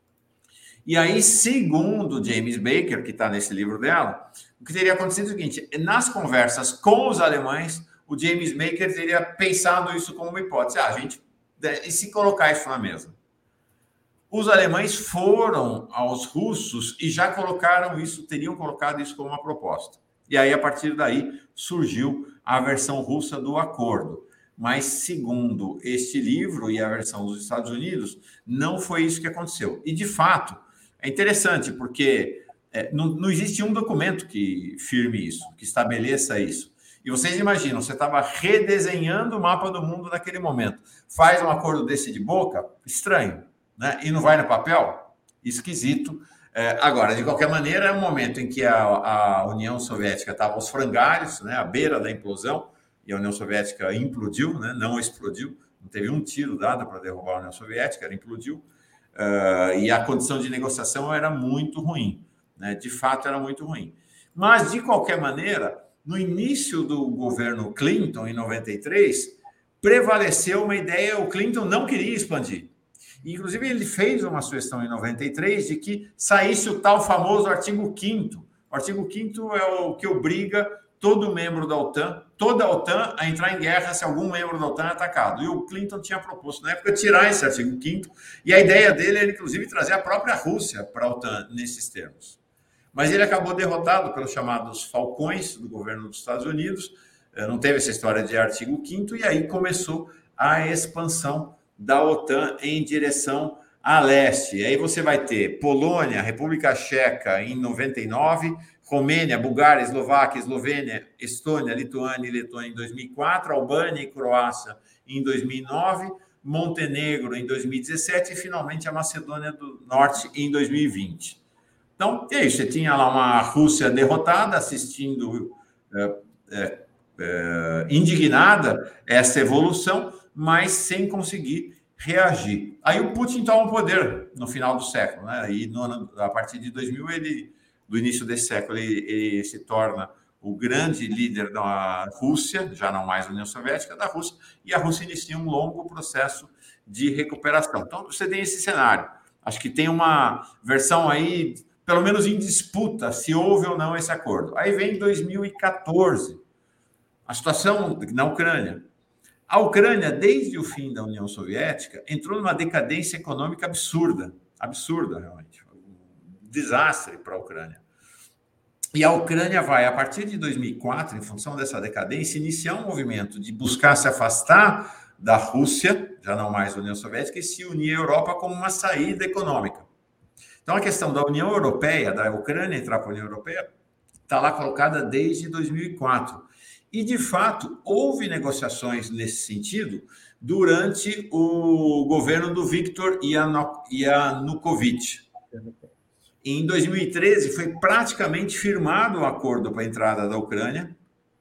Speaker 1: E aí, segundo James Baker, que está nesse livro dela, o que teria acontecido é o seguinte, nas conversas com os alemães, o James Baker teria pensado isso como uma hipótese. Ah, a gente, e se colocar isso na mesa? Os alemães foram aos russos e já colocaram isso, teriam colocado isso como uma proposta. E aí, a partir daí, surgiu a versão russa do acordo. Mas, segundo este livro e a versão dos Estados Unidos, não foi isso que aconteceu. E, de fato, é interessante, porque é, não, não existe um documento que firme isso, que estabeleça isso. E vocês imaginam, você estava redesenhando o mapa do mundo naquele momento. Faz um acordo desse de boca? Estranho, né? E não vai no papel? Esquisito. É, agora, de qualquer maneira, é um momento em que a, a União Soviética estava aos frangalhos, né, à beira da implosão, e a União Soviética implodiu, né, não explodiu, não teve um tiro dado para derrubar a União Soviética, ela implodiu. Uh, e a condição de negociação era muito ruim, né? De fato era muito ruim. Mas, de qualquer maneira, no início do governo Clinton, em noventa e três, prevaleceu uma ideia, o Clinton não queria expandir. Inclusive, ele fez uma sugestão em noventa e três de que saísse o tal famoso artigo quinto. O artigo quinto é o que obriga todo membro da OTAN, toda a OTAN, a entrar em guerra se algum membro da OTAN é atacado. E o Clinton tinha proposto, na época, tirar esse artigo quinto, e a ideia dele era, inclusive, trazer a própria Rússia para a OTAN nesses termos. Mas ele acabou derrotado pelos chamados falcões do governo dos Estados Unidos, não teve essa história de artigo quinto, e aí começou a expansão da OTAN em direção a leste. E aí você vai ter Polônia, República Tcheca em noventa e nove, Romênia, Bulgária, Eslováquia, Eslovênia, Estônia, Lituânia e Letônia em dois mil e quatro, Albânia e Croácia em dois mil e nove, Montenegro em dois mil e dezessete e, finalmente, a Macedônia do Norte em dois mil e vinte. Então, é isso. Você tinha lá uma Rússia derrotada, assistindo, é, é, é, indignada essa evolução, mas sem conseguir reagir. Aí o Putin toma o poder no final do século, né? E no, a partir de dois mil, ele, do início desse século, ele, ele se torna o grande líder da Rússia, já não mais União Soviética, da Rússia, e a Rússia inicia um longo processo de recuperação. Então, você tem esse cenário. Acho que tem uma versão aí, pelo menos em disputa, se houve ou não esse acordo. Aí vem dois mil e quatorze, a situação na Ucrânia. A Ucrânia, desde o fim da União Soviética, entrou numa decadência econômica absurda, absurda realmente, um desastre para a Ucrânia. E a Ucrânia vai, a partir de dois mil e quatro, em função dessa decadência, iniciar um movimento de buscar se afastar da Rússia, já não mais da União Soviética, e se unir à Europa como uma saída econômica. Então, a questão da União Europeia, da Ucrânia entrar para a União Europeia, está lá colocada desde dois mil e quatro. E, de fato, houve negociações nesse sentido durante o governo do Viktor Yanukovych. Em dois mil e treze, foi praticamente firmado o acordo para a entrada da Ucrânia,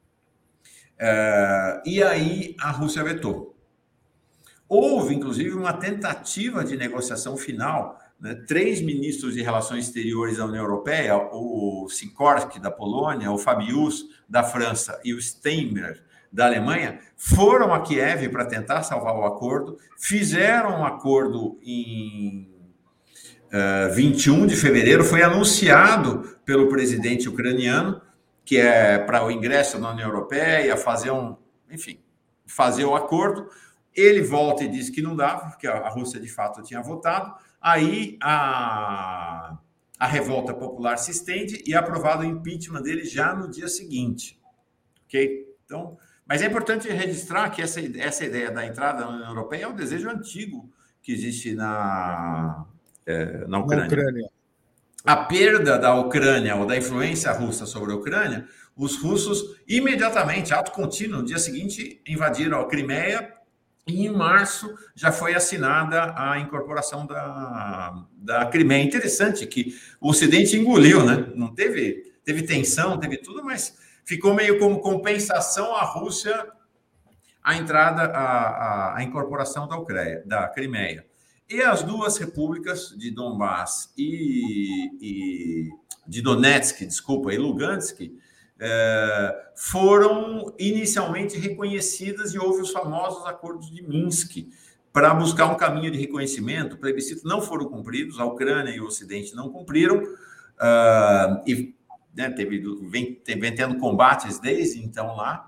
Speaker 1: e aí a Rússia vetou. Houve, inclusive, uma tentativa de negociação final, né? Três ministros de Relações Exteriores da União Europeia, o Sikorski, da Polônia, o Fabius, da França, e o Steinmeier, da Alemanha, foram a Kiev para tentar salvar o acordo, fizeram um acordo em uh, vinte e um de fevereiro, foi anunciado pelo presidente ucraniano, que é para o ingresso na União Europeia, fazer um, enfim, fazer o acordo. Ele volta e diz que não dava, porque a Rússia, de fato, tinha votado. Aí a, a revolta popular se estende e é aprovado o impeachment dele já no dia seguinte. Ok? Então, mas é importante registrar que essa, essa ideia da entrada na União Europeia é um desejo antigo que existe na, é, na Ucrânia. Na Ucrânia. A perda da Ucrânia ou da influência russa sobre a Ucrânia, os russos imediatamente, ato contínuo, no dia seguinte, invadiram a Crimeia. E em março já foi assinada a incorporação da, da Crimeia. Interessante que o Ocidente engoliu, né? Não teve, teve tensão, teve tudo, mas ficou meio como compensação à Rússia a entrada, a, a, a incorporação da Ucrânia, da Crimeia. E as duas repúblicas de Donbass e, e de Donetsk, desculpa, e Lugansk, É, foram inicialmente reconhecidas e houve os famosos acordos de Minsk para buscar um caminho de reconhecimento. Plebiscitos não foram cumpridos, a Ucrânia e o Ocidente não cumpriram, uh, e né, teve, vem, vem tendo combates desde então lá.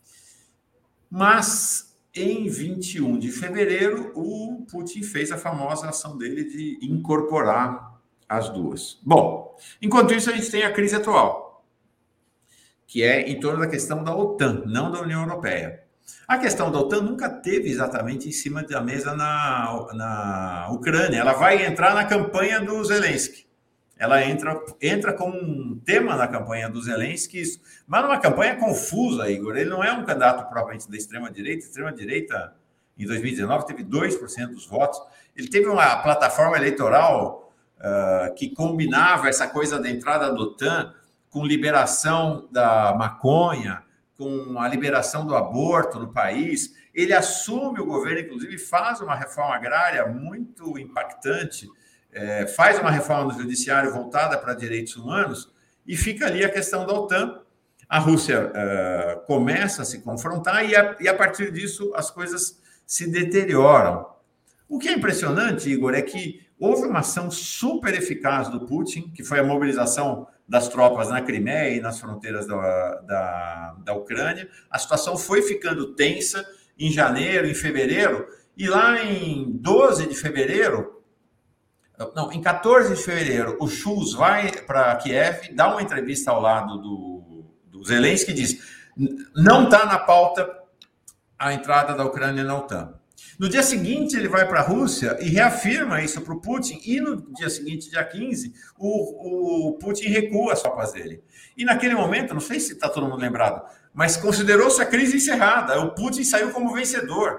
Speaker 1: Mas em vinte e um de fevereiro, o Putin fez a famosa ação dele de incorporar as duas. Bom, enquanto isso, a gente tem a crise atual, que é em torno da questão da OTAN, não da União Europeia. A questão da OTAN nunca teve exatamente em cima da mesa na, na Ucrânia. Ela vai entrar na campanha do Zelensky. Ela entra, entra como um tema na campanha do Zelensky, isso. Mas numa campanha confusa, Igor. Ele não é um candidato propriamente da extrema-direita. A extrema-direita, em dois mil e dezenove, teve dois por cento dos votos. Ele teve uma plataforma eleitoral uh, que combinava essa coisa da entrada da OTAN com liberação da maconha, com a liberação do aborto no país. Ele assume o governo, inclusive, faz uma reforma agrária muito impactante, é, faz uma reforma no judiciário voltada para direitos humanos, e fica ali a questão da OTAN. A Rússia é, começa a se confrontar e a, e, a partir disso, as coisas se deterioram. O que é impressionante, Igor, é que houve uma ação super eficaz do Putin, que foi a mobilização das tropas na Crimeia e nas fronteiras da, da, da Ucrânia. A situação foi ficando tensa em janeiro, em fevereiro, e lá em doze de fevereiro, não, em quatorze de fevereiro, o Schulz vai para Kiev, dá uma entrevista ao lado do, do Zelensky e diz: não está na pauta a entrada da Ucrânia na OTAN. No dia seguinte, ele vai para a Rússia e reafirma isso para o Putin, e no dia seguinte, dia quinze, o, o Putin recua as tropas dele. E naquele momento, não sei se está todo mundo lembrado, mas considerou-se a crise encerrada. O Putin saiu como vencedor.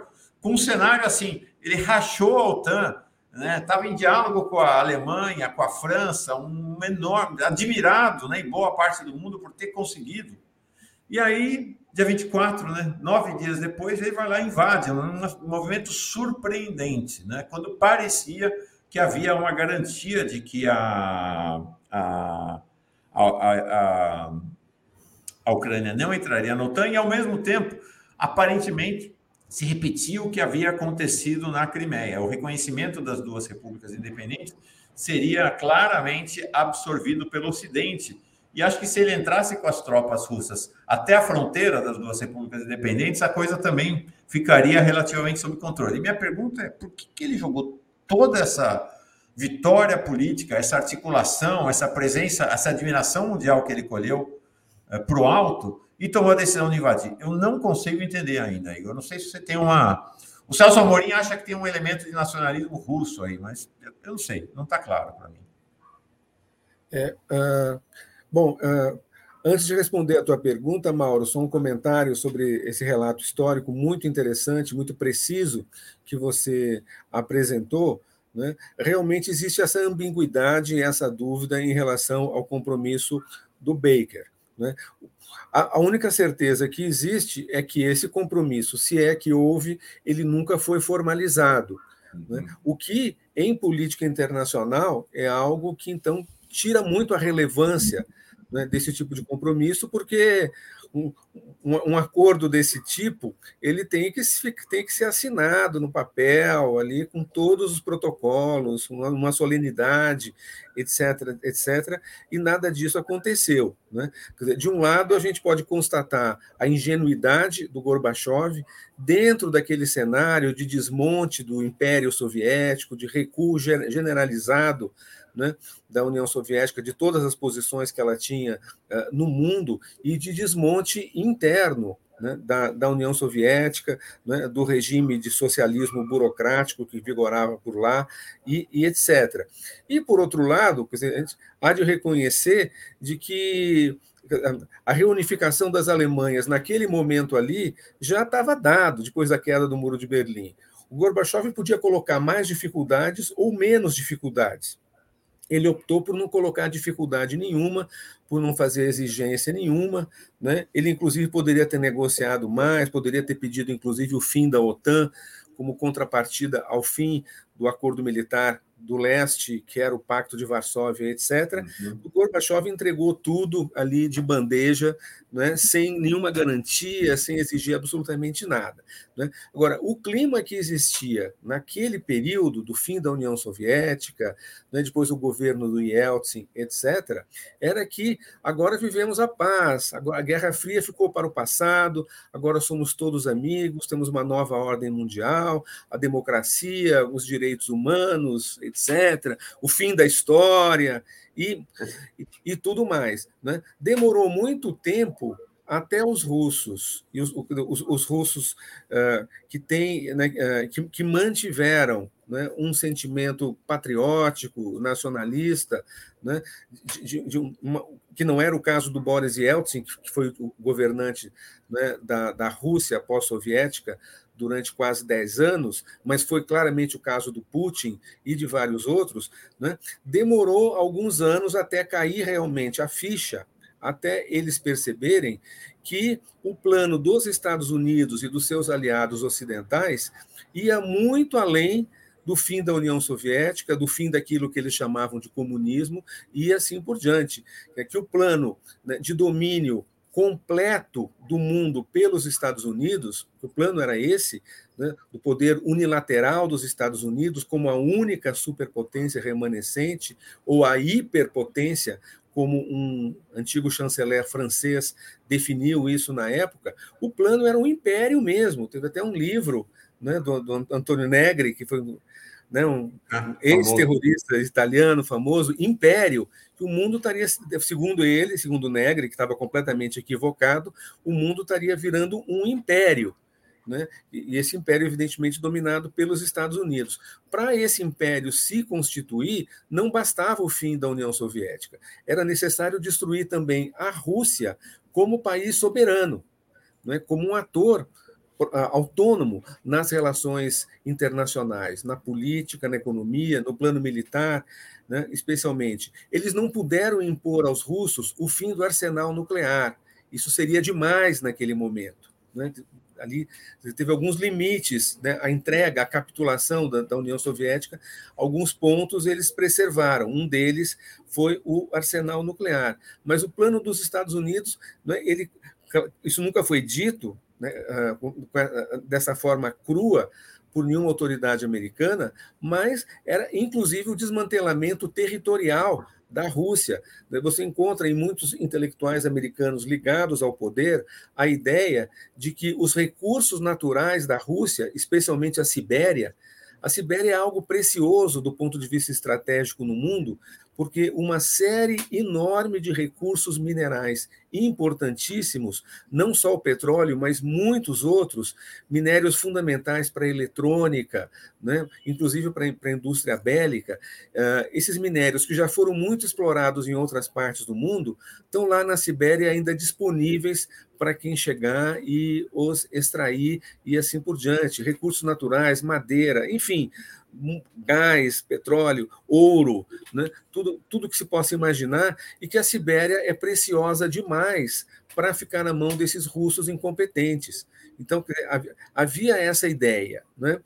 Speaker 1: com um cenário assim, ele rachou a OTAN, né? Estava em diálogo com a Alemanha, com a França, um enorme, admirado, né, em boa parte do mundo por ter conseguido. E aí, dia vinte e quatro, né, nove dias depois, ele vai lá e invade, um movimento surpreendente, né, quando parecia que havia uma garantia de que a, a, a, a, a Ucrânia não entraria na OTAN e, ao mesmo tempo, aparentemente, se repetiu o que havia acontecido na Crimeia. O reconhecimento das duas repúblicas independentes seria claramente absorvido pelo Ocidente. E acho que se ele entrasse com as tropas russas até a fronteira das duas repúblicas independentes, a coisa também ficaria relativamente sob controle. E minha pergunta é, por que ele jogou toda essa vitória política, essa articulação, essa presença, essa admiração mundial que ele colheu é, para o alto, e tomou a decisão de invadir? Eu não consigo entender ainda, Igor. Eu não sei se você tem uma... O Celso Amorim acha que tem um elemento de nacionalismo russo aí, mas eu não sei, não está claro para mim.
Speaker 6: É, uh, bom, uh, antes de responder a tua pergunta, Mauro, só um comentário sobre esse relato histórico muito interessante, muito preciso, que você apresentou, né? Realmente existe essa ambiguidade, essa dúvida em relação ao compromisso do Baker, né? A única certeza que existe é que esse compromisso, se é que houve, ele nunca foi formalizado, né? O que, em política internacional, é algo que, então, tira muito a relevância, né, desse tipo de compromisso, porque um, um, um acordo desse tipo ele tem que, tem que ser assinado no papel, ali, com todos os protocolos, uma, uma solenidade, etc, etcétera, e nada disso aconteceu, né? Quer dizer, de um lado, a gente pode constatar a ingenuidade do Gorbachev dentro daquele cenário de desmonte do Império Soviético, de recuo generalizado, né, da União Soviética, de todas as posições que ela tinha uh, no mundo, e de desmonte interno, né, da, da União Soviética, né, do regime de socialismo burocrático que vigorava por lá, e, e etcétera. E, por outro lado, quer dizer, a gente há de reconhecer de que a reunificação das Alemanhas naquele momento ali já estava dado, depois da queda do Muro de Berlim. O Gorbachev podia colocar mais dificuldades ou menos dificuldades. Ele optou por não colocar dificuldade nenhuma, por não fazer exigência nenhuma, né? Ele, inclusive, poderia ter negociado mais, poderia ter pedido, inclusive, o fim da OTAN como contrapartida ao fim do acordo militar do leste, que era o Pacto de Varsóvia, etcétera. Uhum. O Gorbachev entregou tudo ali de bandeja, né, sem nenhuma garantia, sem exigir absolutamente nada, né? Agora, o clima que existia naquele período do fim da União Soviética, né, depois do governo do Yeltsin, etcétera, era que agora vivemos a paz, agora a Guerra Fria ficou para o passado, agora somos todos amigos, temos uma nova ordem mundial, a democracia, os direitos humanos, etcétera, o fim da história e, e, e tudo mais, né? Demorou muito tempo até os russos, e os, os, os russos uh, que, tem, né, uh, que, que mantiveram, né, um sentimento patriótico, nacionalista, né, de, de uma, que não era o caso do Boris Yeltsin, que foi o governante, né, da, da Rússia pós-soviética durante quase dez anos, mas foi claramente o caso do Putin e de vários outros, né, demorou alguns anos até cair realmente a ficha, até eles perceberem que o plano dos Estados Unidos e dos seus aliados ocidentais ia muito além do fim da União Soviética, do fim daquilo que eles chamavam de comunismo, e assim por diante. É que o plano, né, de domínio completo do mundo pelos Estados Unidos, o plano era esse, né, do poder unilateral dos Estados Unidos como a única superpotência remanescente, ou a hiperpotência, como um antigo chanceler francês definiu isso na época. O plano era um império mesmo. Teve até um livro, né, do, do Antonio Negri, que foi, né, um, ah, um ex-terrorista italiano famoso, Império, que o mundo estaria, segundo ele, segundo Negri, que estava completamente equivocado, o mundo estaria virando um império, né? E esse império, evidentemente, dominado pelos Estados Unidos. Para esse império se constituir, não bastava o fim da União Soviética. Era necessário destruir também a Rússia como país soberano, né? Como um ator autônomo nas relações internacionais, na política, na economia, no plano militar, né, especialmente. Eles não puderam impor aos russos o fim do arsenal nuclear. Isso seria demais naquele momento, né? Ali teve alguns limites, né? A entrega, a capitulação da, da União Soviética, alguns pontos eles preservaram. Um deles foi o arsenal nuclear. Mas o plano dos Estados Unidos, né, ele, isso nunca foi dito, né, dessa forma crua por nenhuma autoridade americana, mas era inclusive o desmantelamento territorial da Rússia. Você encontra em muitos intelectuais americanos ligados ao poder a ideia de que os recursos naturais da Rússia, especialmente a Sibéria, a Sibéria é algo precioso do ponto de vista estratégico no mundo, porque uma série enorme de recursos minerais importantíssimos, não só o petróleo, mas muitos outros, minérios fundamentais para a eletrônica, né? Inclusive para a indústria bélica, uh, esses minérios que já foram muito explorados em outras partes do mundo, estão lá na Sibéria ainda disponíveis para quem chegar e os extrair e assim por diante, recursos naturais, madeira, enfim, gás, petróleo, ouro, né? tudo, tudo que se possa imaginar, e que a Sibéria é preciosa demais para ficar na mão desses russos incompetentes. Então, havia essa ideia, né?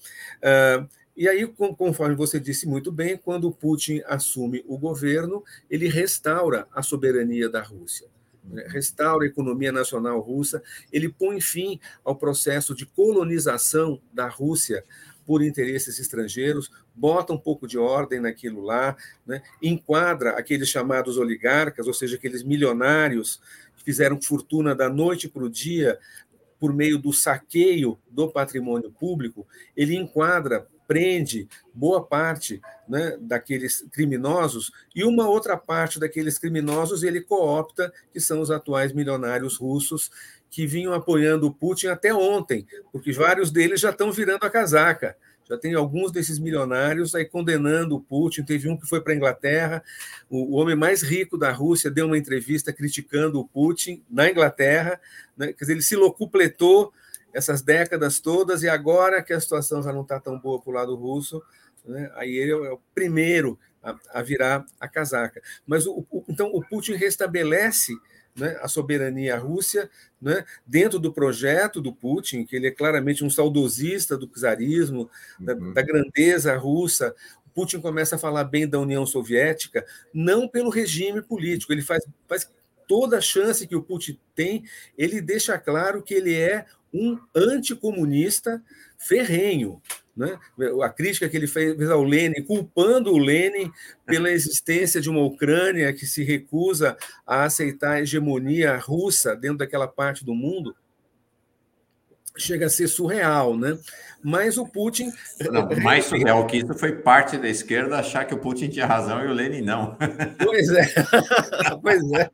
Speaker 6: E aí, conforme você disse muito bem, quando o Putin assume o governo, ele restaura a soberania da Rússia, restaura a economia nacional russa, ele põe fim ao processo de colonização da Rússia por interesses estrangeiros, bota um pouco de ordem naquilo lá, né? Enquadra aqueles chamados oligarcas, ou seja, aqueles milionários que fizeram fortuna da noite para o dia por meio do saqueio do patrimônio público, ele enquadra, prende boa parte, né, daqueles criminosos, e uma outra parte daqueles criminosos ele coopta, que são os atuais milionários russos, que vinham apoiando o Putin até ontem, porque vários deles já estão virando a casaca. Já tem alguns desses milionários aí condenando o Putin. Teve um que foi para a Inglaterra, o homem mais rico da Rússia deu uma entrevista criticando o Putin na Inglaterra, né? Quer dizer, ele se locupletou essas décadas todas, e agora que a situação já não está tão boa para o lado russo, né? Aí ele é o primeiro a, a virar a casaca. Mas o, o, então o Putin restabelece, né, a soberania russa, né, dentro do projeto do Putin, que ele é claramente um saudosista do czarismo, uhum. da, da grandeza russa. O Putin começa a falar bem da União Soviética, não pelo regime político, ele faz, faz toda a chance que o Putin tem, ele deixa claro que ele é um anticomunista ferrenho, né? A crítica que ele fez ao Lenin, culpando o Lenin pela existência de uma Ucrânia que se recusa a aceitar a hegemonia russa dentro daquela parte do mundo, chega a ser surreal, né? Mas o Putin...
Speaker 1: Não, mais surreal que isso foi parte da esquerda achar que o Putin tinha razão e o Lenin não.
Speaker 6: Pois é, pois é.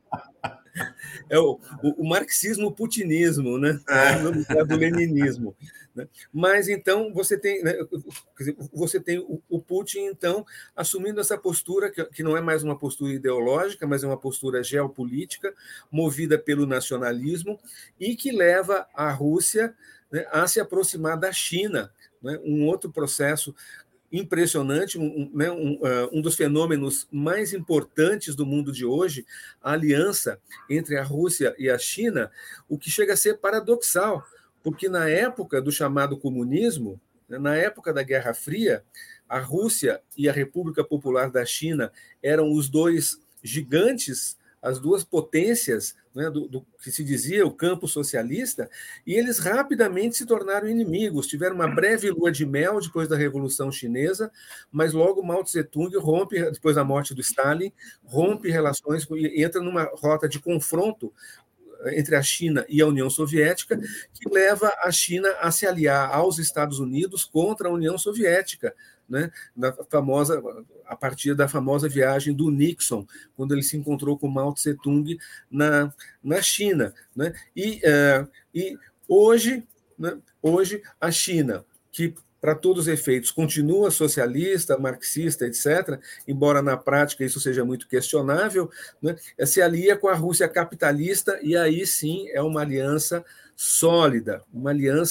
Speaker 6: É o, o, o marxismo-putinismo, né? É. Do leninismo. Né? Mas, então, você tem, né, você tem o, o Putin, então, assumindo essa postura, que, que não é mais uma postura ideológica, mas é uma postura geopolítica, movida pelo nacionalismo, e que leva a Rússia, né, a se aproximar da China, né? Um outro processo impressionante, um, né, um, uh, um dos fenômenos mais importantes do mundo de hoje, a aliança entre a Rússia e a China, o que chega a ser paradoxal, porque na época do chamado comunismo, né, na época da Guerra Fria, a Rússia e a República Popular da China eram os dois gigantes, as duas potências, né, do, do que se dizia o campo socialista, e eles rapidamente se tornaram inimigos. Tiveram uma breve lua de mel depois da Revolução Chinesa, mas logo Mao Tse-tung rompe, depois da morte do Stalin, rompe relações e entra numa rota de confronto entre a China e a União Soviética, que leva a China a se aliar aos Estados Unidos contra a União Soviética, né, na famosa, a partir da famosa viagem do Nixon, quando ele se encontrou com Mao Tse-tung na, na China. Né? E, uh, e hoje, né, hoje, a China, que para todos os efeitos continua socialista, marxista, etcétera, embora na prática isso seja muito questionável, né, se alia com a Rússia capitalista, e aí sim é uma aliança sólida, uma aliança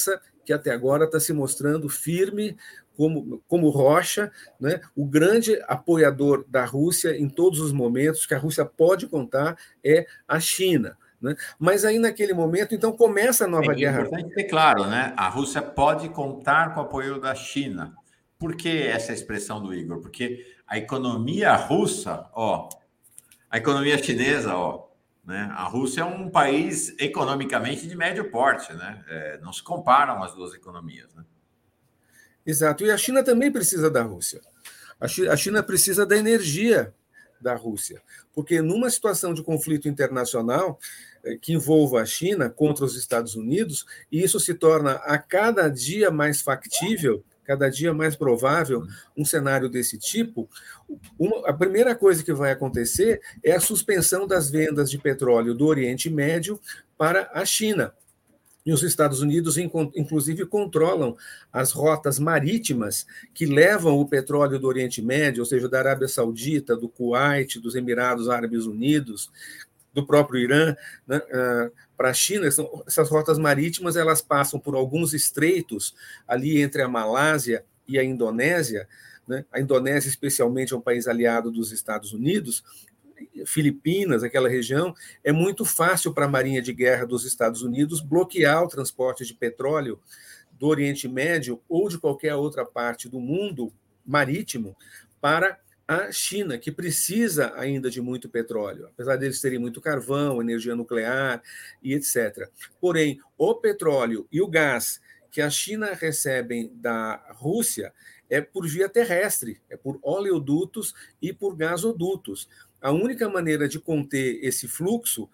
Speaker 6: que até agora está se mostrando firme como, como rocha, né? O grande apoiador da Rússia em todos os momentos que a Rússia pode contar é a China. Né? Mas aí, naquele momento, então, começa a nova
Speaker 1: é
Speaker 6: guerra.
Speaker 1: É importante ter claro, né? A Rússia pode contar com o apoio da China. Por que essa expressão do Igor? Porque a economia russa, ó, a economia chinesa, ó, né? A Rússia é um país economicamente de médio porte, né? É, não se comparam as duas economias, né?
Speaker 6: Exato. E a China também precisa da Rússia. A China precisa da energia da Rússia, porque numa situação de conflito internacional que envolva a China contra os Estados Unidos, e isso se torna a cada dia mais factível, cada dia mais provável um cenário desse tipo, uma, a primeira coisa que vai acontecer é a suspensão das vendas de petróleo do Oriente Médio para a China. E os Estados Unidos, inclusive, controlam as rotas marítimas que levam o petróleo do Oriente Médio, ou seja, da Arábia Saudita, do Kuwait, dos Emirados Árabes Unidos, do próprio Irã, né, para a China. Essas rotas marítimas elas passam por alguns estreitos ali entre a Malásia e a Indonésia. Né? A Indonésia, especialmente, é um país aliado dos Estados Unidos. Filipinas, aquela região, é muito fácil para a Marinha de Guerra dos Estados Unidos bloquear o transporte de petróleo do Oriente Médio ou de qualquer outra parte do mundo marítimo para a China, que precisa ainda de muito petróleo, apesar deles terem muito carvão, energia nuclear e etcétera. Porém, o petróleo e o gás que a China recebe da Rússia é por via terrestre, é por oleodutos e por gasodutos. A única maneira de conter esse fluxo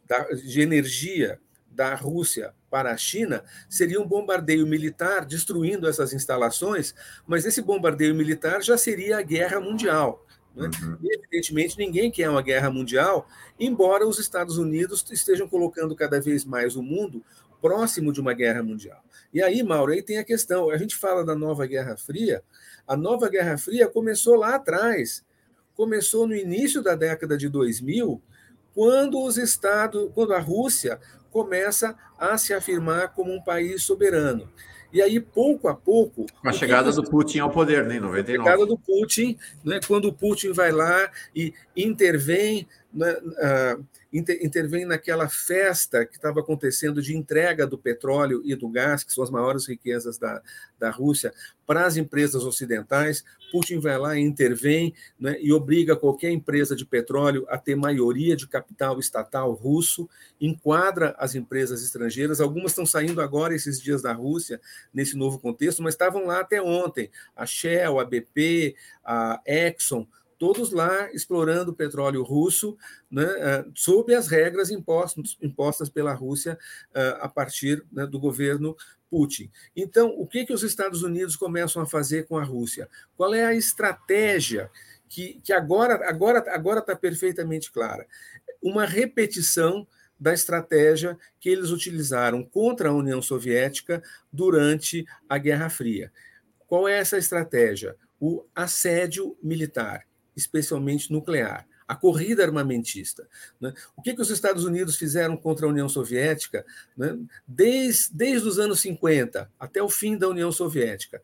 Speaker 6: de energia da Rússia para a China seria um bombardeio militar destruindo essas instalações, mas esse bombardeio militar já seria a guerra mundial. Né?
Speaker 1: Uhum.
Speaker 6: E, evidentemente, ninguém quer uma guerra mundial, embora os Estados Unidos estejam colocando cada vez mais o mundo próximo de uma guerra mundial. E aí, Mauro, aí tem a questão, a gente fala da nova Guerra Fria, a nova Guerra Fria começou lá atrás, começou no início da década de dois mil, quando os Estados, quando a Rússia começa a se afirmar como um país soberano. E aí, pouco a pouco...
Speaker 1: Com a chegada do Putin ao poder, né, em noventa e nove.
Speaker 6: A chegada do Putin, né, quando o Putin vai lá e intervém, né, uh, inter, intervém naquela festa que estava acontecendo de entrega do petróleo e do gás, que são as maiores riquezas da, da Rússia, para as empresas ocidentais. Putin vai lá e intervém, né, e obriga qualquer empresa de petróleo a ter maioria de capital estatal russo, enquadra as empresas estrangeiras. Algumas estão saindo agora, esses dias, da Rússia, nesse novo contexto, mas estavam lá até ontem. A Shell, a B P, a Exxon, todos lá explorando o petróleo russo, né, sob as regras impostas, impostas pela Rússia a partir, né, do governo Putin. Então, o que, que os Estados Unidos começam a fazer com a Rússia? Qual é a estratégia que, que agora está agora, agora tá perfeitamente clara? Uma repetição da estratégia que eles utilizaram contra a União Soviética durante a Guerra Fria. Qual é essa estratégia? O assédio militar, especialmente nuclear, a corrida armamentista. Né? O que, que os Estados Unidos fizeram contra a União Soviética, né, desde, desde os anos cinquenta até o fim da União Soviética?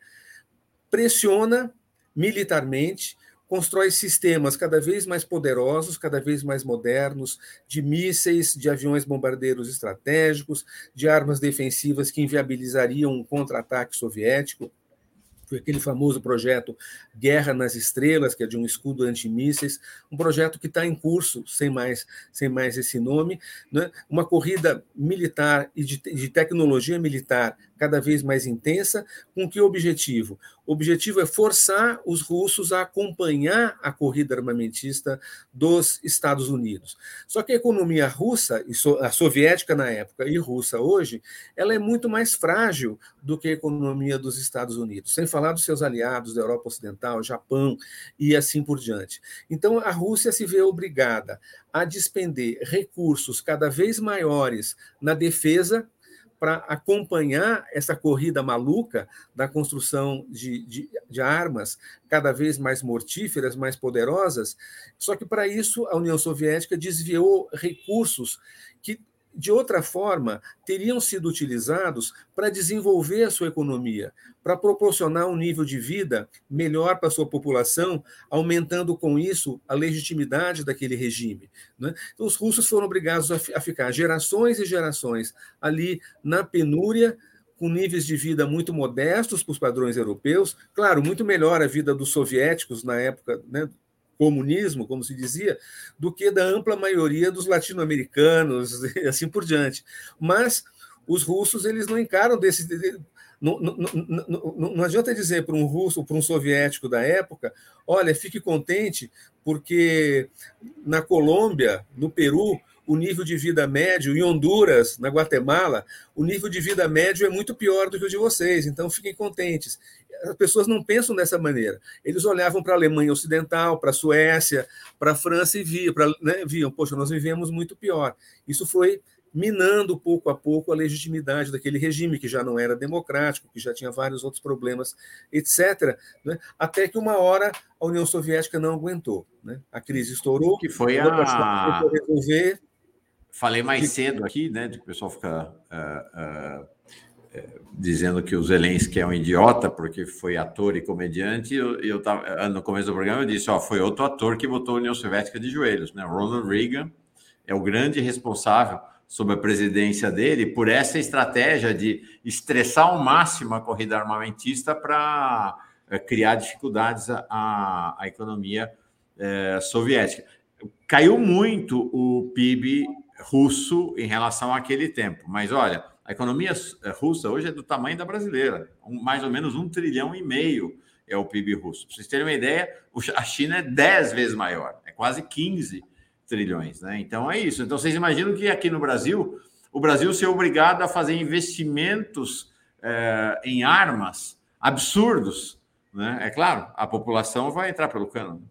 Speaker 6: Pressiona militarmente, constrói sistemas cada vez mais poderosos, cada vez mais modernos, de mísseis, de aviões bombardeiros estratégicos, de armas defensivas que inviabilizariam um contra-ataque soviético. Foi aquele famoso projeto Guerra nas Estrelas, que é de um escudo antimísseis, um projeto que está em curso, sem mais, sem mais esse nome, né? Uma corrida militar e de, de tecnologia militar cada vez mais intensa, com que objetivo? O objetivo é forçar os russos a acompanhar a corrida armamentista dos Estados Unidos. Só que a economia russa, a soviética na época e russa hoje, ela é muito mais frágil do que a economia dos Estados Unidos, sem falar dos seus aliados da Europa Ocidental, Japão e assim por diante. Então, a Rússia se vê obrigada a despender recursos cada vez maiores na defesa para acompanhar essa corrida maluca da construção de, de, de armas cada vez mais mortíferas, mais poderosas. Só que, para isso, a União Soviética desviou recursos que de outra forma, teriam sido utilizados para desenvolver a sua economia, para proporcionar um nível de vida melhor para a sua população, aumentando com isso a legitimidade daquele regime. Né? Então, os russos foram obrigados a ficar gerações e gerações ali na penúria, com níveis de vida muito modestos para os padrões europeus, claro, muito melhor a vida dos soviéticos na época, né, comunismo, como se dizia, do que da ampla maioria dos latino-americanos e assim por diante. Mas os russos, eles não encaram desse... Não, não, não, não adianta dizer para um russo, para um soviético da época, olha, fique contente, porque na Colômbia, no Peru, o nível de vida médio, em Honduras, na Guatemala, o nível de vida médio é muito pior do que o de vocês, então fiquem contentes. As pessoas não pensam dessa maneira. Eles olhavam para a Alemanha Ocidental, para a Suécia, para a França e viam, pra, né, viam, poxa, nós vivemos muito pior. Isso foi minando pouco a pouco a legitimidade daquele regime, que já não era democrático, que já tinha vários outros problemas, etcétera, né? Até que uma hora a União Soviética não aguentou. Né? A crise estourou,
Speaker 1: que foi a...
Speaker 6: resolver.
Speaker 1: Falei mais cedo aqui, né, de que o pessoal fica uh, uh, uh, dizendo que o Zelensky é um idiota porque foi ator e comediante. Eu, eu tava, no começo do programa eu disse, ó, foi outro ator que botou a União Soviética de joelhos, né? Ronald Reagan é o grande responsável sob a presidência dele por essa estratégia de estressar ao máximo a corrida armamentista para uh, criar dificuldades à, à economia uh, soviética. Caiu muito o P I B russo em relação àquele tempo. Mas, olha, a economia russa hoje é do tamanho da brasileira. Um, mais ou menos um trilhão e meio é o P I B russo. Para vocês terem uma ideia, a China é dez vezes maior. É quase quinze trilhões. Né? Então, é isso. Então, vocês imaginam que aqui no Brasil, o Brasil ser obrigado a fazer investimentos eh, em armas absurdos. Né? É claro, a população vai entrar pelo cano.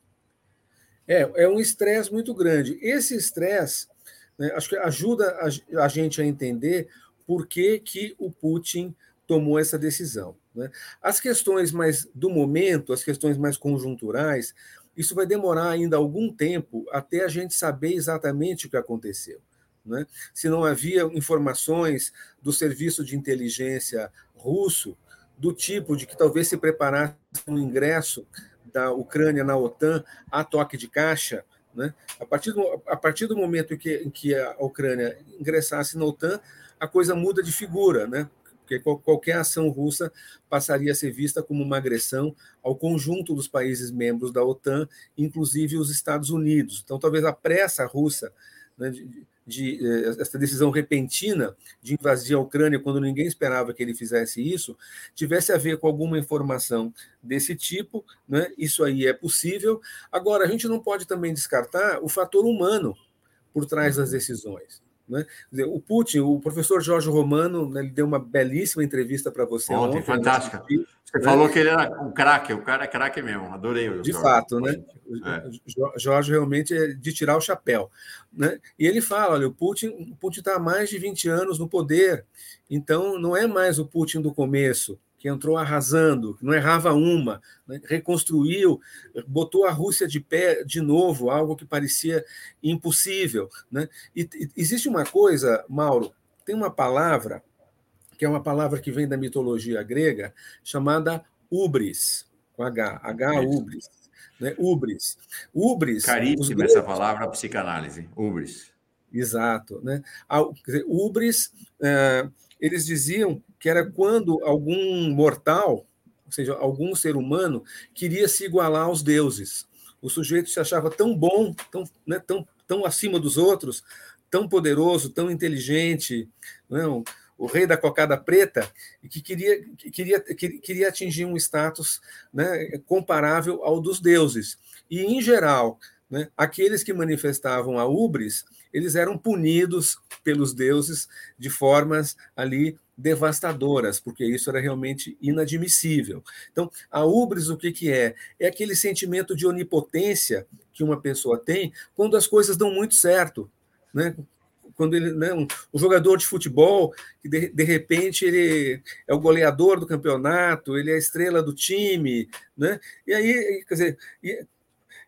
Speaker 6: É, é um estresse muito grande. Esse estresse, né, acho que ajuda a, a gente a entender por que, que o Putin tomou essa decisão. Né? As questões mais do momento, as questões mais conjunturais, isso vai demorar ainda algum tempo até a gente saber exatamente o que aconteceu. Né? Se não havia informações do serviço de inteligência russo, do tipo de que talvez se preparasse um ingresso da Ucrânia na OTAN a toque de caixa, né? A partir do, a partir do momento em que, em que a Ucrânia ingressasse na OTAN, a coisa muda de figura, né? Porque qualquer ação russa passaria a ser vista como uma agressão ao conjunto dos países membros da OTAN, inclusive os Estados Unidos. Então, talvez a pressa russa, né, de, de, essa decisão repentina de invadir a Ucrânia quando ninguém esperava que ele fizesse isso, tivesse a ver com alguma informação desse tipo, né? Isso aí é possível. Agora, a gente não pode também descartar o fator humano por trás das decisões. Né? O Putin, o professor Jorge Romano, né, ele deu uma belíssima entrevista para você
Speaker 1: ontem. Ontem, fantástica. Assisti, você né? falou que ele era um craque, o cara é craque mesmo, adorei o
Speaker 6: De
Speaker 1: Jorge.
Speaker 6: fato, né? É. Jorge realmente é de tirar o chapéu. Né? E ele fala, olha, o Putin o Putin está há mais de vinte anos no poder, então não é mais o Putin do começo, que entrou arrasando, que não errava uma, né? Reconstruiu, botou a Rússia de pé de novo, algo que parecia impossível. Né? E, e existe uma coisa, Mauro, tem uma palavra, que é uma palavra que vem da mitologia grega, chamada ubris, com H, H-ubris. Né? Ubris. Ubris.
Speaker 1: Caríssima gregos... essa palavra, psicanálise, ubris.
Speaker 6: Exato. Né? Quer dizer, ubris, é, eles diziam que era quando algum mortal, ou seja, algum ser humano, queria se igualar aos deuses. O sujeito se achava tão bom, tão, né, tão, tão acima dos outros, tão poderoso, tão inteligente, não, o rei da cocada preta, e que queria, que queria, que queria atingir um status, né, comparável ao dos deuses. E, em geral, né, aqueles que manifestavam a ubris, eles eram punidos pelos deuses de formas ali devastadoras, porque isso era realmente inadmissível. Então, a ubris, o que, que é? É aquele sentimento de onipotência que uma pessoa tem quando as coisas dão muito certo, né? Quando ele, né, um, um jogador de futebol, que de, de repente ele é o goleador do campeonato, ele é a estrela do time, né? E aí, quer dizer, e,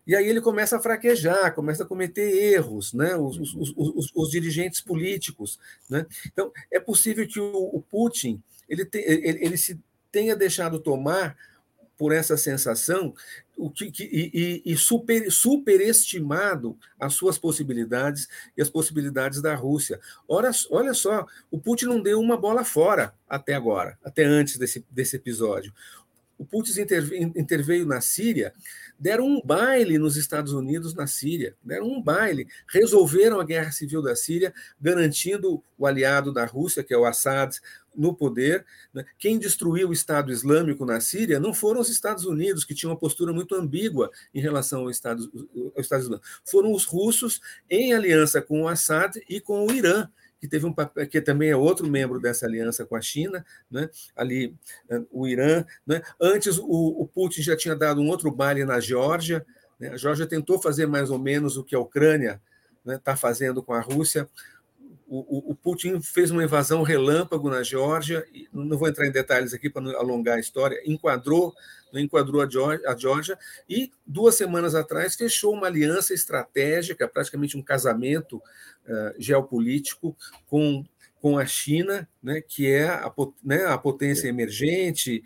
Speaker 6: E aí ele começa a fraquejar, começa a cometer erros, né? os, os, os, os, os dirigentes políticos. Né? Então, é possível que o, o Putin ele, te, ele, ele se tenha deixado tomar por essa sensação o que, que, e, e super, superestimado as suas possibilidades e as possibilidades da Rússia. Ora, olha só, o Putin não deu uma bola fora até agora, até antes desse, desse episódio. O Putin interveio, interveio na Síria, deram um baile nos Estados Unidos na Síria, deram um baile, resolveram a guerra civil da Síria, garantindo o aliado da Rússia, que é o Assad, no poder. Quem destruiu o Estado Islâmico na Síria não foram os Estados Unidos, que tinham uma postura muito ambígua em relação ao Estado, ao Estado Islâmico. Foram os russos em aliança com o Assad e com o Irã, que teve um papel, que também é outro membro dessa aliança com a China, né? Ali o Irã, né? Antes o, o Putin já tinha dado um outro baile na Geórgia, né? A Geórgia tentou fazer mais ou menos o que a Ucrânia está, né, fazendo com a Rússia. O, o, o Putin fez uma invasão relâmpago na Geórgia, não vou entrar em detalhes aqui para não alongar a história, enquadrou, enquadrou a Geórgia e, duas semanas atrás, fechou uma aliança estratégica, praticamente um casamento uh, geopolítico com, com a China, né, que é a, né, a potência emergente,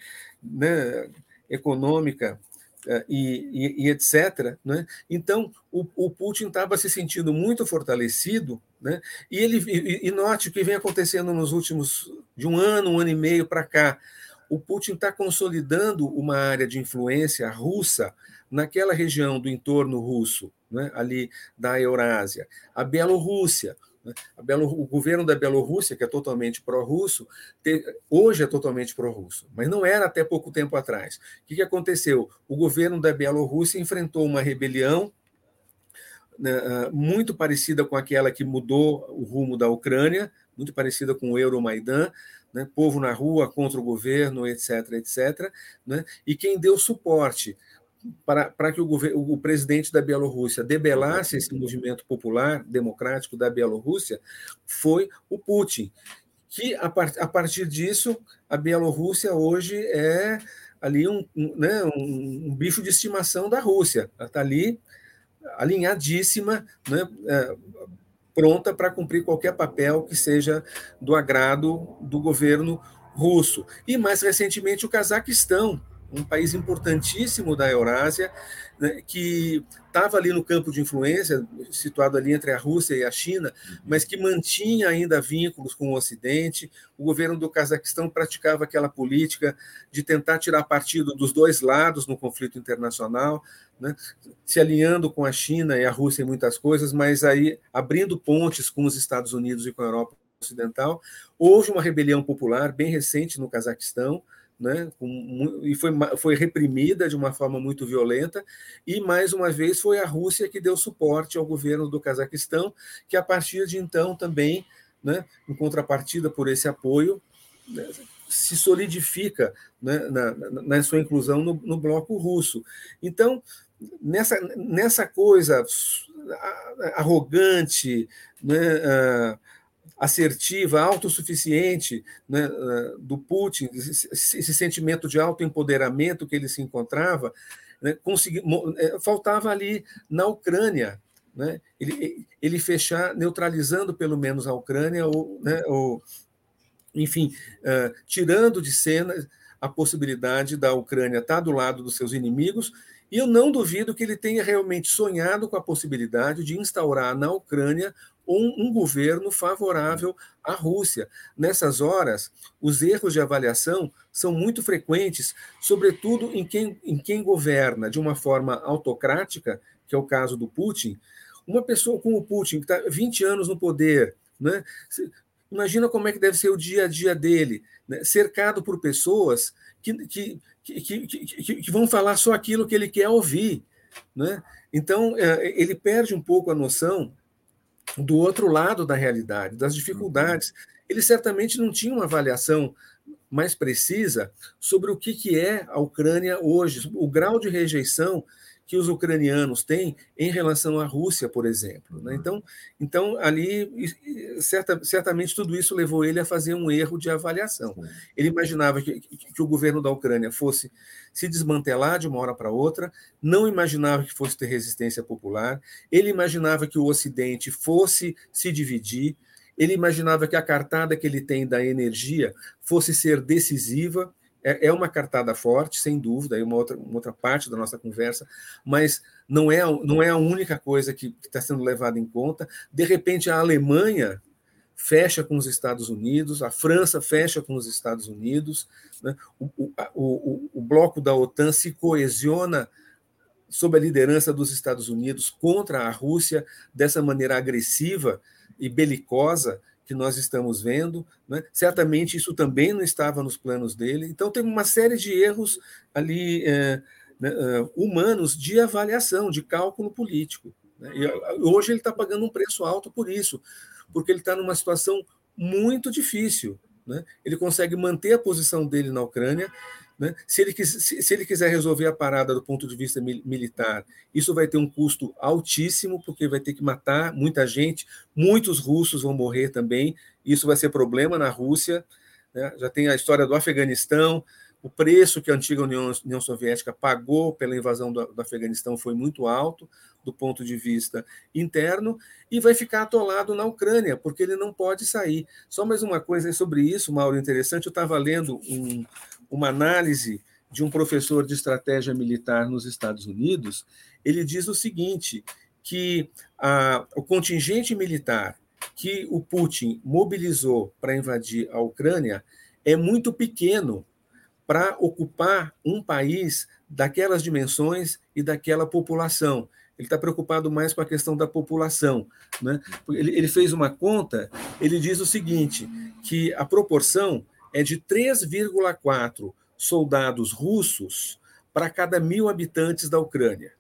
Speaker 6: né, econômica, Uh, e, e, e etcétera. Né? Então, o, o Putin estava se sentindo muito fortalecido, né? e, ele, e, e note o que vem acontecendo nos últimos, de um ano, um ano e meio para cá. O Putin está consolidando uma área de influência russa naquela região do entorno russo, né? Ali da Eurásia. A Bielorrússia, A Bielor... O governo da Bielorrússia, que é totalmente pró-russo, te... hoje é totalmente pró-russo, mas não era até pouco tempo atrás. O que, que aconteceu? O governo da Bielorrússia enfrentou uma rebelião, né, muito parecida com aquela que mudou o rumo da Ucrânia, muito parecida com o Euromaidan, né, povo na rua contra o governo, etc, etcétera. Né, e quem deu suporte para, para que o, governo, o presidente da Bielorrússia debelasse esse movimento popular democrático da Bielorrússia foi o Putin, que, a, part, a partir disso, a Bielorrússia hoje é ali um, um, né, um, um bicho de estimação da Rússia. Ela está ali alinhadíssima, né, é, pronta para cumprir qualquer papel que seja do agrado do governo russo. E, mais recentemente, o Cazaquistão, um país importantíssimo da Eurásia, né, que estava ali no campo de influência, situado ali entre a Rússia e a China, mas que mantinha ainda vínculos com o Ocidente. O governo do Cazaquistão praticava aquela política de tentar tirar partido dos dois lados no conflito internacional, né, se alinhando com a China e a Rússia em muitas coisas, mas aí abrindo pontes com os Estados Unidos e com a Europa Ocidental. Houve uma rebelião popular bem recente no Cazaquistão, né, com, e foi, foi reprimida de uma forma muito violenta, e, mais uma vez, foi a Rússia que deu suporte ao governo do Cazaquistão, que, a partir de então, também, né, em contrapartida por esse apoio, né, se solidifica, né, na, na sua inclusão no, no bloco russo. Então, nessa, nessa coisa arrogante, né, uh, assertiva, autossuficiente, né, do Putin, esse sentimento de autoempoderamento que ele se encontrava, né, consegui, faltava ali na Ucrânia, né, ele, ele fechar, neutralizando pelo menos a Ucrânia, ou, né, ou enfim, uh, tirando de cena a possibilidade da Ucrânia estar do lado dos seus inimigos, e eu não duvido que ele tenha realmente sonhado com a possibilidade de instaurar na Ucrânia um, um governo favorável à Rússia. Nessas horas, os erros de avaliação são muito frequentes, sobretudo em quem, em quem governa de uma forma autocrática, que é o caso do Putin. Uma pessoa como o Putin, que está vinte anos no poder, né? Imagina como é que deve ser o dia a dia dele, né? Cercado por pessoas que, que, que, que, que, que vão falar só aquilo que ele quer ouvir, né? Então, ele perde um pouco a noção do outro lado da realidade, das dificuldades. Ele certamente não tinha uma avaliação mais precisa sobre o que é a Ucrânia hoje, o grau de rejeição que os ucranianos têm em relação à Rússia, por exemplo. Né? Então, então, ali, certa, certamente, tudo isso levou ele a fazer um erro de avaliação. Ele imaginava que, que o governo da Ucrânia fosse se desmantelar de uma hora para outra, não imaginava que fosse ter resistência popular, ele imaginava que o Ocidente fosse se dividir, ele imaginava que a cartada que ele tem da energia fosse ser decisiva. É uma cartada forte, sem dúvida, é uma outra, uma outra parte da nossa conversa, mas não é, não é a única coisa que está sendo levada em conta. De repente, a Alemanha fecha com os Estados Unidos, a França fecha com os Estados Unidos, né? o, o, o, o bloco da OTAN se coesiona sob a liderança dos Estados Unidos contra a Rússia dessa maneira agressiva e belicosa que nós estamos vendo, né? Certamente isso também não estava nos planos dele. Então, tem uma série de erros ali é, né, humanos de avaliação, de cálculo político. Né? E hoje ele está pagando um preço alto por isso, porque ele está numa situação muito difícil. Né? Ele consegue manter a posição dele na Ucrânia. Né? Se, ele, se, se ele quiser resolver a parada do ponto de vista militar, isso vai ter um custo altíssimo, porque vai ter que matar muita gente, muitos russos vão morrer também, isso vai ser problema na Rússia. Né? Já tem a história do Afeganistão, o preço que a antiga União, União Soviética pagou pela invasão do, do Afeganistão foi muito alto, do ponto de vista interno, e vai ficar atolado na Ucrânia, porque ele não pode sair. Só mais uma coisa sobre isso, Mauro, interessante, eu estava lendo um, uma análise de um professor de estratégia militar nos Estados Unidos. Ele diz o seguinte, que a, o contingente militar que o Putin mobilizou para invadir a Ucrânia é muito pequeno para ocupar um país daquelas dimensões e daquela população. Ele está preocupado mais com a questão da população. Né? Ele, ele fez uma conta, ele diz o seguinte, que a proporção é de três vírgula quatro soldados russos para cada mil habitantes da Ucrânia.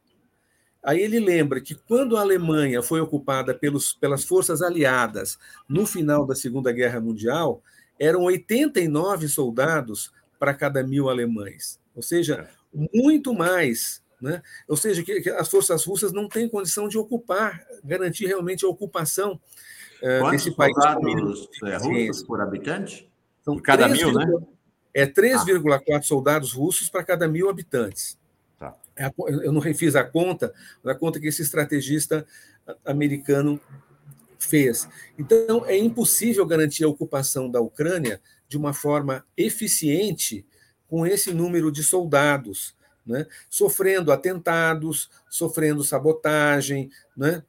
Speaker 6: Aí ele lembra que quando a Alemanha foi ocupada pelos, pelas forças aliadas no final da Segunda Guerra Mundial, eram oitenta e nove soldados para cada mil alemães. Ou seja, muito mais. Né? Ou seja, que, que as forças russas não têm condição de ocupar, garantir realmente a ocupação uh, desse país.
Speaker 1: Quantos soldados russos por habitante?
Speaker 6: São
Speaker 1: por cada
Speaker 6: três,
Speaker 1: mil, né?
Speaker 6: É três vírgula quatro ah. soldados russos para cada mil habitantes.
Speaker 1: Tá.
Speaker 6: Eu não refiz a conta, a conta que esse estrategista americano fez. Então, é impossível garantir a ocupação da Ucrânia de uma forma eficiente com esse número de soldados, né? Sofrendo atentados, sofrendo sabotagem, né?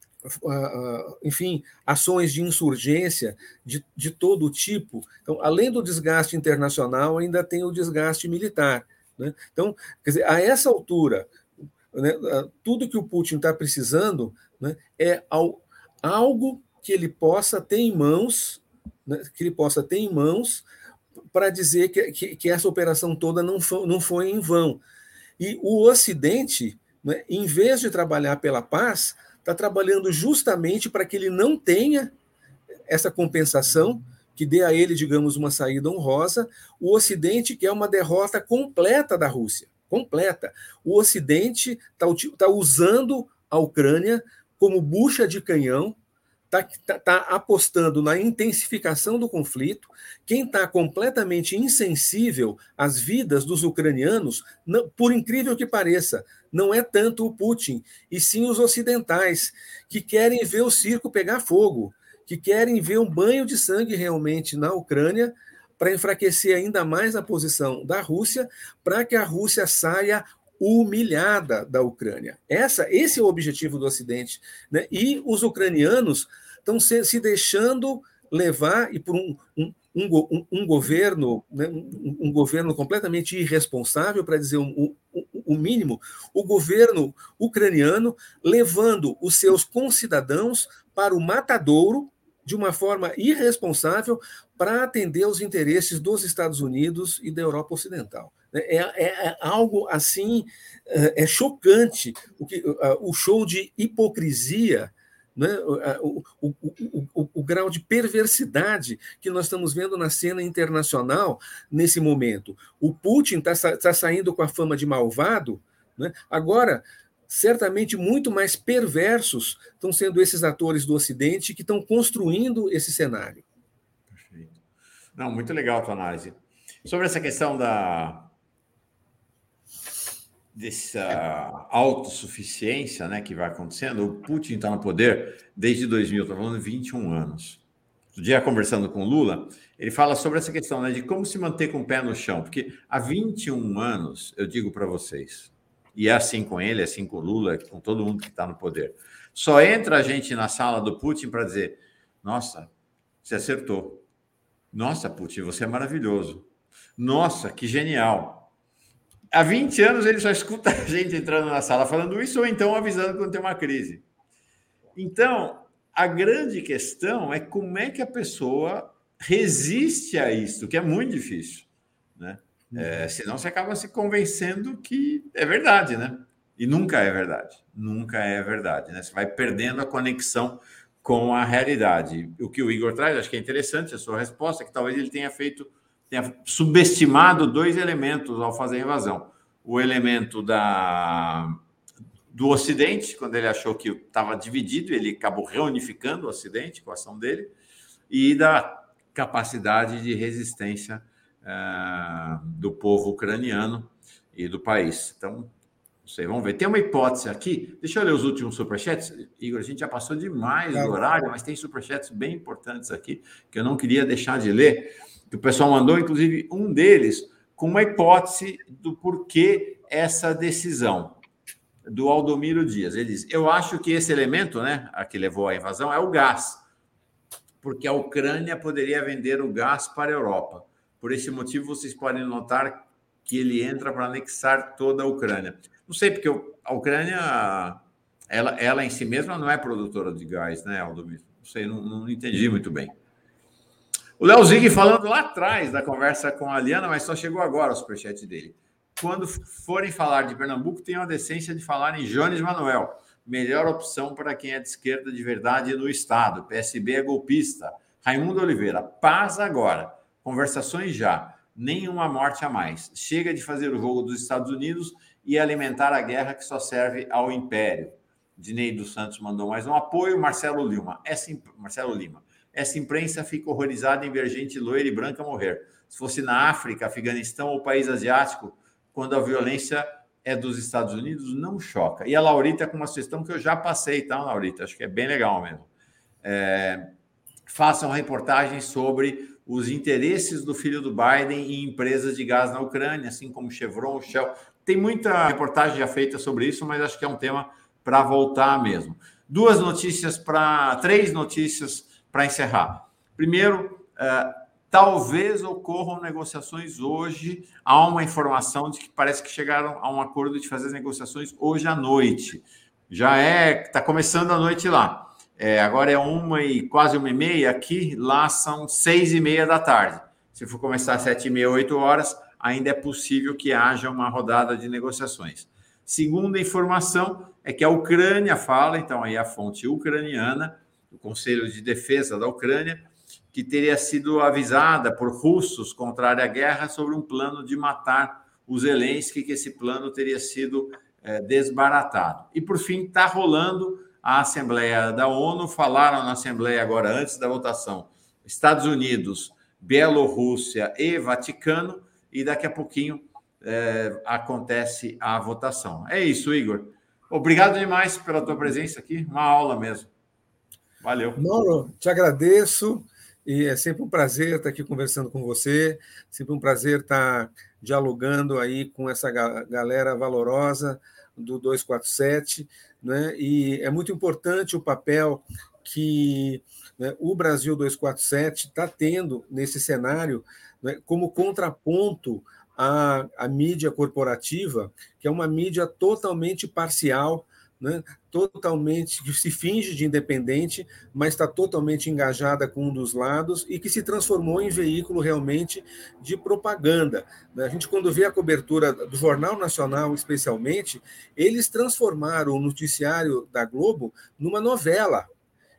Speaker 6: Enfim, ações de insurgência de, de todo tipo. Então, além do desgaste internacional, ainda tem o desgaste militar. Né? Então, quer dizer, a essa altura, né, tudo que o Putin está precisando, né, é ao, algo que ele possa ter em mãos, né, que ele possa ter em mãos para dizer que, que, que essa operação toda não foi, não foi em vão. E o Ocidente, né, em vez de trabalhar pela paz, está trabalhando justamente para que ele não tenha essa compensação, que dê a ele, digamos, uma saída honrosa. O Ocidente quer uma derrota completa da Rússia, completa. O Ocidente está tá usando a Ucrânia como bucha de canhão, está tá, tá apostando na intensificação do conflito. Quem está completamente insensível às vidas dos ucranianos, não, por incrível que pareça, não é tanto o Putin, e sim os ocidentais, que querem ver o circo pegar fogo, que querem ver um banho de sangue realmente na Ucrânia, para enfraquecer ainda mais a posição da Rússia, para que a Rússia saia humilhada da Ucrânia. Essa, esse é o objetivo do Ocidente. Né? E os ucranianos estão se, se deixando levar, e por um, um, um, um governo, né? um, um governo completamente irresponsável, para dizer o, o, o mínimo, o governo ucraniano levando os seus concidadãos para o matadouro de uma forma irresponsável para atender aos interesses dos Estados Unidos e da Europa Ocidental. É, é, é algo assim, é chocante o, que, o show de hipocrisia, né? o, o, o, o, o grau de perversidade que nós estamos vendo na cena internacional nesse momento. O Putin está tá saindo com a fama de malvado, né? Agora, certamente muito mais perversos estão sendo esses atores do Ocidente que estão construindo esse cenário.
Speaker 1: Perfeito. Não, muito legal a tua análise. Sobre essa questão da dessa autossuficiência, né, que vai acontecendo, o Putin está no poder desde dois mil, estou falando de vinte e um anos. Outro dia, conversando com o Lula, ele fala sobre essa questão, né, de como se manter com o pé no chão, porque há vinte e um anos, eu digo para vocês, e é assim com ele, é assim com o Lula, com todo mundo que está no poder, só entra a gente na sala do Putin para dizer, nossa, você acertou. Nossa, Putin, você é maravilhoso. Nossa, que genial. Há vinte anos ele só escuta a gente entrando na sala falando isso ou então avisando quando tem uma crise. Então, a grande questão é como é que a pessoa resiste a isso, que é muito difícil, né? É, senão você acaba se convencendo que é verdade, né? E nunca é verdade. Nunca é verdade, né? Você vai perdendo a conexão com a realidade. O que o Igor traz, acho que é interessante a sua resposta, que talvez ele tenha feito... tenha subestimado dois elementos ao fazer a invasão. O elemento da, do Ocidente, quando ele achou que estava dividido, ele acabou reunificando o Ocidente com a ação dele, e da capacidade de resistência uh, do povo ucraniano e do país. Então, não sei, vamos ver. Tem uma hipótese aqui, deixa eu ler os últimos superchats. Igor, a gente já passou demais do horário, mas tem superchats bem importantes aqui, que eu não queria deixar de ler, que o pessoal mandou, inclusive, um deles com uma hipótese do porquê essa decisão do Aldomiro Dias. Ele diz, eu acho que esse elemento, né, a que levou à invasão, é o gás, porque a Ucrânia poderia vender o gás para a Europa. Por esse motivo, vocês podem notar que ele entra para anexar toda a Ucrânia. Não sei, porque a Ucrânia, ela, ela em si mesma não é produtora de gás, né, Aldomiro? Não sei, não, não entendi muito bem. O Léo Zig falando lá atrás da conversa com a Liana, mas só chegou agora o superchat dele. Quando forem falar de Pernambuco, tenham a decência de falar em Jones Manuel. Melhor opção para quem é de esquerda de verdade no Estado. P S B é golpista. Raimundo Oliveira, paz agora. Conversações já. Nenhuma morte a mais. Chega de fazer o jogo dos Estados Unidos e alimentar a guerra que só serve ao império. Dinei dos Santos mandou mais um apoio. Marcelo Lima. Essa, Marcelo Lima. Essa imprensa fica horrorizada em ver gente loira e branca morrer. Se fosse na África, Afeganistão ou país asiático, quando a violência é dos Estados Unidos, não choca. E a Laurita com uma sugestão que eu já passei, tá, Laurita? Acho que é bem legal mesmo. É, façam reportagens sobre os interesses do filho do Biden em empresas de gás na Ucrânia, assim como Chevron, Shell. Tem muita reportagem já feita sobre isso, mas acho que é um tema para voltar mesmo. Duas notícias para... Três notícias para encerrar. Primeiro, uh, talvez ocorram negociações hoje. Há uma informação de que parece que chegaram a um acordo de fazer as negociações hoje à noite. Já é, está começando a noite lá. É, agora é uma e quase uma e meia aqui, lá são seis e meia da tarde. Se for começar às sete e meia, oito horas, ainda é possível que haja uma rodada de negociações. Segunda informação é que a Ucrânia fala, então aí a fonte ucraniana, o Conselho de Defesa da Ucrânia, que teria sido avisada por russos contrária à guerra sobre um plano de matar o Zelensky, que esse plano teria sido é, desbaratado. E, por fim, está rolando a Assembleia da ONU, falaram na Assembleia agora, antes da votação, Estados Unidos, Bielorrússia e Vaticano, e daqui a pouquinho é, acontece a votação. É isso, Igor. Obrigado demais pela tua presença aqui, uma aula mesmo. Valeu.
Speaker 6: Mauro, te agradeço e é sempre um prazer estar aqui conversando com você, sempre um prazer estar dialogando aí com essa galera valorosa do duzentos e quarenta e sete, né? E é muito importante o papel que, né, o Brasil duzentos e quarenta e sete está tendo nesse cenário, né, como contraponto à, à mídia corporativa, que é uma mídia totalmente parcial, né, totalmente, que se finge de independente, mas está totalmente engajada com um dos lados e que se transformou em veículo realmente de propaganda. A gente, quando vê a cobertura do Jornal Nacional, especialmente, eles transformaram o noticiário da Globo numa novela.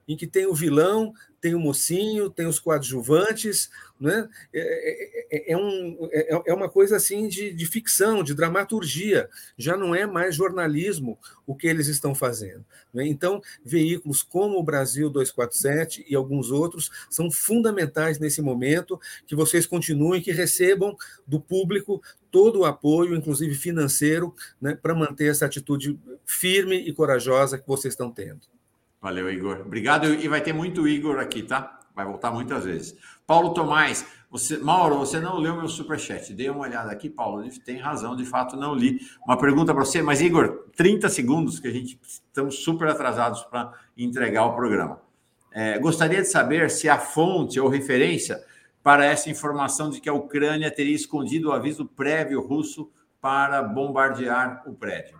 Speaker 6: em que tem o vilão, tem o mocinho, tem os coadjuvantes, né? é, é, é, um, é, é uma coisa assim de, de ficção, de dramaturgia, já não é mais jornalismo o que eles estão fazendo, né? Então, veículos como o Brasil duzentos e quarenta e sete e alguns outros são fundamentais nesse momento, que vocês continuem, que recebam do público todo o apoio, inclusive financeiro, né, para manter essa atitude firme e corajosa que vocês estão tendo.
Speaker 1: Valeu, Igor. Obrigado. E vai ter muito Igor aqui, tá? Vai voltar muitas vezes. Paulo Tomás, você, Mauro, você não leu meu superchat. Dê uma olhada aqui, Paulo. Tem razão, de fato, não li. Uma pergunta para você, mas, Igor, trinta segundos, que a gente estamos super atrasados para entregar o programa. É, gostaria de saber se a fonte ou referência para essa informação de que a Ucrânia teria escondido o aviso prévio russo para bombardear o prédio.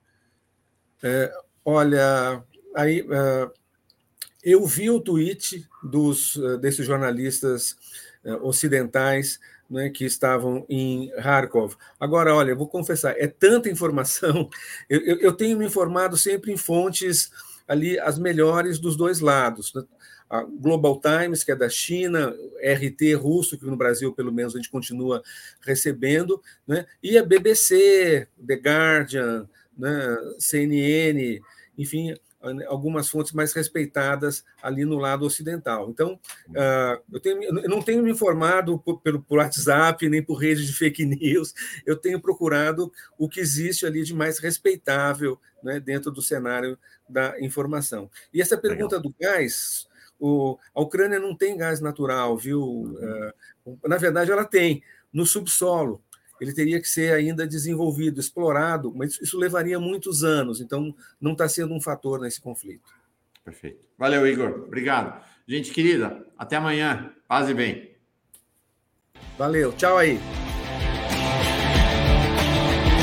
Speaker 6: É, olha, aí uh, eu vi o tweet dos, uh, desses jornalistas uh, ocidentais, né, que estavam em Kharkov. Agora, olha, eu vou confessar, é tanta informação, eu, eu, eu tenho me informado sempre em fontes ali, as melhores dos dois lados, né? A Global Times, que é da China, R T russo, que no Brasil, pelo menos, a gente continua recebendo, né? E a B B C, The Guardian, né? C N N, enfim, algumas fontes mais respeitadas ali no lado ocidental. Então, uh, eu, tenho, eu não tenho me informado por, pelo por WhatsApp, nem por rede de fake news, eu tenho procurado o que existe ali de mais respeitável, né, dentro do cenário da informação. E essa pergunta Legal. do gás... O, a Ucrânia não tem gás natural, viu? Uh, na verdade, ela tem, no subsolo. Ele teria que ser ainda desenvolvido, explorado, mas isso levaria muitos anos, então não está sendo um fator nesse conflito.
Speaker 1: Perfeito. Valeu, Igor. Obrigado. Gente querida, até amanhã. Paz e bem.
Speaker 6: Valeu. Tchau aí.